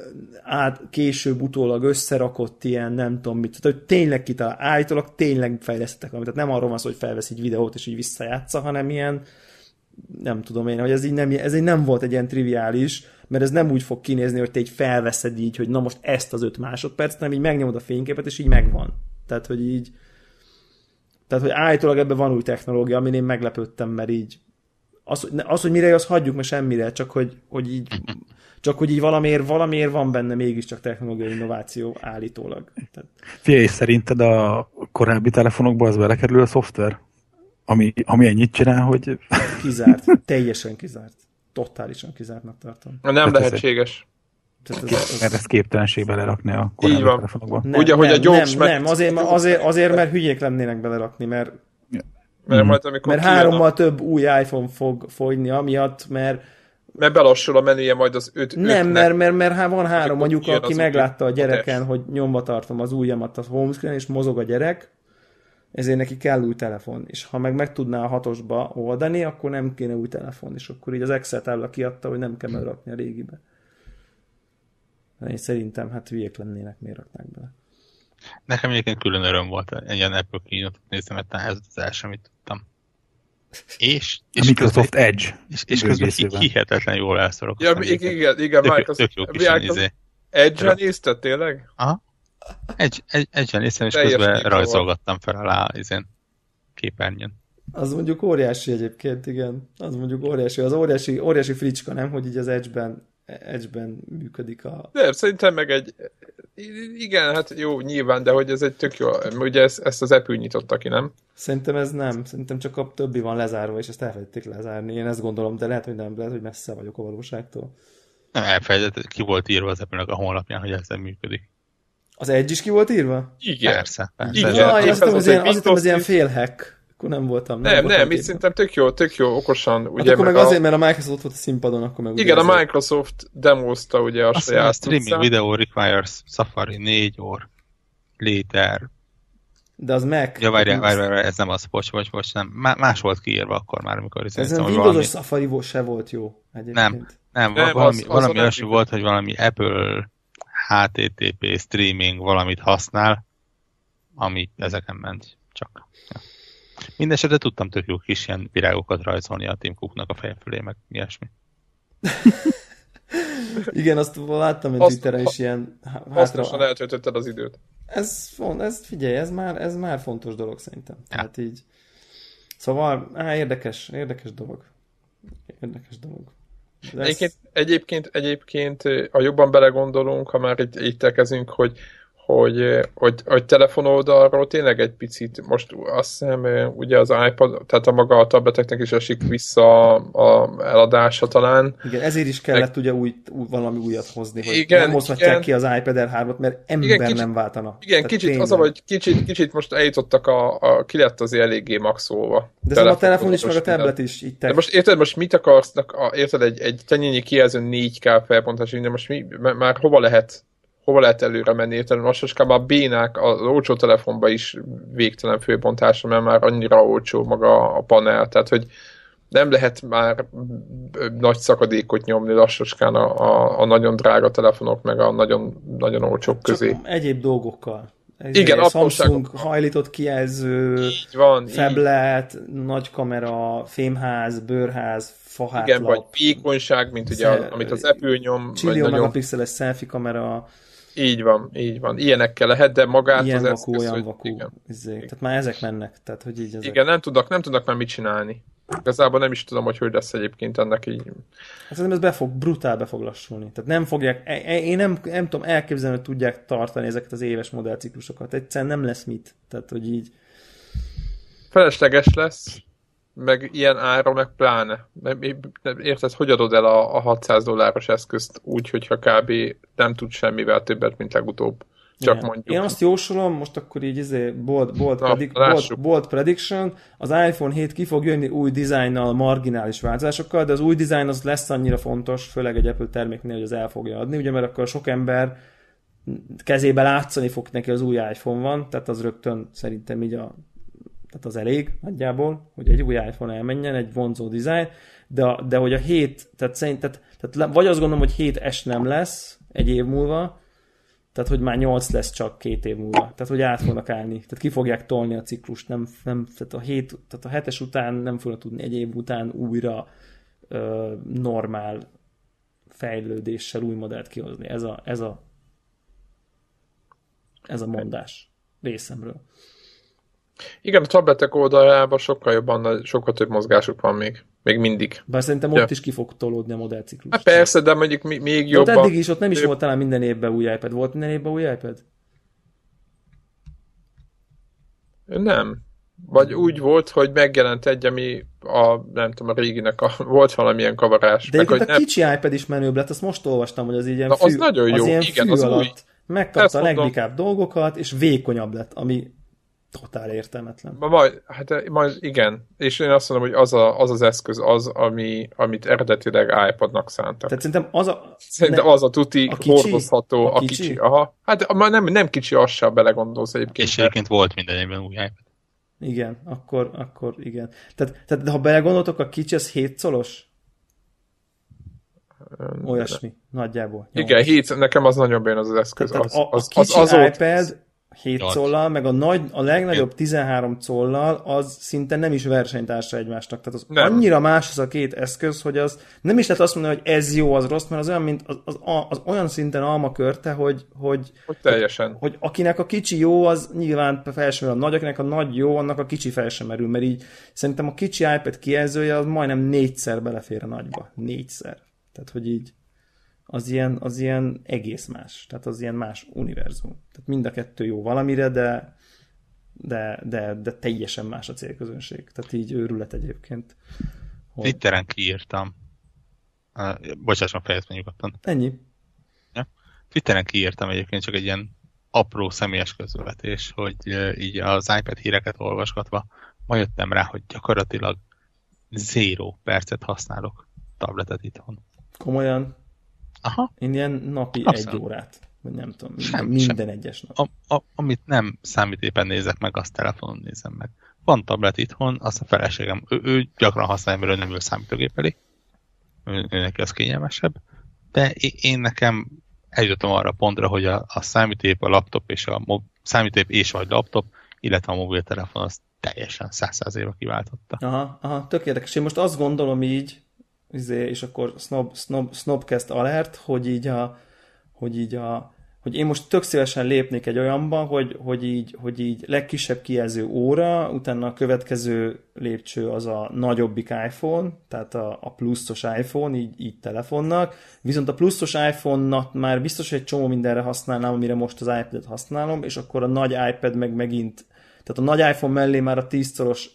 át, később utólag összerakott ilyen, nem tudom mit, tehát hogy tényleg kitalál, állítólag tényleg fejlesztettek valamit, tehát nem arról van szó, hogy felvesz egy videót és így visszajátsza, hanem ilyen nem tudom én, hogy ez így nem, ez így nem volt egy ilyen triviális, mert ez nem úgy fog kinézni, hogy te így felveszed így, hogy na most ezt az öt másodperc, hanem így megnyomod a fényképet, és így megvan. Tehát, hogy így tehát, hogy állítólag ebben van új technológia, amin én meglepődtem, mert így az, az hogy mire, azt hagyjuk, mert semmire, csak hogy, hogy így csak hogy így valamiért, valamiért van benne mégiscsak technológiai innováció állítólag. Tehát... Figyelj, szerinted a korábbi telefonokban az belekerül a szoftver? Ami, ami ennyit csinál, hogy... Kizárt. Teljesen kizárt. Totálisan kizártnak tartom. Nem hát lehetséges. Ez, ez, ez, mert ez képtelenség belerakni a korábbi telefonokba. Nem, ugye, hogy a gyors nem, nem, azért, azért, azért, mert hülyék lennének belerakni, mert ja. mert, mm. majd, amikor mert hárommal több új iPhone fog fogyni, amiatt, mert mert belassul a menüje majd az öt Nem, mert, mert, mert hát van három anyuka, aki meglátta a gyereken, hogy nyomva tartom az ujjamat a homescreen, és mozog a gyerek, ezért neki kell új telefon. És ha meg meg tudná a hatosba oldani, akkor nem kéne új telefon. És akkor így az Excel tábla kiadta, hogy nem kell berakni a régibe. Én szerintem hát hülyék lennének, miért raknák bele. Nekem egyébként külön öröm volt egy ilyen Apple keynote-ot nézni, mert ez az első, amit tudtam. És, és a Microsoft közben, Edge. És, és közben hihetetlen jól elszorok. Ja, igen, igen, igen, tök, Microsoft. Tök jó kis izé. Edge-en nézted tényleg? Aha. Edge-en néztem, és közben rajzolgattam fel alá izén képernyőn. Az mondjuk óriási egyébként, igen. Az mondjuk óriási. Az óriási, óriási fricska, nem? Hogy így az Edge-ben, Edge-ben működik a... De szerintem meg egy... Igen, hát jó, nyilván, de hogy ez egy tök jó... Ugye ezt, ezt az Apple nyitotta ki, nem? Szerintem ez nem. Szerintem csak a többi van lezárva, és ezt elfelejtették lezárni. Én ezt gondolom, de lehet, hogy nem. Lehet, hogy messze vagyok a valóságtól. Nem elfelejtett, ki volt írva az Apple-nek a honlapján, hogy ez nem működik. Az Edge is ki volt írva? Igen. Persze. persze. Igen. Ja, azt hittem, az, ilyen, azt hittem, az ilyen félhack. Akkor nem voltam. Nem, nem, nem itt szerintem tök jó, tök jó, okosan. Hát ugye, akkor meg a... azért, mert a Microsoft volt a színpadon, akkor meg igen, ugye a Microsoft demozta ugye a azt saját... A streaming video requires Safari négy or later. De az Mac. Ja, várj, várj, várj, ez nem az, bocs, bocs, bocs, nem. Más volt kiírva akkor már, amikor... Ez nem Windowsos valami... Safari se volt jó egyébként. Nem, nem, nem valami, az, valami olyasmi volt, hogy valami Apple há té té pé streaming valamit használ, ami ezeken ment csak. Ja. Mindenesetre tudtam tök jó kis ilyen virágokat rajzolni a Tim Cooknak a feje fölé, meg ilyesmi. Igen, azt láttam egy Twitteren is ilyen hátra... Hasznosan eltöltötted az időt. Ez, ez figyelj, ez már, ez már fontos dolog szerintem. Ja. Tehát így... Szóval, á, érdekes, érdekes dolog. Érdekes dolog. Ez... Egyébként, egyébként, egyébként, ha jobban belegondolunk, ha már itt, itt elkezünk, hogy Hogy, hogy, hogy telefonoldalról tényleg egy picit, most azt hiszem, ugye az iPad, tehát a maga a tableteknek is esik vissza a eladása talán. Igen, ezért is kellett meg... ugye új, új, valami újat hozni, hogy igen, nem hozhatják igen. ki az iPad Air hármat, mert ember igen, kicsit, nem váltana. Igen, tehát kicsit, az a, hogy kicsit, kicsit most eljutottak a, a ki lett azért eléggé maxolva. De telefon, a telefon is, meg a tablet is így de most érted, most mit akarsz, érted, egy, egy tenyényi kijelző négy ká felbontás, de most mi, már hova lehet hova lehet előre menni, értelem lassacskán, már bénák az olcsó telefonban is végtelen főbontásra, mert már annyira olcsó maga a panel, tehát hogy nem lehet már nagy szakadékot nyomni lassacskán a, a, a nagyon drága telefonok, meg a nagyon, nagyon olcsók közé. Csak egyéb dolgokkal. Ez igen, a Samsung hajlított kijelző, phablet, nagy kamera, fémház, bőrház, fahátlat. Igen, vagy vékonyság, mint ugye, szer... amit az Apple nyom. Csillió nagyon... megapixeles selfie kamera. Így van, így van. Ilyenekkel lehet, de magát ilyen az vakú, eszköz, olyan vakú. Tehát már ezek mennek. Tehát, hogy így ezek... Igen, nem tudnak, nem tudnak már mit csinálni. Igazából nem is tudom, hogy hogy lesz egyébként ennek így. Hát ez be fog, brutál be fog lassulni. Tehát nem fogják, én nem, nem tudom elképzelni, hogy tudják tartani ezeket az éves modellciklusokat. Egyszerűen nem lesz mit. Tehát, hogy így... Felesleges lesz, meg ilyen ára, meg pláne. Érted, hogy adod el a, a hatszáz dolláros eszközt úgy, hogyha kb. Nem tud semmivel többet, mint legutóbb. Csak igen. Mondjuk. Én azt jósolom, most akkor így izé, bold, bold, Na, predic- bold, bold prediction, az iPhone hét ki fog jönni új dizájnnal, marginális változásokkal, de az új dizájn az lesz annyira fontos, főleg egy Apple terméknél, hogy az el fogja adni, ugye, mert akkor sok ember kezébe látszani fog neki az új iPhone van, tehát az rögtön szerintem így a tehát az elég nagyjából, hogy egy új iPhone elmenjen, egy vonzó dizájn, de, de hogy a hét, tehát szerint, tehát, tehát vagy azt gondolom, hogy hét es nem lesz egy év múlva, Tehát, hogy már nyolc lesz csak két év múlva. Tehát, hogy át fognak állni. Tehát ki fogják tolni a ciklust. Nem, nem, tehát, a hét, tehát a hetes után nem fognak tudni egy év után újra ö, normál fejlődéssel új modellt kihozni. Ez a, ez a, ez a mondás részemről. Igen, a tabletek oldalában sokkal jobban, sokkal több mozgásuk van még. Még mindig. Bár szerintem ja. ott is ki fog tolódni a modellciklus. Hát persze, de mondjuk még jobban. De eddig is, ott nem is volt talán minden évben új iPad. Volt minden évben új iPad? Nem. Vagy úgy volt, hogy megjelent egy, ami a, nem tudom, a réginek a, volt valamilyen kavarás. De egyébként a nem... kicsi iPad is menőbb lett, azt most olvastam, hogy az így ilyen Na, fű, az nagyon jó. Az ilyen igen, fű az alatt új. megkapta a legbikább dolgokat, és vékonyabb lett, ami totál értelmetlen. Majd, hát majd igen, és én azt mondom, hogy az a, az, az eszköz az, ami, amit eredetileg iPadnak szántak. Tehát szerintem az a... Szerintem ne, az a tuti, a kicsi? hordozható, a a kicsi. kicsi. Aha. Hát nem, nem kicsi, az sem belegondolsz egyébként. És egyébként volt minden évben új iPad. Igen, akkor, akkor igen. Tehát, tehát de ha belegondoltok, a kicsi az hét colos? Olyasmi, nagyjából. nyolc. Igen, hét, nekem az nagyon bejön az az eszköz. Tehát az, a, az, a kicsi az, az iPad hét collal, meg a, nagy, a legnagyobb tizenhárom collal, az szinte nem is versenytársa egymásnak. Tehát az nem. Annyira más az a két eszköz, hogy az nem is lehet azt mondani, hogy ez jó, az rossz, mert az olyan, mint az, az, az olyan szinten almakörte, hogy, hogy, hogy teljesen. Hogy, hogy akinek a kicsi jó, az nyilván fel sem merül a nagy, akinek a nagy jó, annak a kicsi fel sem merül, mert így szerintem a kicsi iPad kijelzője az majdnem négyszer belefér a nagyba. Négyszer. Tehát, hogy így az ilyen, az ilyen egész más. Tehát az ilyen más univerzum. Tehát mind a kettő jó valamire, de, de, de, de teljesen más a célközönség. Tehát így őrület egyébként. Hogy... Twitteren kiírtam. Uh, Bocsásson, fejezd meg nyugodtan. Ennyi. Ja? Twitteren kiírtam egyébként csak egy ilyen apró személyes közvetés, hogy uh, így az iPad híreket olvasgatva ma jöttem rá, hogy gyakorlatilag zéró percet használok tabletet itthon. Komolyan? Aha. Én ilyen napi Abszolút. egy órát, vagy nem tudom, minden, sem, minden sem. egyes nap. A, a, amit nem számítépen nézek meg, azt telefonon nézem meg. Van tablet itthon, azt a feleségem, ő, ő gyakran használja, mert ő nem ül számítógép elé. Ő, ő neki az kényelmesebb. De én nekem eljutottam arra a pontra, hogy a, a számítógép, a laptop és a mob, számítógép és vagy laptop, illetve a mobiltelefon az teljesen száz százalékba kiváltotta. Aha, aha, tök érdekes. Én most azt gondolom így, és akkor snob, snob, snobcast alert, hogy így a, hogy így a, hogy én most tök szívesen lépnék egy olyanba, hogy, hogy, így, hogy így legkisebb kijelző óra, utána a következő lépcső az a nagyobbik iPhone, tehát a, a pluszos iPhone, így, így telefonnak, viszont a pluszos iPhone-nak már biztos, hogy egy csomó mindenre használnám, amire most az iPad-et használom, és akkor a nagy iPad meg megint, tehát a nagy iPhone mellé már a tíz colos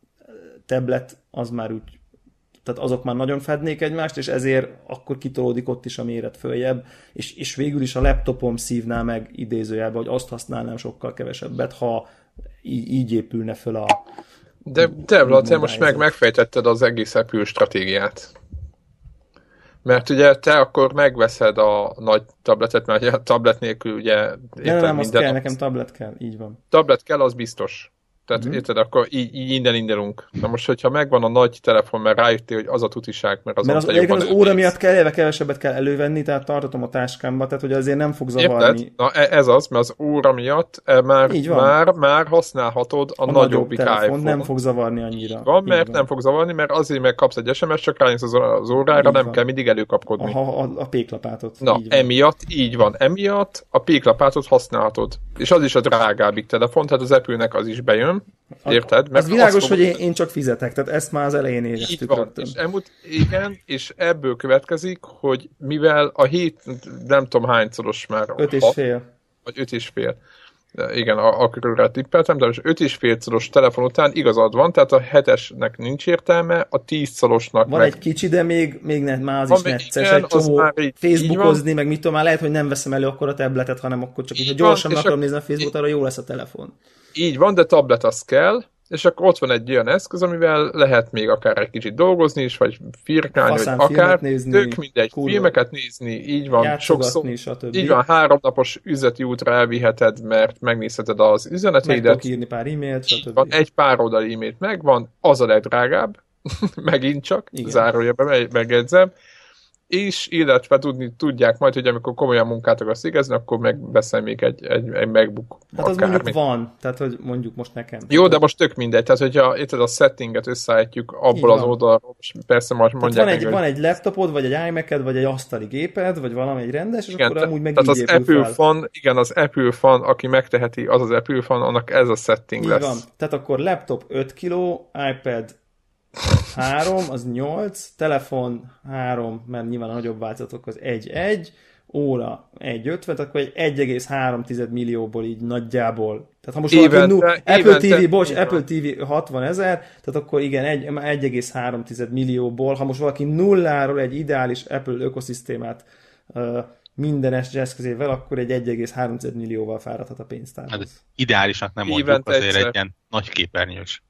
tablet az már úgy, tehát azok már nagyon fednék egymást, és ezért akkor kitolódik ott is a méret följebb, és, és végül is a laptopom szívná meg idézőjelbe, hogy azt használnám sokkal kevesebbet, ha í- így épülne föl a... De Devla, te most meg megfejtetted az egész Apple stratégiát. Mert ugye te akkor megveszed a nagy tabletet, mert a tablet nélkül ugye... Nem, nem, az kell, nekem tablet kell, így van. Tablet kell, az biztos. Tehát mm-hmm. érted, akkor így, így innen indulunk. Na most, hogyha megvan a nagy telefon, mert rájöttél, hogy az a tutiság, mert az... Mert az, az, az óra miatt kell, eleve kevesebbet kell elővenni, tehát tartatom a táskámba, tehát hogy azért nem fog zavarni. Érted? Na ez az, mert az óra miatt már, már, már használhatod a, a nagyobbik telefon, iPhone. nem fog zavarni annyira. Így van, mert így van. Nem fog zavarni, mert azért meg kapsz egy es em es, csak rájössz az órára, így nem van. Kell mindig előkapkodni. A, a, a péklapátot. Na, így emiatt, így van, emiatt a péklapátot használhatod. És az is a drágábbik telefon, tehát az Apple-nek az is bejön. Érted? Mert az világos, hogy én, én csak fizetek, tehát ezt már az elején éreztük. Így van, és emut, igen, és ebből következik, hogy mivel a hét, nem tudom hány szoros már. Öt és fél. Vagy öt és fél. De igen, akkor rá tippeltem, de most öt és fél szoros telefon után igazad van, tehát a hetesnek nincs értelme, a tíz szorosnak van meg... egy kicsi, de még, még ne, már az van is necces, egy csomó Facebookozni, meg mit tudom, már lehet, hogy nem veszem elő akkor a tabletet, hanem akkor csak így, ha gyorsan akarom nézni a Facebookot, arra jó lesz a telefon. Így van, de tablet az kell, és akkor ott van egy olyan eszköz, amivel lehet még akár egy kicsit dolgozni is, vagy firkálni, Faszán vagy akár, nézni, tök mindegy, kurva. Filmeket nézni, így van, sokszor, stb. Így van, háromnapos üzleti útra elviheted, mert megnézheted az üzeneteidet. Meg tudok írni pár e-mailt, stb. Van, egy pár oldali e-mailt megvan, az a legdrágább, megint csak, zárójelben megjegyzem, és illetve tudni, tudják majd, hogy amikor komolyan munkát akarsz végezni, akkor megveszel még egy, egy, egy MacBook. Hát az mondjuk van, tehát hogy mondjuk most nekem. Jó, de most tök mindegy, tehát hogyha itt a settinget összeállítjuk abból az oldalról, és persze most mondják van meg, egy, van egy laptopod, vagy egy iMac-ed, vagy egy asztali géped, vagy valami egy rendes, és igen, akkor amúgy meg tehát így az Apple fel. fan, igen, az Apple fan, aki megteheti, az az Apple fan, annak ez a setting így lesz. Van. Tehát akkor laptop öt kiló, iPad három, az nyolc, telefon három, mert nyilván a nagyobb változatok az egy egy, óra egy ötven, akkor egy egy egész három millióból így nagyjából. Tehát ha most évente, valaki, Apple évente, té vé, bocs, Apple té vé hatvan ezer, tehát akkor igen, egy egész három millióból, ha most valaki nulláról egy ideális Apple ökoszisztémát uh, minden eszközével, akkor egy egy egész három millióval fáradhat a pénztárhoz. Hát ideálisnak nem mondjuk, évente azért egyszer. Egy ilyen nagy képernyős.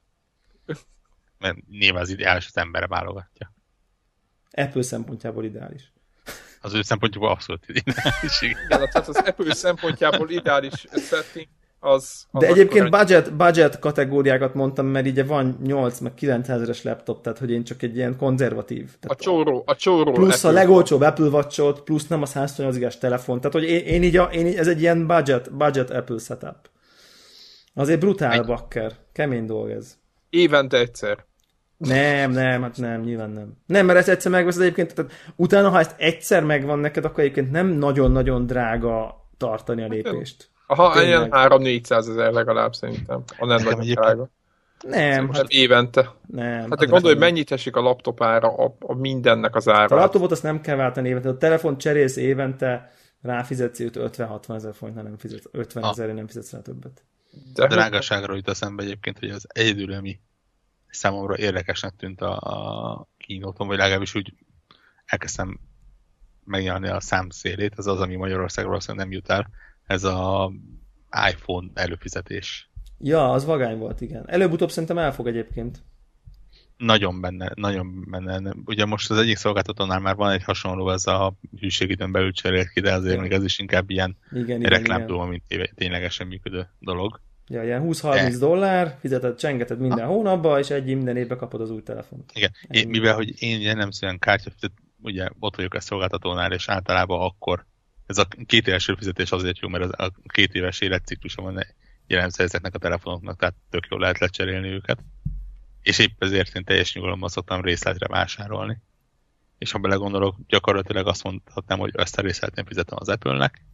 Mert nyilván az ideális az emberre válogatja. Apple szempontjából ideális. Az ő szempontjából abszolút ideális. Igen, tehát az Apple szempontjából ideális setting az... az de egyébként budget, budget kategóriákat mondtam, mert így van nyolc meg kilencezeres laptop, tehát hogy én csak egy ilyen konzervatív. A csóró, a csóró. Plusz Apple a legolcsóbb Apple Watch-ot, plusz nem a százhuszonnyolc gigás telefon. Tehát hogy én, én, így, a, én így, ez egy ilyen budget, budget Apple setup. Azért brutál, egy... bakker. Kemény dolog ez. Évente egyszer. Nem, nem, hát nem, nyilván nem. Nem, mert ezt egyszer megveszed egyébként, tehát utána, ha ezt egyszer megvan neked, akkor egyébként nem nagyon-nagyon drága tartani a lépést. Aha, ilyen három-négyszázezer legalább szerintem. A nem nagyon drága. Nem. Hát évente. Nem. Hát gondolj, hogy mennyit esik a laptopára a, a mindennek az ára. A laptopot azt nem kell váltani évente, a telefont cserélsz évente, ráfizetsz ötven-hatvan ezer forintra, nem fizetsz, ötven ezerre nem fizetsz rá többet. De a drágaságra jut eszembe egyébként, hogy az egyedül, ami számomra érdekesnek tűnt a, a kínóton, vagy legalábbis úgy elkezdtem megnyalni a számszélét, ez az, ami Magyarországról nem jut el, ez a iPhone előfizetés. Ja, az vagány volt, igen. Előbb-utóbb szerintem el fog egyébként. Nagyon benne, nagyon benne. Ugye most az egyik szolgáltatónál már van egy hasonló, ez a hűségidőn belül cserélt ki, de azért még ez is inkább ilyen reklámdóma, mint ténylegesen működő dolog. Ja, ilyen húsz-harminc dollár, fizeted, csengeted minden ha. hónapba, és egy minden évben kapod az új telefont. Igen, én, mivel hogy én jellemzően kártya, ugye ott vagyok a szolgáltatónál, és általában akkor ez a két éves fizetés azért jó, mert az a két éves életciklusa van jellemző ezeknek a telefonoknak, tehát tök jól lehet lecserélni őket. És épp ezért én teljes nyugalommal szoktam részletre vásárolni. És ha belegondolok, gyakorlatilag azt mondhatnám, hogy ezt a részletén fizetem az Apple-nek,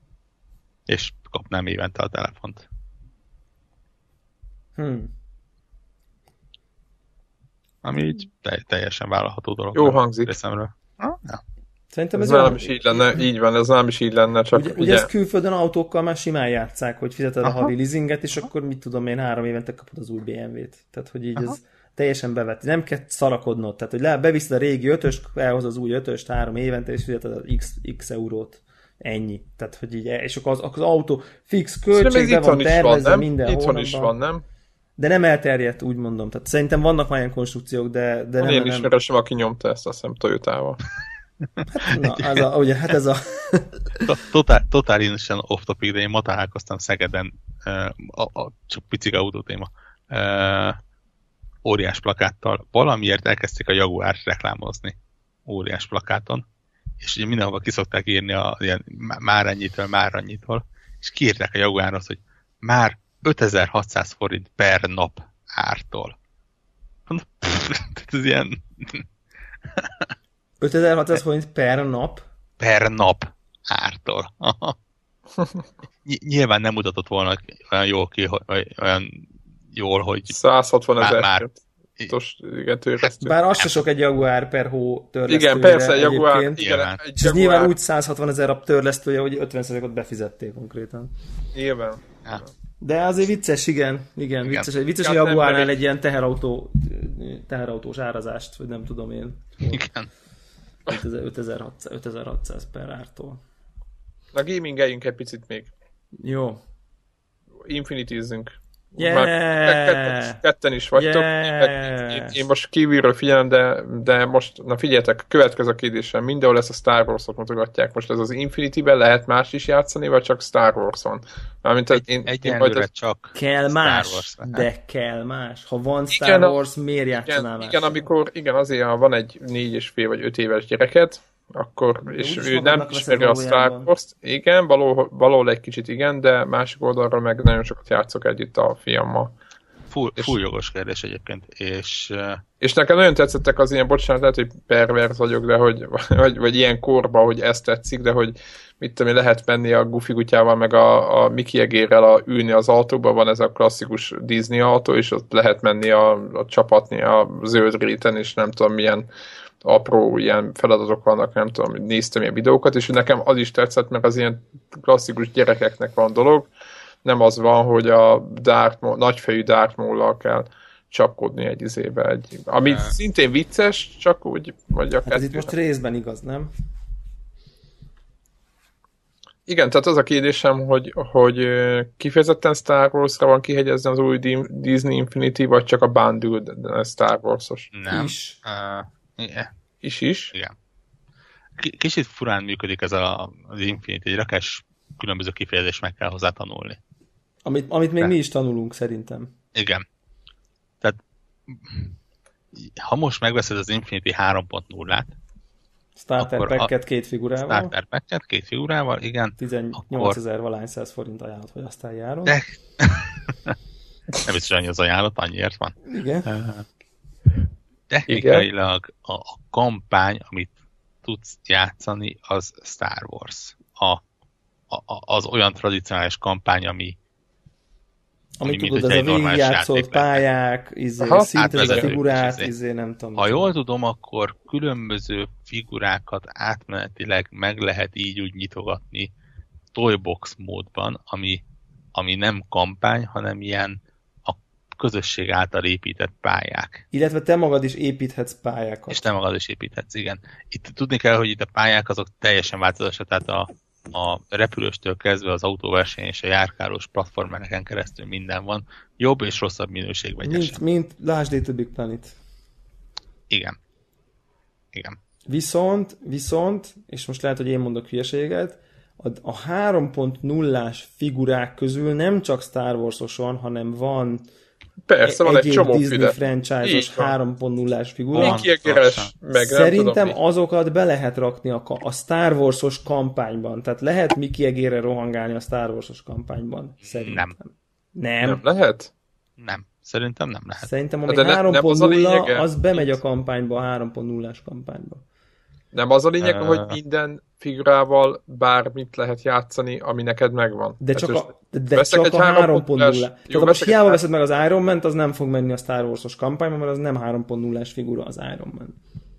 és kapnám évente a telefont. Hmm. Ami így teljesen vállalható dolog. Jó hangzik. Részemről. Ah, ja. Szerintem ez, ez, ez nem olyan... is így lenne, így van, ez nem is így lenne, csak ugye, ugye... ugye ezt külföldön autókkal már simán játsszák, hogy fizeted aha. a havi leasinget, és akkor mit tudom én, három évente kapod az új bé em vét. Tehát, hogy így aha. ez teljesen bevett. Nem kell szarakodnod. Tehát, hogy le, beviszed a régi ötöst, elhoz az új ötöst három évente, és fizeted az x, x eurót. Ennyi. Tehát, hogy így, és akkor az, az autó fix költségbe van tervezve van, minden itthon hónapban. Is van, nem? De nem elterjedt, úgy mondom. Tehát szerintem vannak már ilyen konstrukciók, de, de nem... Én ismerősöm, aki nyomta ezt, azt hiszem Toyotával. Hát, na, ez a, ugye, hát ez a... Totál, totálisan off-topic, de én ma találkoztam Szegeden, a, a, csak picik autótéma, óriás plakáttal. Valamiért elkezdték a Jaguárt reklámozni óriás plakáton, és ugye mindenhova kiszokták írni a ilyen már ennyitől, már annyitól, és kiírták a Jaguárhoz, hogy már ötezer-hatszáz forint per nap ártól. Ez ilyen... ötezer-hatszáz forint per nap? Per nap ártól. Nyilván nem mutatott volna olyan jól ki, olyan jól, hogy... száz hatvan ezer. Már... Igen, bár az se sok egy Jaguar per hó törlesztője. Igen, persze, Jaguar. Igen, igen, egy Jaguar. Nyilván úgy száz hatvan ezer a törlesztője, hogy ötven százalékot befizették konkrétan. Nyilván. Ja. De azért vicces, igen. Igen, igen. vicces. Vicces, hogy Jaguárnál egy ilyen teherautó, teherautós árazást, vagy nem tudom én. Igen. ötezer-hatszáz per ártól. Na, gamingeljünk egy picit még. Jó. Infinitizzünk. Yeah. Már ketten, ketten is vagytok. Yeah. Én, én most kívülről figyelem, de, de most, na figyeljetek, következő kérdésem, mindenhol ezt a Star Wars-ot mutogatják. Most ez az Infinity-ben lehet más is játszani, vagy csak Star Wars-on? Mármint, egy, én, egyelőre én csak kell Star más, Wars, de kell más. Ha van Star igen, Wars, miért játszanál igen, más? Igen, amikor, igen, azért, ha van egy négy és fél vagy öt éves gyereket, akkor, és ő nem ismeri a Star Wars-t. Igen, való, való egy kicsit igen, de másik oldalra meg nagyon sokat játszok együtt a fiammal. Full, full jogos kérdés egyébként, és... És nekem nagyon tetszettek az ilyen, bocsánat, lehet, hogy perverz vagyok, de hogy, vagy, vagy ilyen korba, hogy ezt tetszik, de hogy mit tudom, lehet menni a Goofy kutyával, meg a, a Mickey egérrel a, ülni az autóban, van ez a klasszikus Disney autó, és ott lehet menni a, a csapatni a zöld réten, és nem tudom milyen apró ilyen feladatok vannak, nem tudom, néztem ilyen videókat, és nekem az is tetszett, mert az ilyen klasszikus gyerekeknek van dolog, nem az van, hogy a Darth Maul, nagyfejű Darth Maul-lal kell csapkodni egy izébe. Egy, ami yeah. szintén vicces, csak úgy, vagy a hát ez itt most részben igaz, nem? Igen, tehát az a kérdésem, hogy, hogy kifejezetten Star Wars-ra van kihegyezve az új Disney Infinity, vagy csak a bundled Star Wars-os? Nem. Is. Uh, yeah. Is is? Igen. K- kicsit furán működik ez a, az Infinity, egy rakás különböző kifejezést meg kell hozzá tanulni. Amit, amit még De. mi is tanulunk, szerintem. Igen. Tehát ha most megveszed az Infinity három pont nullát, Starter packet két figurával. Starter packet két figurával, igen. tizennyolcezer valány száz forint ajánlott, hogy aztán járon. De... Nem biztos, hogy az ajánlott, annyiért van. Igen. Technikailag a, a kampány, amit tudsz játszani, az Star Wars. A, a, az olyan tradicionális kampány, ami Ami tudod, ez a végigjátszott pályák, izé, szintes figurák, izé, nem tudom. Ha jól tudom, akkor különböző figurákat átmenetileg meg lehet így úgy nyitogatni toybox módban, ami, ami nem kampány, hanem ilyen a közösség által épített pályák. Illetve te magad is építhetsz pályákat. És te magad is építhetsz, igen. Itt tudni kell, hogy itt a pályák azok teljesen változatos, tehát a a repülőstől kezdve az autóverseny és a járkálós platformereken keresztül minden van. Jobb és rosszabb minőségben Mint, mint lásd Little Big Planet. Igen. Igen. Viszont, viszont, és most lehet, hogy én mondok hülyeséget, a, a három pont nullás figurák közül nem csak Star Wars-os van, hanem van Persze, van egy csomó Disney fide. franchise-os három pont nullás figura. Meg Szerintem azokat be lehet rakni a, a Star Wars-os kampányban. Tehát lehet Mickey egérre rohangálni a Star Wars-os kampányban. Szerintem. Nem. Nem. Nem lehet? Nem. Szerintem nem lehet. Szerintem ami három pont nulla, az, az bemegy a kampányba, a három pont nullás kampányba. Nem az a lényeg, uh... hogy minden figurával bármit lehet játszani, ami neked megvan. De csak a, de, de csak a három pont nulla. Tehát most hiába veszed meg az Iron Man-t, az nem fog menni a Star Wars-os kampányban, mert az nem három pont nullás figura az Iron Man.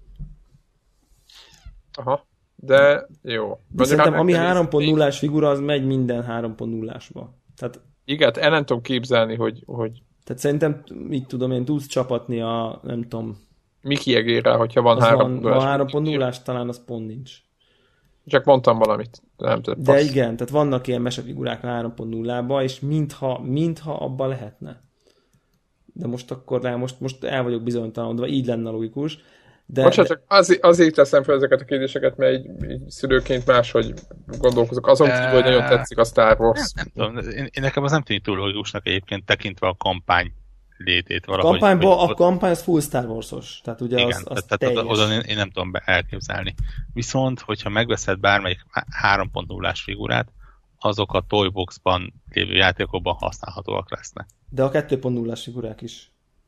Aha, de jó. De szerintem ami három pont nullás figura, az megy minden három pont nullásba. Tehát, igen, el nem tudom képzelni, hogy, hogy... Tehát szerintem, így tudom én, tudsz csapatni a, nem tudom... Mickey egérrel, hogyha van három pont nullás, talán az pont nincs. Csak mondtam valamit. Nem tudom, de igen, tehát vannak ilyen mesefigurák a három pont nullában, és mintha, mintha abba lehetne. De most akkor rá, most, most el vagyok bizonytalanodva, így lenne logikus. De, Bocsánat, de... csak azért, azért teszem fel ezeket a kérdéseket, mert így, így szülőként máshogy gondolkozok. Azon kívül, hogy nagyon tetszik a Star Wars. Nem, nem tudom, én, én nekem az nem tűnik túl logikusnak egyébként, tekintve a kampány létét valahogy. A kampányban a kampány az full Star Wars-os. Tehát ugye igen, az, az tehát azon én, én nem tudom elképzelni. Viszont, hogyha megveszed bármelyik három pont nullás figurát, azok a Toyboxban lévő játékokban használhatóak lesznek. De a kettő pont nullás figurák is.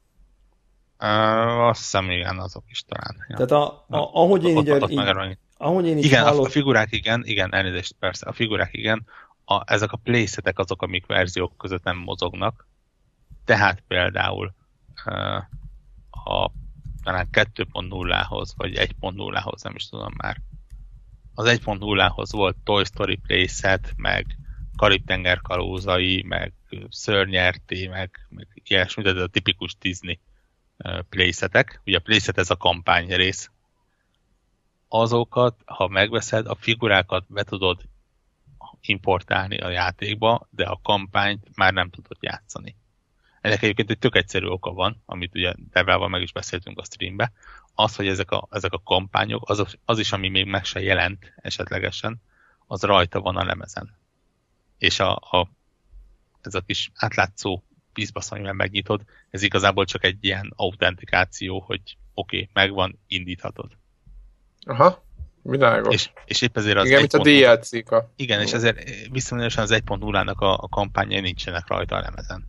Uh, azt hiszem, igen, azok is talán. Ja. Tehát a, a, ahogy én így, így, ahogy én így igen, hallott... a figurák igen, igen, elnézést persze, a figurák igen, a, ezek a playsetek azok, amik verziók között nem mozognak. Tehát például uh, a talán kettő pont nullához, vagy egy pont nullához, nem is tudom már. Az egy pont nullához volt Toy Story playset, meg Karib-tenger kalózai, meg Szörnyerté, meg, meg ilyesmi, de ez a tipikus Disney uh, playsetek. Ugye a playset ez a kampány rész. Azokat, ha megveszed, a figurákat be tudod importálni a játékba, de a kampányt már nem tudod játszani. Ennek egyébként egy tök egyszerű oka van, amit ugye Devával meg is beszéltünk a streambe, az, hogy ezek a, ezek a kampányok, az, az is, ami még meg se jelent esetlegesen, az rajta van a lemezen. És a, a, ez a kis átlátszó piszbasz, amivel megnyitod, ez igazából csak egy ilyen autentikáció, hogy oké, okay, megvan, indíthatod. Aha. világos. És, és épp ezért az igen, mint a dé el cé-ka. Igen, és ezért viszonylag az egy pont null-nak a, a kampányai nincsenek rajta a lemezen.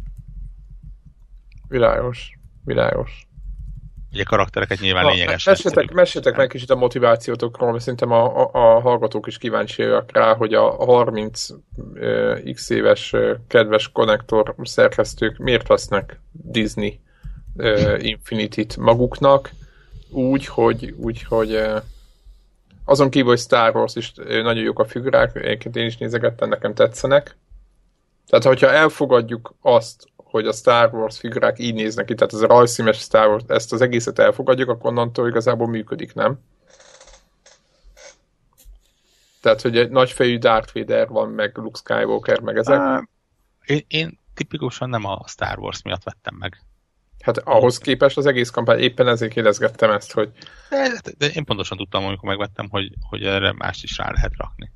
Világos, világos. Ugye karaktereket nyilván Na, lényegesen. Meséltek, meséltek meg kicsit a motivációtokról, mert szerintem a, a, a hallgatók is kíváncsiak rá, hogy a harminc x éves kedves konnektor szerkesztők miért vesznek Disney uh, Infinity-t maguknak, úgy, hogy, úgy, hogy uh, azon kívül, hogy Star Wars is nagyon jók a figurák, egyébként én is nézegettem, nekem tetszenek. Tehát, hogyha elfogadjuk azt, hogy a Star Wars figurák így néznek ki, tehát ez a rajzszínes Star Wars, ezt az egészet elfogadjuk, akkor onnantól igazából működik, nem? Tehát, hogy egy nagyfejű Darth Vader van, meg Luke Skywalker, meg ezek. Uh, én, én tipikusan nem a Star Wars miatt vettem meg. Hát ahhoz képest az egész kampány, éppen ezért kérdezgettem ezt, hogy... De, de én pontosan tudtam, amikor megvettem, hogy, hogy erre mást is rá lehet rakni.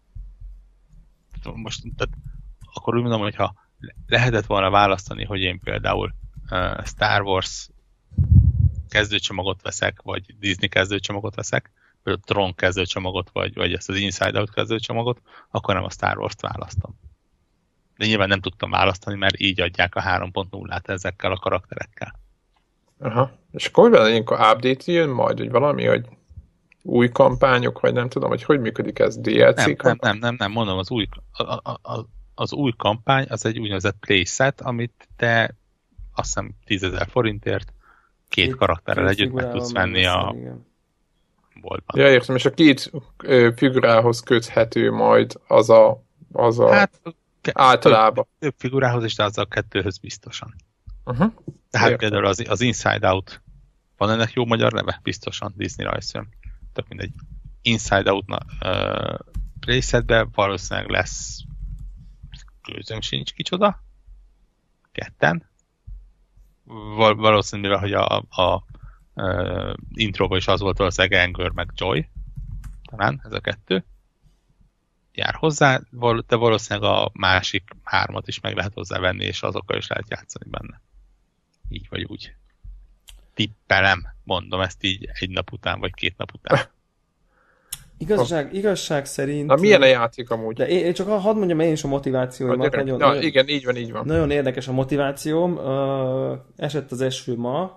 Most, tehát, akkor úgy mondom, hogyha lehetett volna választani, hogy én például uh, Star Wars kezdőcsomagot veszek, vagy Disney kezdőcsomagot veszek, vagy a Tron kezdőcsomagot, vagy, vagy ezt az Inside Out kezdőcsomagot, akkor nem a Star Wars-t választom. De nyilván nem tudtam választani, mert így adják a három pont nullát ezekkel a karakterekkel. Aha. És akkor hogy ilyenkor update jön majd, hogy valami, hogy új kampányok, vagy nem tudom, hogy hogy működik ez, dé el cé nem, kampány? nem, nem, nem, nem, mondom, az új, a, a, a, az új kampány az egy úgynevezett playset, amit te azt hiszem tízezer forintért két, két karakterrel együtt meg tudsz venni a boltban. Ja, értem, és a két ö, figurához köthető majd az a, az a hát, általában. Több, több figurához is, de az a kettőhöz biztosan. Uh-huh. Tehát értem. Például az, az Inside Out, van ennek jó magyar neve? Biztosan, Disney rajzfilm. Tök mindegy. Inside Out uh, playsetben valószínűleg lesz gőzöm sincs kicsoda. Ketten. Val- valószínűleg, hogy a, a, a uh, intróban is az volt valószínűleg Anger meg Joy. Talán ez a kettő. Jár hozzá, de valószínűleg a másik hármat is meg lehet hozzávenni, és azokkal is lehet játszani benne. Így vagy úgy. Tippelem, mondom ezt így egy nap után, vagy két nap után. Igazság, igazság szerint... Na milyen a játék amúgy? De én, én csak hadd mondjam én is a motivációimat. Nagyon, Na, nagyon, igen, így van, így van. Nagyon érdekes a motivációm. Uh, esett az eső ma.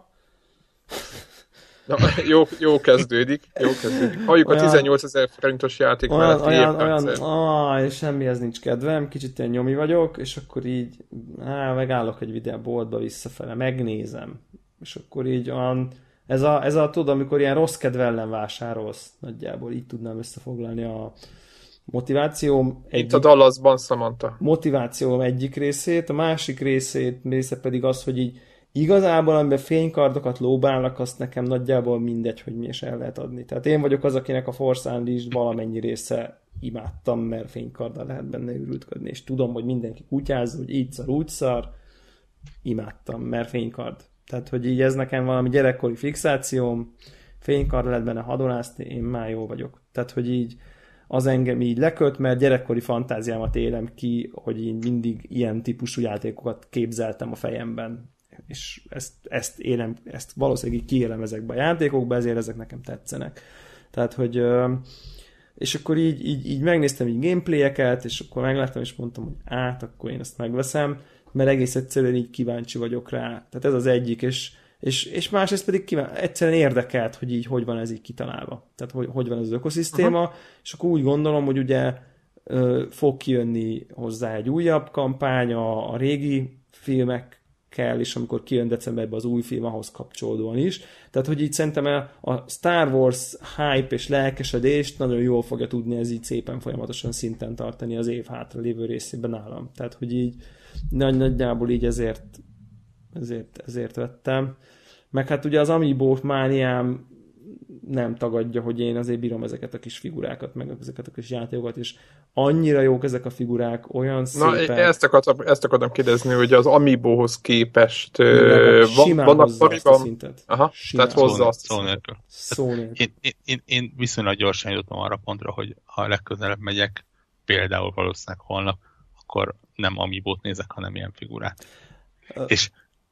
Na, jó, jó kezdődik, jó kezdődik. Halljuk olyan, a tizennyolcezer forintos játék olyan, mellett olyan, olyan, olyan semmihez nincs kedvem, kicsit ilyen nyomi vagyok, és akkor így á, megállok egy videóboltba visszafele, megnézem. És akkor így olyan, ez a, ez a tudod, amikor ilyen rossz kedve ellen vásárolsz, nagyjából így tudnám összefoglalni a motivációm. Egyik, itt a Dallasban, Samantha. Motivációm egyik részét, a másik részét, része pedig az, hogy így igazából, amiben fénykardokat lóbálnak, azt nekem nagyjából mindegy, hogy mi is el lehet adni. Tehát én vagyok az, akinek a Force Unleashed valamennyi része imádtam, mert fénykarddal lehet benne őrültködni, és tudom, hogy mindenki kutyáz, hogy így szar, úgy szar, imádtam, mert fénykard. Tehát, hogy így ez nekem valami gyerekkori fixációm, fénykard lehet benne hadonászni, én már jó vagyok. Tehát, hogy így az engem így leköt, mert gyerekkori fantáziámat élem ki, hogy én mindig ilyen típusú játékokat képzeltem a fejemben. És ezt, ezt, élem, ezt valószínűleg így kiélem ezekbe a játékokba, ezért ezek nekem tetszenek. Tehát, hogy és akkor így, így, így megnéztem így gameplayeket, és akkor megláttam, és mondtam, hogy át, akkor én ezt megveszem, mert egész egyszerűen így kíváncsi vagyok rá. Tehát ez az egyik, és, és, és másrészt pedig kíván, egyszerűen érdekelt, hogy így hogy van ez így kitalálva. Tehát hogy, hogy van ez az ökoszisztéma, uh-huh. És akkor úgy gondolom, hogy ugye fog kijönni hozzá egy újabb kampány, a, a régi filmek kell, és amikor kijön decemberben az új film, ahhoz kapcsolódóan is. Tehát, hogy így szerintem a Star Wars hype és lelkesedést nagyon jól fogja tudni ez így szépen folyamatosan szinten tartani az év hátra lévő részében nálam. Tehát, hogy így nagy nagyjából így ezért, ezért, ezért vettem. Meg hát ugye az Amiibo mániám nem tagadja, hogy én azért bírom ezeket a kis figurákat, meg ezeket a kis játékokat, és annyira jók ezek a figurák, olyan szépen... Na, ezt akartam, ezt akartam kérdezni, hogy az Amiibohoz képest van, vannak pariban... Aha, tehát hozzá azt szó nélkül. Szó nélkül. Én, én, én viszonylag gyorsan jutottam arra pontra, hogy ha legközelebb megyek, például valószínűleg holnap, akkor nem Amiibót nézek, hanem ilyen figurát. Uh. És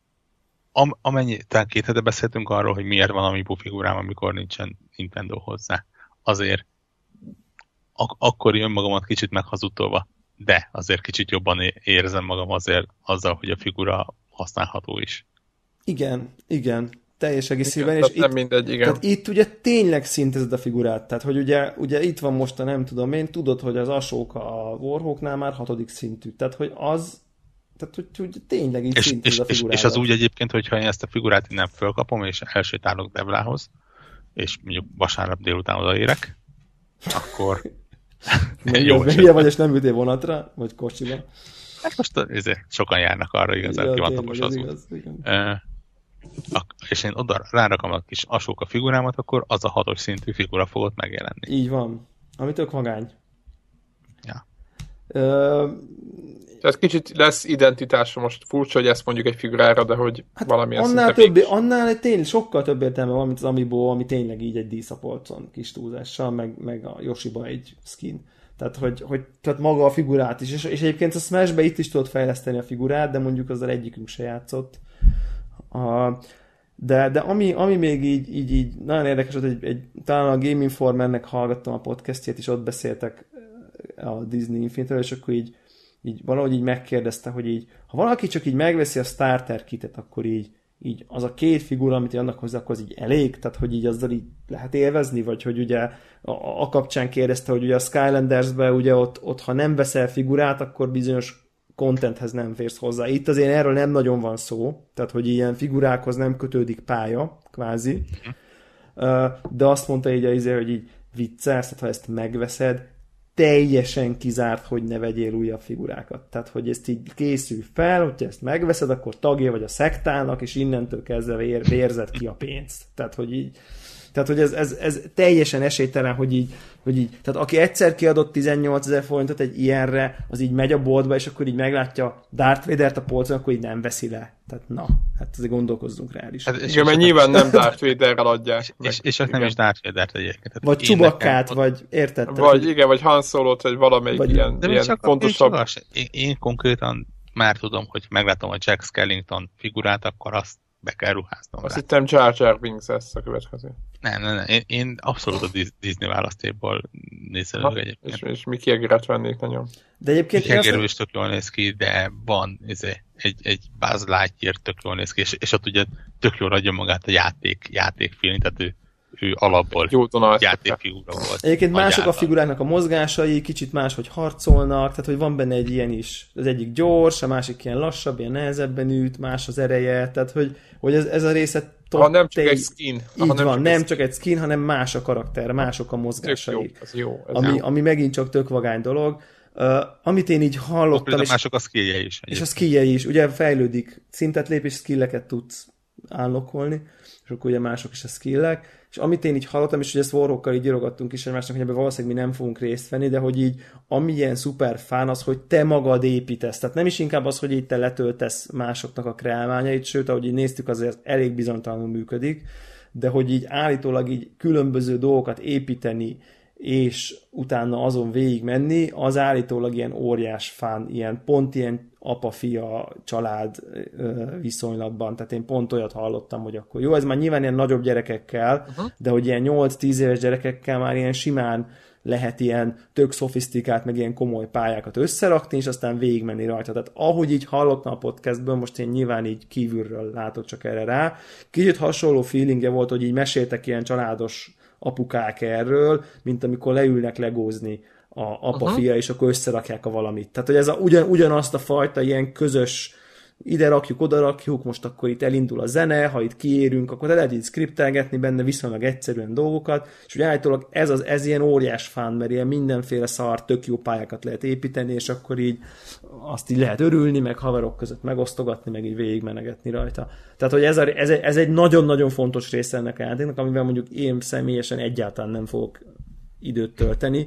Am, amennyi, talán két hete beszéltünk arról, hogy miért van Amiibo figurám, amikor nincsen Nintendo hozzá. azért ak- akkor jön magamat kicsit meghazudtolva, de azért kicsit jobban érzem magam azért azzal, hogy a figura használható is. Igen, igen, teljes egészében. És itt, mindegy, igen. Tehát itt ugye tényleg szintezed a figurát, tehát hogy ugye, ugye itt van most a nem tudom én, tudod, hogy az Ashoka a Warhawknál már hatodik szintű, tehát hogy az, tehát hogy, hogy tényleg így és, szintezed a figurát. És az úgy egyébként, hogyha én ezt a figurát innen fölkapom, és elsétálok Devlához, és mondjuk vasárnap délután odaérek, akkor... Jó, hülye vagy, és nem ütél vonatra, vagy kocsiba. Hát most ezért sokan járnak arra, igazán ki van tapos az út. És én oda rárakom a kis Ashoka figurámat, akkor az a hatos szintű figura fog ott megjelenni. Így van. Ami tök magány. Ja. Ö... Ez kicsit lesz identitása, most furcsa, hogy ezt mondjuk egy figurára, de hogy hát valamilyen annál többé, annál egy tényleg sokkal több értelme van, mint az Amiibo, ami tényleg így egy díszapolcon kis túlzással, meg, meg a Yoshiba egy skin. Tehát, hogy, hogy tehát maga a figurát is, és, és egyébként a Smash-be itt is tudod fejleszteni a figurát, de mondjuk azzal egyikünk se játszott. A, de, de ami, ami még így, így, így nagyon érdekes, hogy egy, egy, talán a Game Informernek hallgattam a podcastjét, és ott beszéltek a Disney Infinite-ről, és akkor így, így valahogy így megkérdezte, hogy így, ha valaki csak így megveszi a starter kitet, akkor így, így az a két figura, amit annak hozzá, akkor az így elég, tehát hogy így azzal így lehet élvezni, vagy hogy ugye a, a kapcsán kérdezte, hogy ugye a Skylanders-ben ugye ott, ott, ha nem veszel figurát, akkor bizonyos contenthez nem férsz hozzá. Itt azért erről nem nagyon van szó, tehát hogy ilyen figurákhoz nem kötődik pálya, kvázi. De azt mondta így, hogy így viccelsz, tehát ha ezt megveszed, teljesen kizárt, hogy ne vegyél újabb figurákat. Tehát, hogy ezt így készül fel, hogyha ezt megveszed, akkor tagja vagy a szektának, és innentől kezdve vér, vérzed ki a pénzt. Tehát, hogy így Tehát, hogy ez, ez, ez teljesen esélytelen, hogy így, hogy így, tehát aki egyszer kiadott tizennyolcezer forintot egy ilyenre, az így megy a boltba, és akkor így meglátja Darth Vadert a polcon, akkor így nem veszi le. Tehát na, hát azért gondolkozzunk rá is. Hát, igen, mert nyilván nem Darth Vaderrel adják. És, és, és az nem is Darth Vadert egyébként. Vagy Chewbaccát, vagy érted? Vagy hogy... igen, vagy Han Solo-t, vagy valamelyik vagy, ilyen, de ilyen fontosabb. Én, én konkrétan már tudom, hogy meglátom a Jack Skellington figurát, akkor azt be kell ruháznom. Azt hittem Jar Jar Binks lesz a következő. Nem, nem, nem. Én, én abszolút a Disney választékból nézelők egyébként. És, és Mickey Egeret vennék nagyon. De egyébként Mickey Egerő is tök jól néz ki, de van izé, egy, egy Buzz Lightyear tök jól néz ki, és, és ott ugye tök jól adja magát a játék, játékfilm, tehát ő, ő alapból játékfigura volt. Egyébként mások a figuráknak a mozgásai, kicsit máshogy harcolnak, tehát hogy van benne egy ilyen is. Az egyik gyors, a másik ilyen lassabb, ilyen nehezebben üt, más az ereje, tehát hogy, hogy ez, ez a része ha nem csak egy skin. Így nem van, csak nem csak egy skin, hanem más a karakter, mások a mozgásai. Jó, ez jó, ez ami, jó. ami megint csak tök vagány dolog. Uh, amit én így hallottam... És mások a skillje is. És a skillje is. Ugye fejlődik, szintet lép, és skilleket tudsz állokkolni, és akkor ugye mások is a skillek. És amit én így hallottam, és hogy ezt Warhawkkal így írogattunk is egymásnak, hogy ebben valószínűleg mi nem fogunk részt venni, de hogy így amilyen szuper fán az, hogy te magad építesz. Tehát nem is inkább az, hogy így te letöltesz másoknak a kreálmányait, sőt, ahogy így néztük, azért elég bizonytalanul működik, de hogy így állítólag így különböző dolgokat építeni, és utána azon végig menni, az állítólag ilyen óriás fán, ilyen pont ilyen apa-fia család viszonylatban. Tehát én pont olyat hallottam, hogy akkor jó, ez már nyilván ilyen nagyobb gyerekekkel, uh-huh. de hogy ilyen nyolc-tíz éves gyerekekkel már ilyen simán lehet ilyen tök szofisztikált, meg ilyen komoly pályákat összerakni, és aztán végigmenni rajta. Tehát ahogy így hallottam a podcastből, most én nyilván így kívülről látok csak erre rá. Kicsit hasonló feelingje volt, hogy így meséltek ilyen családos apukák erről, mint amikor leülnek legózni a apa-fia, uh-huh. és akkor összerakják a valamit. Tehát, hogy ez a, ugyan, ugyanazt a fajta ilyen közös, ide rakjuk, oda rakjuk, most akkor itt elindul a zene, ha itt kiérünk, akkor lehet így skriptelgetni benne viszonylag egyszerűen dolgokat, és ugye állítólag ez, az, ez ilyen óriás fán, mert ilyen mindenféle szar, tök jó pályákat lehet építeni, és akkor így azt így lehet örülni, meg haverok között megosztogatni, meg így végigmenegetni rajta. Tehát, hogy ez, a, ez, ez egy nagyon-nagyon fontos része ennek a játéknak, amivel mondjuk én személyesen egyáltalán nem fogok időt tölteni,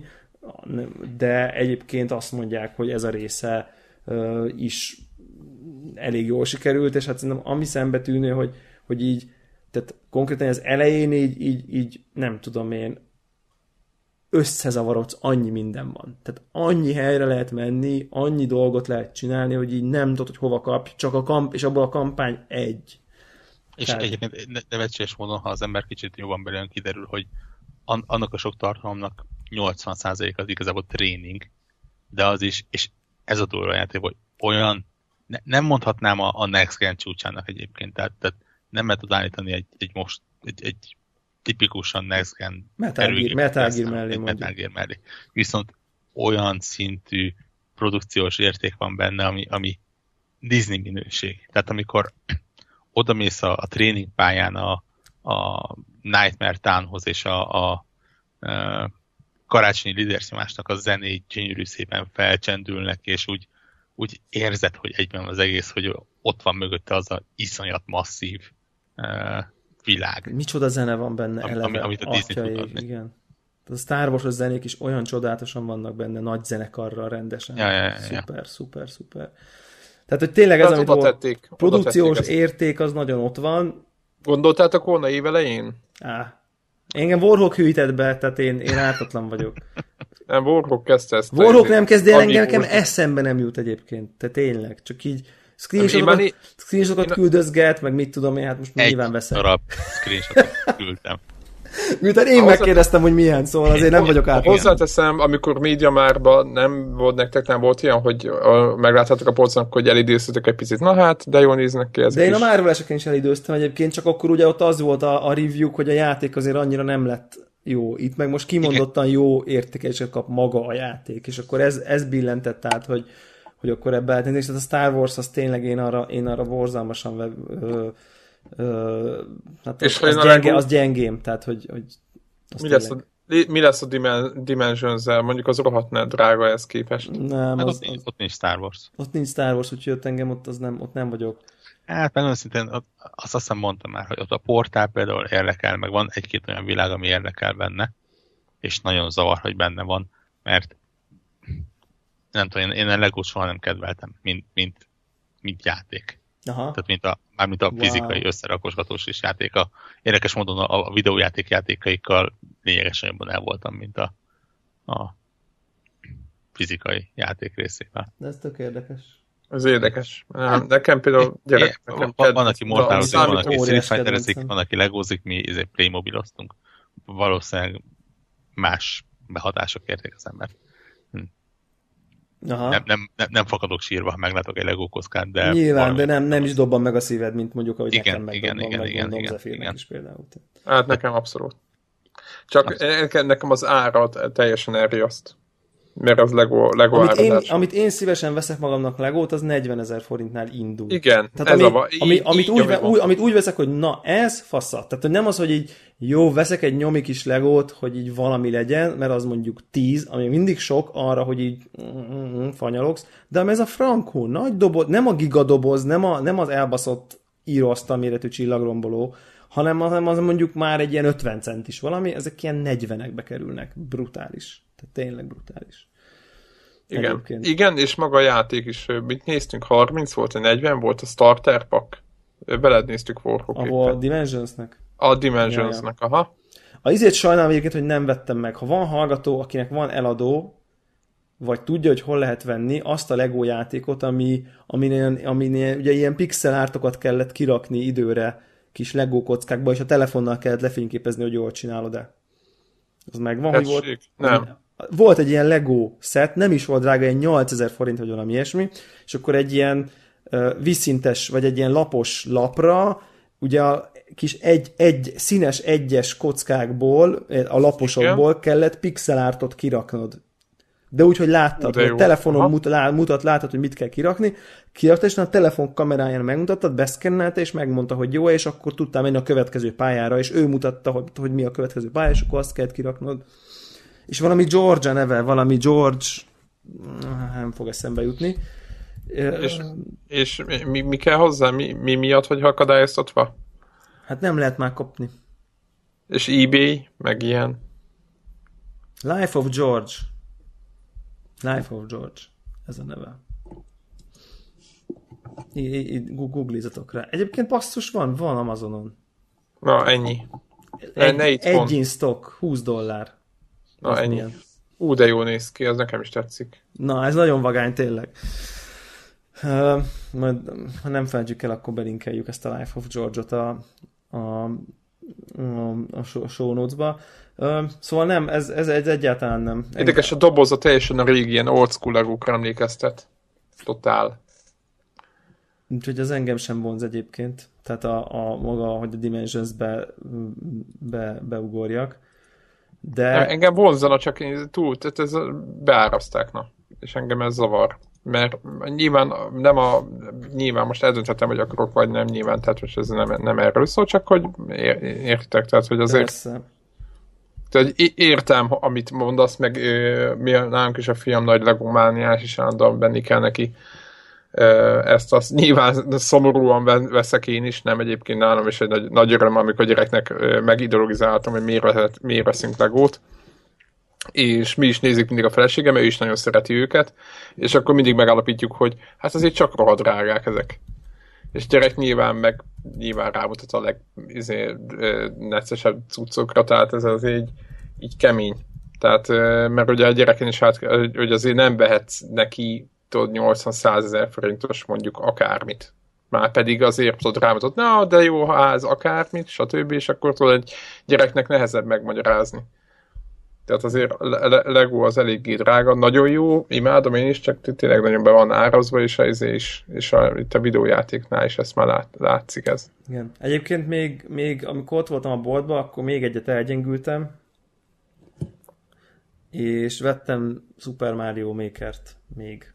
de egyébként azt mondják, hogy ez a része uh, is elég jól sikerült, és hát szerintem ami szembetűnő, hogy, hogy így, tehát konkrétan az elején így, így, így nem tudom én, összezavarodsz, annyi minden van. Tehát annyi helyre lehet menni, annyi dolgot lehet csinálni, hogy így nem tudod, hogy hova kapj, csak a kamp, és abból a kampány egy. És Tehát... egyébként nevetséges módon, ha az ember kicsit jobban belőle kiderül, hogy annak a sok tartalomnak nyolcvan százalék az igazából tréning, de az is, és ez a durva játék, hogy olyan, ne, nem mondhatnám a, a Next Gen csúcsának egyébként, tehát, tehát nem lehet állítani egy, egy most, egy, egy tipikusan Next Gen Metal Gear, Metal Gear mellé Metal Gear mellé. Viszont olyan szintű produkciós érték van benne, ami, ami Disney minőség. Tehát amikor odamész a, a tréningpályán a, a Nightmare Townhoz, és a, a, a karácsonyi liderszimásnak a zenék gyönyörű szépen felcsendülnek, és úgy, úgy érzed, hogy egyben az egész, hogy ott van mögötte az a iszonyat masszív uh, világ. Micsoda zene van benne Am, eleve. Amit a Disney tud adni. Igen. A Star Wars-os zenék is olyan csodálatosan vannak benne, nagy zenekarral rendesen. Ja, ja, ja, szuper, ja. szuper, szuper. Tehát, hogy tényleg ez, amit tették, produkciós érték, az nagyon ott van. Gondoltátok volna évelején? Á, engem Warhawk hűített be, tehát én, én ártatlan vagyok. Nem, Warhawk kezdte ezt. Warhawk nem kezd el, engem nekem eszembe nem jut egyébként. Tehát tényleg, csak így screenshotokat, én... screenshotokat küldözget, meg mit tudom én, hát most egy nyilván veszem. Egy darab screenshotot küldtem. Miután én Hozzá... megkérdeztem, hogy milyen, szóval azért nem vagyok át. Hozzáteszem, amikor MediaMarktban nem volt nektek, nem volt ilyen, hogy megláthatok a polcon, hogy elidőztetek egy picit. Na hát, de jól néznek ki ezek. De én is. a Marvel-eseken is elidőztem egyébként, csak akkor ugye ott az volt a, a review, hogy a játék azért annyira nem lett jó. Itt meg most kimondottan jó értékeléseket kap maga a játék, és akkor ez, ez billentett át, hogy, hogy akkor ebbe eltenni. És tehát a Star Wars az tényleg én arra, én arra borzalmasan ve, ö, ö, hát és az, az, gyenge, legúj... az gyengém, tehát hogy, hogy mi, lesz a, mi lesz a Dimensions-zel? Mondjuk az rohadt drága ez képest. Nem, az, ott, nincs, ott nincs Star Wars. Ott nincs Star Wars, úgyhogy ott engem ott, az nem, ott nem vagyok. Hát meg szintén azt azt hiszem mondtam már, hogy ott a portál például érdekel, meg van egy-két olyan világ, ami érdekel benne, és nagyon zavar, hogy benne van, mert nem tudom, én, én a Legót soha nem kedveltem, mint, mint, mint játék. Aha. Tehát mint a, mármint a fizikai wow. összerakosgatós is játéka. Érdekes módon a, a videójáték játékaikkal lényegesen jobban el voltam, mint a, a fizikai játék részével. De ez tök érdekes. Ez érdekes. Nem, nekem például gyerek, é, nekem van, van, aki mortálozik, van, aki Street kedvencem. Fighterezik, van, aki legózik, mi ezért Playmobiloztunk. Valószínűleg más behatások érték az embert. Hm. Aha. Nem, nem, nem, nem fakadok sírva, ha meglátok egy Lego kockát, de... Nyilván, de nem, nem is dobban meg a szíved, mint mondjuk, ahogy igen, nekem megdobban, igen, meg igen, igen, Zefirnek igen. is például. Hát nekem abszolút. Csak abszolút. Nekem az árat teljesen elriaszt. Mert az Lego, Lego amit én, áradás. amit én szívesen veszek magamnak Legót, az negyvenezer forintnál indul. Igen, tehát ez ami, a... Ami, így, amit, így, úgy, úgy, úgy, amit úgy veszek, hogy na ez faszat. Tehát hogy nem az, hogy így jó, veszek egy nyomi kis Legót, hogy így valami legyen, mert az mondjuk tíz, ami mindig sok arra, hogy így mm, fanyalogsz, de ez a frankó, nagy doboz, nem a gigadoboz, nem, a, nem az elbaszott íróasztal méretű csillagromboló, hanem az, az mondjuk már egy ilyen ötven centis valami, ezek ilyen negyvenekbe kerülnek. Brutális. Tehát tényleg brutális. Igen. Egyébként. Igen, és maga a játék is, mit néztünk, harminc volt, vagy negyven volt a starter pack? Veled néztük Warhawk. Ahol a Dimensionsnek? A Dimensionsnek, ja, ja. Aha. A izét sajnálom egyébként, hogy nem vettem meg. Ha van hallgató, akinek van eladó, vagy tudja, hogy hol lehet venni azt a Lego játékot, ami, aminél, aminél ugye ilyen pixel artokat kellett kirakni időre kis Lego kockákba, és a telefonnal kellett lefényképezni, hogy jól csinálod-e. Az megvan, hogy volt? Nem. Volt egy ilyen Lego set, nem is volt drága, ilyen nyolcezer forint, vagy valami ilyesmi, és akkor egy ilyen uh, vízszintes, vagy egy ilyen lapos lapra, ugye a kis egy, egy színes egyes kockákból, a laposokból igen, kellett pixelártot kiraknod. De úgy, hogy láttad, hogy a telefonon mutat, lá, mutat, látod, hogy mit kell kirakni, kiraktad, és a telefon kameráján megmutattad, beszkennelte, és megmondta, hogy jó, és akkor tudtál menni a következő pályára, és ő mutatta, hogy, hogy mi a következő pálya, és akkor azt kellett kiraknod. És valami George a neve, valami George, nem fog eszembe jutni. És, és mi, mi kell hozzá? Mi, mi miatt vagy akadályoztatva? Hát nem lehet már kapni. És eBay, meg ilyen. Life of George. Life of George. Ez a neve. Googlizzatok rá. Egyébként basszus van, van Amazonon. Na, ennyi. Egy, ne itt egy in stock, húsz dollár. Na, az ennyi. Milyen? Ú, de jól néz ki, ez nekem is tetszik. Na, ez nagyon vagány, tényleg. Uh, majd, ha nem felejtjük el, akkor belinkeljük ezt a Life of George-ot a, a a show notes-ba. Szóval nem, ez, ez egy egyáltalán nem. Érdekes, a doboza teljesen a régi ilyen old school legókra emlékeztet. Totál. Úgyhogy az engem sem vonz egyébként. Tehát a, a maga, hogy a Dimensions-be be, beugorjak. De... Engem vonzana, csak túl, tehát ez beáraszták, na. És engem ez zavar. Mert nyilván nem a, nyilván most eldönthetem, hogy akarok, vagy nem nyilván, tehát most ez nem, nem erről szól, csak hogy értek, tehát hogy azért... Persze. Tehát értem, amit mondasz, meg mi nálunk is a fiam nagy legomániás, és állandóan venni kell neki ezt azt nyilván szomorúan veszek én is, nem egyébként nálam is egy nagy, nagy öröm, amikor a gyereknek megideologizáltam, hogy miért, miért veszünk legót, és mi is nézzük mindig a feleségem, ő is nagyon szereti őket, és akkor mindig megállapítjuk, hogy hát azért csak rohadt drágák ezek. És gyerek nyilván meg nyilván rámutat a legneccesebb cuccokra, tehát ez az így, így kemény. Tehát, mert ugye a gyereken is hát, hogy azért nem vehetsz neki tudod, nyolcvan-százezer forintos mondjuk akármit. Már pedig azért tudod rámutat, na, de jó, ha ez akármit, stb. És akkor tudod, egy gyereknek nehezebb megmagyarázni. Tehát azért a Lego az eléggé drága, nagyon jó, imádom én is, csak tényleg nagyon be van árazva, és, és, és, és a, itt a videójátéknál is ezt már lát, látszik ez. Igen. Egyébként még, még amikor ott voltam a boltban, akkor még egyet elgyengültem, és vettem Super Mario Maker-t még.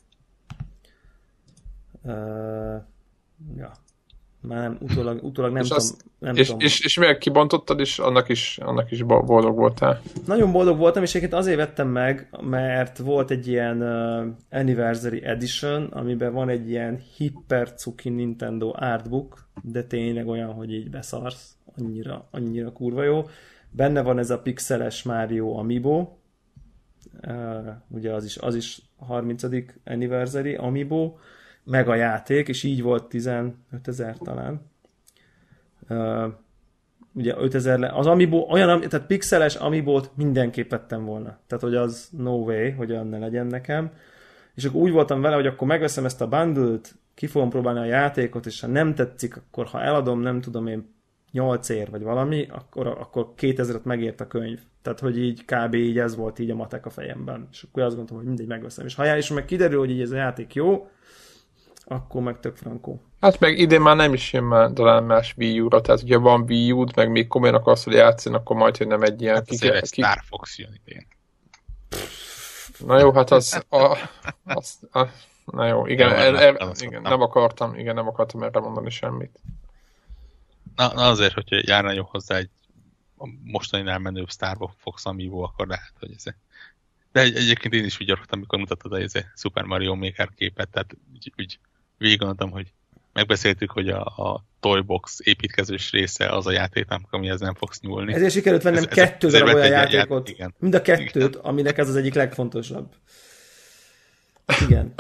Uh, ja. Már nem, utólag, utólag nem, és tudom, azt, nem és, tudom. És, és mivel kibontottad, és annak is, annak is boldog voltál? Nagyon boldog voltam, és egyébként azért vettem meg, mert volt egy ilyen uh, Anniversary Edition, amiben van egy ilyen hipercuki Nintendo artbook, de tényleg olyan, hogy így beszarsz. Annyira, annyira kurva jó. Benne van ez a pixeles Mario Amiibo, uh, ugye az is, az is harmincadik Anniversary Amiibo, meg a játék, és így volt tizenötezer talán. Uh, ugye ötezer, az Amiibo, olyan, tehát pixeles Amiibót mindenképp vettem volna. Tehát, hogy az no way, hogy olyan ne legyen nekem. És akkor úgy voltam vele, hogy akkor megveszem ezt a bundle-t, ki fogom próbálni a játékot, és ha nem tetszik, akkor ha eladom, nem tudom én, nyolc ér, vagy valami, akkor, akkor kétezret megért a könyv. Tehát, hogy így kb. Így ez volt így a matek a fejemben. És akkor azt gondoltam, hogy mindegy, megveszem. És ha és meg kiderül, hogy így ez a játék jó, akkor meg tök frankó. Hát meg idén már nem is jön már talán más Wii U-ra, tehát hogyha van Wii U-d, meg még komolyan akarsz, hogy játszani, akkor majd, hogy nem egy ilyen... Hát azért egy Star Fox jön idén. Na jó, hát az... A, az a, na jó, igen, jó, er, er, igen nem akartam, igen, nem akartam erre mondani semmit. Na, na azért, hogyha járna jó hozzá egy mostaninál menőbb Star Fox Amiibo, akkor lehet, hogy ez... De egy, egyébként én is vigyorogtam, amikor mutattad a Super Mario Maker képet, tehát úgy, úgy végig gondoltam, hogy megbeszéltük, hogy a, a Toybox építkezős része az a játéknak, amihez nem fogsz nyúlni. Ezért sikerült vennem ez, kettő darab olyan játékot, ját, mind a kettőt, igen. Aminek ez az egyik legfontosabb. Igen.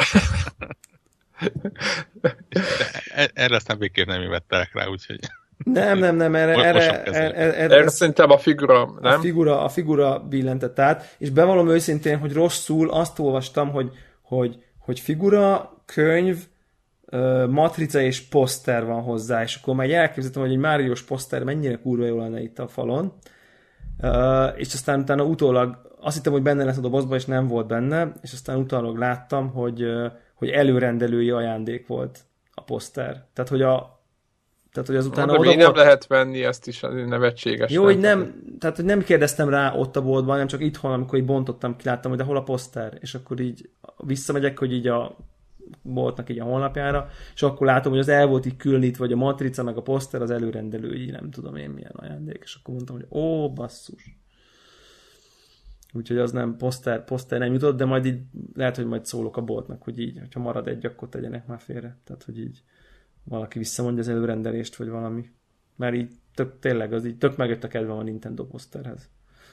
De erre aztán végképp nem évettelek rá, úgyhogy... Nem, nem, nem, erre, most, erre, most erre, erre, erre, erre szerintem a figura, nem? A figura, a figura billentett át, és bevallom őszintén, hogy rosszul azt olvastam, hogy, hogy, hogy figura, könyv, matrica és poszter van hozzá, és akkor már elképzeltem, hogy egy Máriós poszter mennyire kurva jó lenne itt a falon, és aztán utána utólag azt hittem, hogy benne lesz a dobozban, és nem volt benne, és aztán utólag láttam, hogy, hogy előrendelői ajándék volt a poszter. Tehát, hogy a Tehát, hogy azután oda volt... nem lehet venni, ezt is nevetséges. Jó, hogy nem, tehát, hogy nem kérdeztem rá ott a boltban, hanem csak itthon, amikor így bontottam, kiláttam, hogy de hol a poszter, és akkor így visszamegyek, hogy így a boltnak így a honlapjára, és akkor látom, hogy az el volt így különítve, vagy a matrica, meg a poszter az előrendelői, nem tudom én milyen ajándék, és akkor mondtam, hogy ó, basszus. Úgyhogy az nem poszter, poszter nem jutott, de majd így lehet, hogy majd szólok a boltnak, hogy így, hogyha marad egy, akkor tegyenek már félre. Tehát, hogy így valaki visszamondja az előrendelést, vagy valami. Mert így tök, tényleg az így tök megjött a kedvem a Nintendo poszterhez.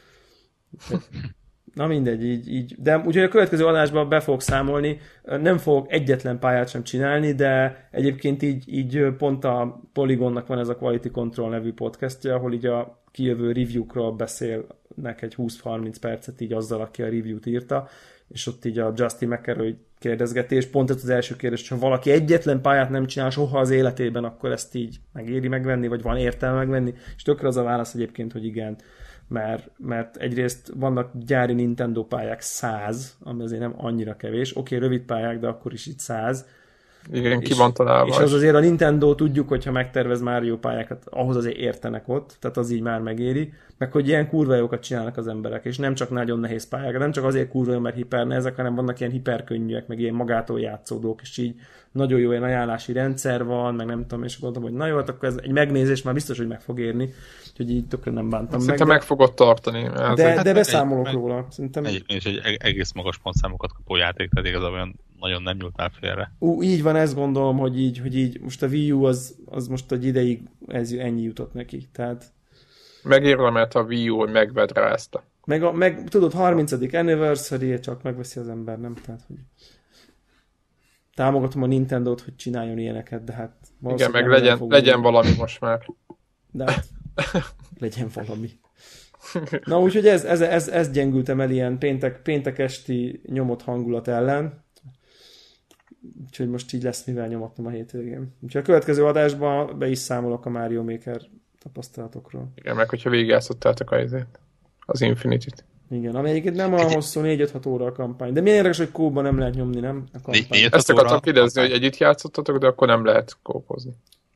Na mindegy, így, így. De úgyhogy a következő adásban be fogok számolni. Nem fogok egyetlen pályát sem csinálni, de egyébként így, így pont a Polygonnak van ez a Quality Control nevű podcastja, ahol így a kijövő review-król beszélnek egy húsz-harminc percet így azzal, aki a review-t írta. és ott így a Justin McElroy kérdezgeti, és pont ez az első kérdés, hogy ha valaki egyetlen pályát nem csinál soha az életében, akkor ezt így megéri megvenni, vagy van értelme megvenni, és tökre az a válasz egyébként, hogy igen, mert, mert egyrészt vannak gyári Nintendo pályák száz, ami azért nem annyira kevés, oké, okay, rövid pályák, de akkor is itt száz. Igen, ki van találva. És az azért a Nintendo, tudjuk, hogyha megtervez Mario pályákat, ahhoz azért értenek ott, tehát az így már megéri, meg hogy ilyen kurva jókat csinálnak az emberek, és nem csak nagyon nehéz pályák, nem csak azért kurva jó, mert hipernehezek, hanem vannak ilyen hiperkönnyűek, meg ilyen magától játszódók, és így nagyon jó ilyen ajánlási rendszer van, meg nem tudom, és gondolom, hogy na jó, hát akkor ez egy megnézés már biztos, hogy meg fog érni, úgyhogy így tökre nem bántam Szerintem meg. meg fogod tartani. De, de, de beszámolok egy, róla. Szerintem... Egyébként is egy egész magas pontszámokat kapó játék, tehát igazából olyan nagyon nem nyúltál félre. Ú, így van, ezt gondolom, hogy így, hogy így most a Wii U az, az most egy ideig ez, ennyi jutott neki, tehát... Megérdemelt a Wii U, hogy megved rá ezt a... Meg, a, meg tudod, harmincadik anniversary, csak megveszi az ember, nem? Tehát, hogy... Támogatom a Nintendót, hogy csináljon ilyeneket, de hát... Igen, meg legyen, legyen valami most már. De hát, legyen valami. Na úgyhogy ez, ez, ez, ez gyengültem el ilyen péntek, péntek esti nyomott hangulat ellen. Úgyhogy most így lesz mivel nyomatnom a hétvégén. Úgyhogy a következő adásban be is számolok a Mario Maker tapasztalatokról. Igen, meg hogyha végigjátszottátok az, az Infinity-t. Igen, ami egyébként nem olyan hosszú, négy-öt-hat óra a kampány. De milyen érdekes, hogy kóban nem lehet nyomni, nem? A kampány. Ezt akartam kérdezni, hogy együtt játszottatok, de akkor nem lehet kópozni.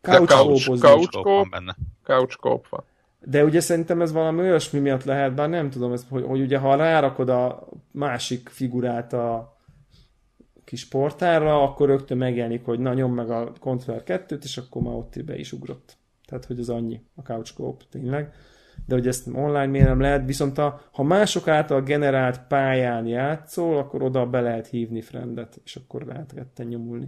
Couch kóp van. De ugye szerintem ez valami olyasmi miatt lehet, bár nem tudom, ez, hogy, hogy ugye ha rárakod a másik figurát a kis portálra, akkor rögtön megjelenik, hogy na nyom meg a Controller kettőt, és akkor már ott be is ugrott. Tehát, hogy az annyi a Couch Co-op tényleg. De hogy ezt online miért nem lehet, viszont a, ha mások által generált pályán játszol, akkor oda be lehet hívni friendet, és akkor lehet ketten nyomulni.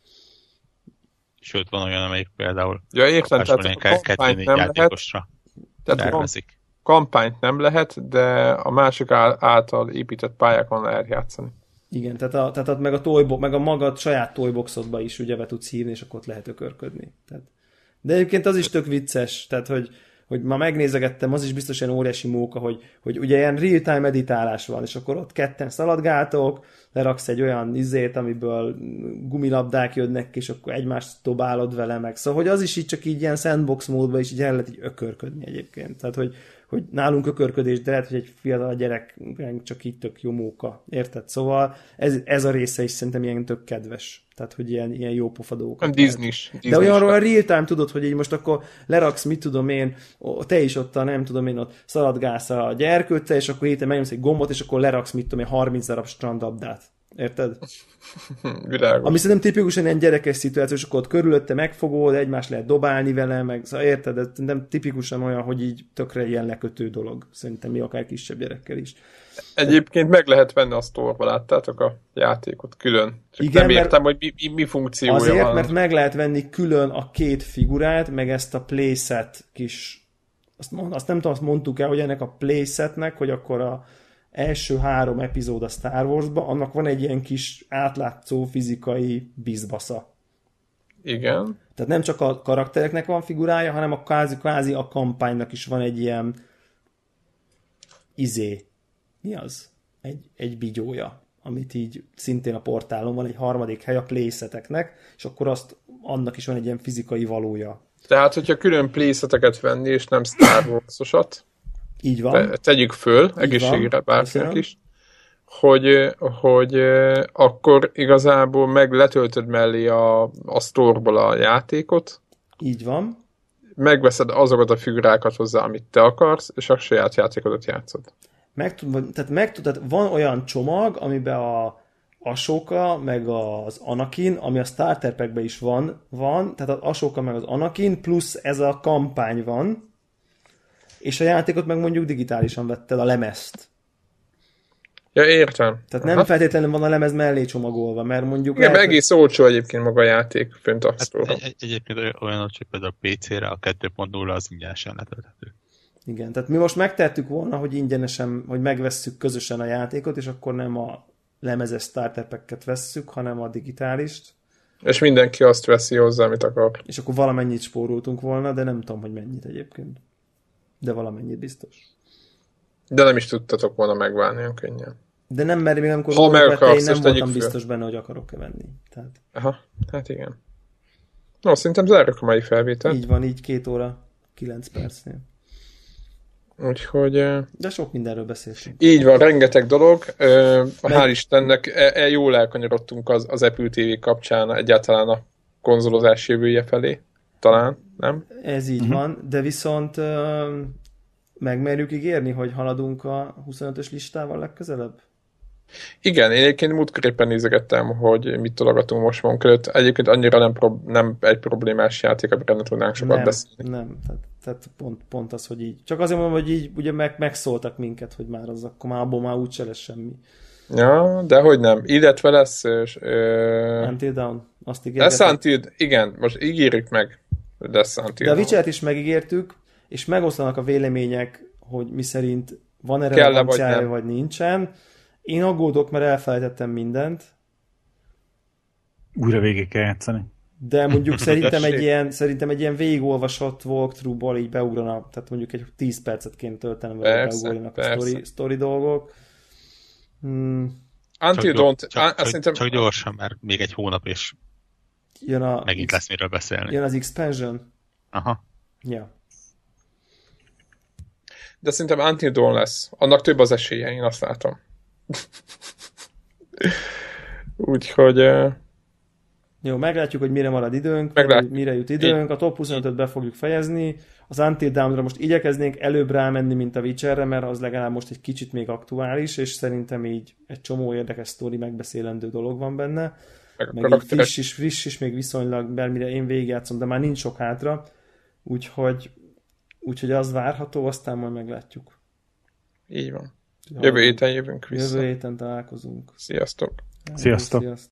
Sőt, van olyan, amelyik például ja, értem, tehát a kampányt nem játékosra lehet, tervezik. Kampányt nem lehet, de a másik által épített pályákon lehet játszani. Igen, tehát, a, tehát meg a toybox, meg a magad saját toyboxodba is ugye be tudsz hívni, és akkor ott lehet ökörködni. Tehát, de egyébként az is tök vicces, tehát hogy hogy ma megnézegettem, az is biztos ilyen óriási móka, hogy, hogy ugye ilyen real-time editálás van, és akkor ott ketten szaladgáltok, leraksz egy olyan izét, amiből gumilabdák jönnek, és akkor egymást dobálod vele meg. Szóval, hogy az is így csak így ilyen sandbox módban is így el lehet így ökörködni egyébként. Tehát, hogy, hogy nálunk ökörködés, de lehet, hogy egy fiatal gyerek csak így tök jó móka. Érted? Szóval ez, ez a része is szerintem ilyen tök kedves. Tehát, hogy ilyen, ilyen jó pofa dolgokat. Disney-s. De olyanról a real-time tudod, hogy így most akkor leraksz, mit tudom én, te is ott a, nem tudom én, ott szaladgálsz a gyerkőccel, és akkor héten megnyomsz egy gombot, és akkor leraksz, mit tudom én, harminc darab strandabdát. Érted? Világos. Ami szerintem tipikusan ilyen gyerekes szituáció, és akkor ott körülötte megfogod, egymást lehet dobálni vele, meg szóval érted? Ez nem tipikusan olyan, hogy így tökre ilyen lekötő dolog. Szerintem mi akár kisebb gyerekkel is. Egyébként meg lehet venni a sztorba, láttátok a játékot külön. Csak igen, nem értem, hogy mi, mi, mi funkciója azért, van. Azért, mert meg lehet venni külön a két figurát, meg ezt a playset kis... Azt, azt nem tudom, azt mondtuk el, hogy ennek a playsetnek, hogy akkor a első három epizód a Star Wars-ba, annak van egy ilyen kis átlátszó fizikai bizbasza. Igen. Tehát nem csak a karaktereknek van figurája, hanem a kvázi, kvázi a kampánynak is van egy ilyen izé. Mi az? Egy, egy bigyója, amit így szintén a portálon van, egy harmadik hely a playseteknek, és akkor azt, annak is van egy ilyen fizikai valója. Tehát, hogyha külön playseteket venni, és nem Star Wars-osat, így van. Te, tegyük föl, így egészségére bárkinek is, hogy, hogy akkor igazából meg letöltöd mellé a, a store-ból a játékot. Így van. Megveszed azokat a figurákat hozzá, amit te akarsz, és a saját játékodat játszod. Meg, tehát, meg, tehát van olyan csomag, amiben a Ahsoka, meg az Anakin, ami a starter packben is van, van, tehát az Ahsoka meg az Anakin, plusz ez a kampány van, és a játékot meg mondjuk digitálisan vetted, a lemezt. Ja, értem. Tehát nem Aha. feltétlenül van a lemez mellé csomagolva, mert mondjuk... Igen, lehet, egész olcsó egyébként maga a játék fönt a hát egy, egyébként olyan, hogy például a pé cére a kettő pont nulla az ingyenesen letölthető. Igen, tehát mi most megtettük volna, hogy ingyenesen, hogy megvesszük közösen a játékot, és akkor nem a lemezes starter packet vesszük, hanem a digitálist. És mindenki azt veszi hozzá, amit akar. És akkor valamennyit spóroltunk volna, de nem tudom, hogy mennyit egyébként. De valamennyit biztos. De nem is tudtatok volna megválni olyan könnyen. De nem, mert még amikor ha meg akarsz, én nem voltam biztos benne, hogy akarok-e venni. Tehát... Aha, hát igen. No, szerintem zárjuk a mai felvételt. Így van, így két óra, kilenc percnél. Úgyhogy... De sok mindenről beszéltünk. Így van, rengeteg dolog. Meg... Hál' Istennek e, e, jól elkanyarodtunk az, az Apple té vé kapcsán egyáltalán a konzolozás jövője felé. Talán, nem? Ez így uh-huh. van, de viszont uh, megmerjük ígérni, hogy haladunk a huszonötös listával legközelebb? Igen, én egyébként múltkor éppen nézegettem, hogy mit tologatunk most magunk előtt. Egyébként annyira nem, prob- nem egy problémás játék, amiben ne tudnánk sokat nem, beszélni. Nem, tehát, tehát pont, pont az, hogy így. Csak azért mondom, hogy így ugye meg, megszóltak minket, hogy már az akkor már abból már úgyse lesz semmi. Ja, de hogy nem. Illetve lesz... Ö... Until Dawn. Azt ígérgetek. Lesz Until... Igen, most ígérjük meg. Lesz Until De a Witchert is megígértük, és megoszlanak a vélemények, hogy mi szerint van-e relevanciája, vagy, vagy nincsen. Én aggódok, mert elfelejtettem mindent. Újra végig kell játszani. De mondjuk szerintem egy ilyen, szerintem egy ilyen végigolvasott walkthrough-ból így beugrana, tehát mondjuk egy tíz percet kéne töltenem, hogy beugoljanak a story, story dolgok. Hmm. Until csak, Don't... Csak, a, csak, szerintem... csak gyorsan, mert még egy hónap, és jön a megint X... lesz miről beszélni. Jön az expansion? Aha. Ja. De szerintem Until Dawn lesz. Annak több az esélye, én azt látom. Úgyhogy... Uh... Jó, meglátjuk, hogy mire marad időnk, meglátjuk. Mire jut időnk. A top huszonötöt be fogjuk fejezni. Az Until Dawn-ra most igyekeznénk előbb rámenni, mint a Witcherre, mert az legalább most egy kicsit még aktuális, és szerintem így egy csomó érdekes sztori, megbeszélendő dolog van benne. Meg, meg így friss is, friss is még viszonylag, mert mire én végigjátszom, de már nincs sok hátra. Úgyhogy, úgyhogy az várható, aztán majd meglátjuk. Így van. Jövő héten jövünk vissza. Jövő héten találkozunk. Sziasztok! Sziasztok! Sziasztok.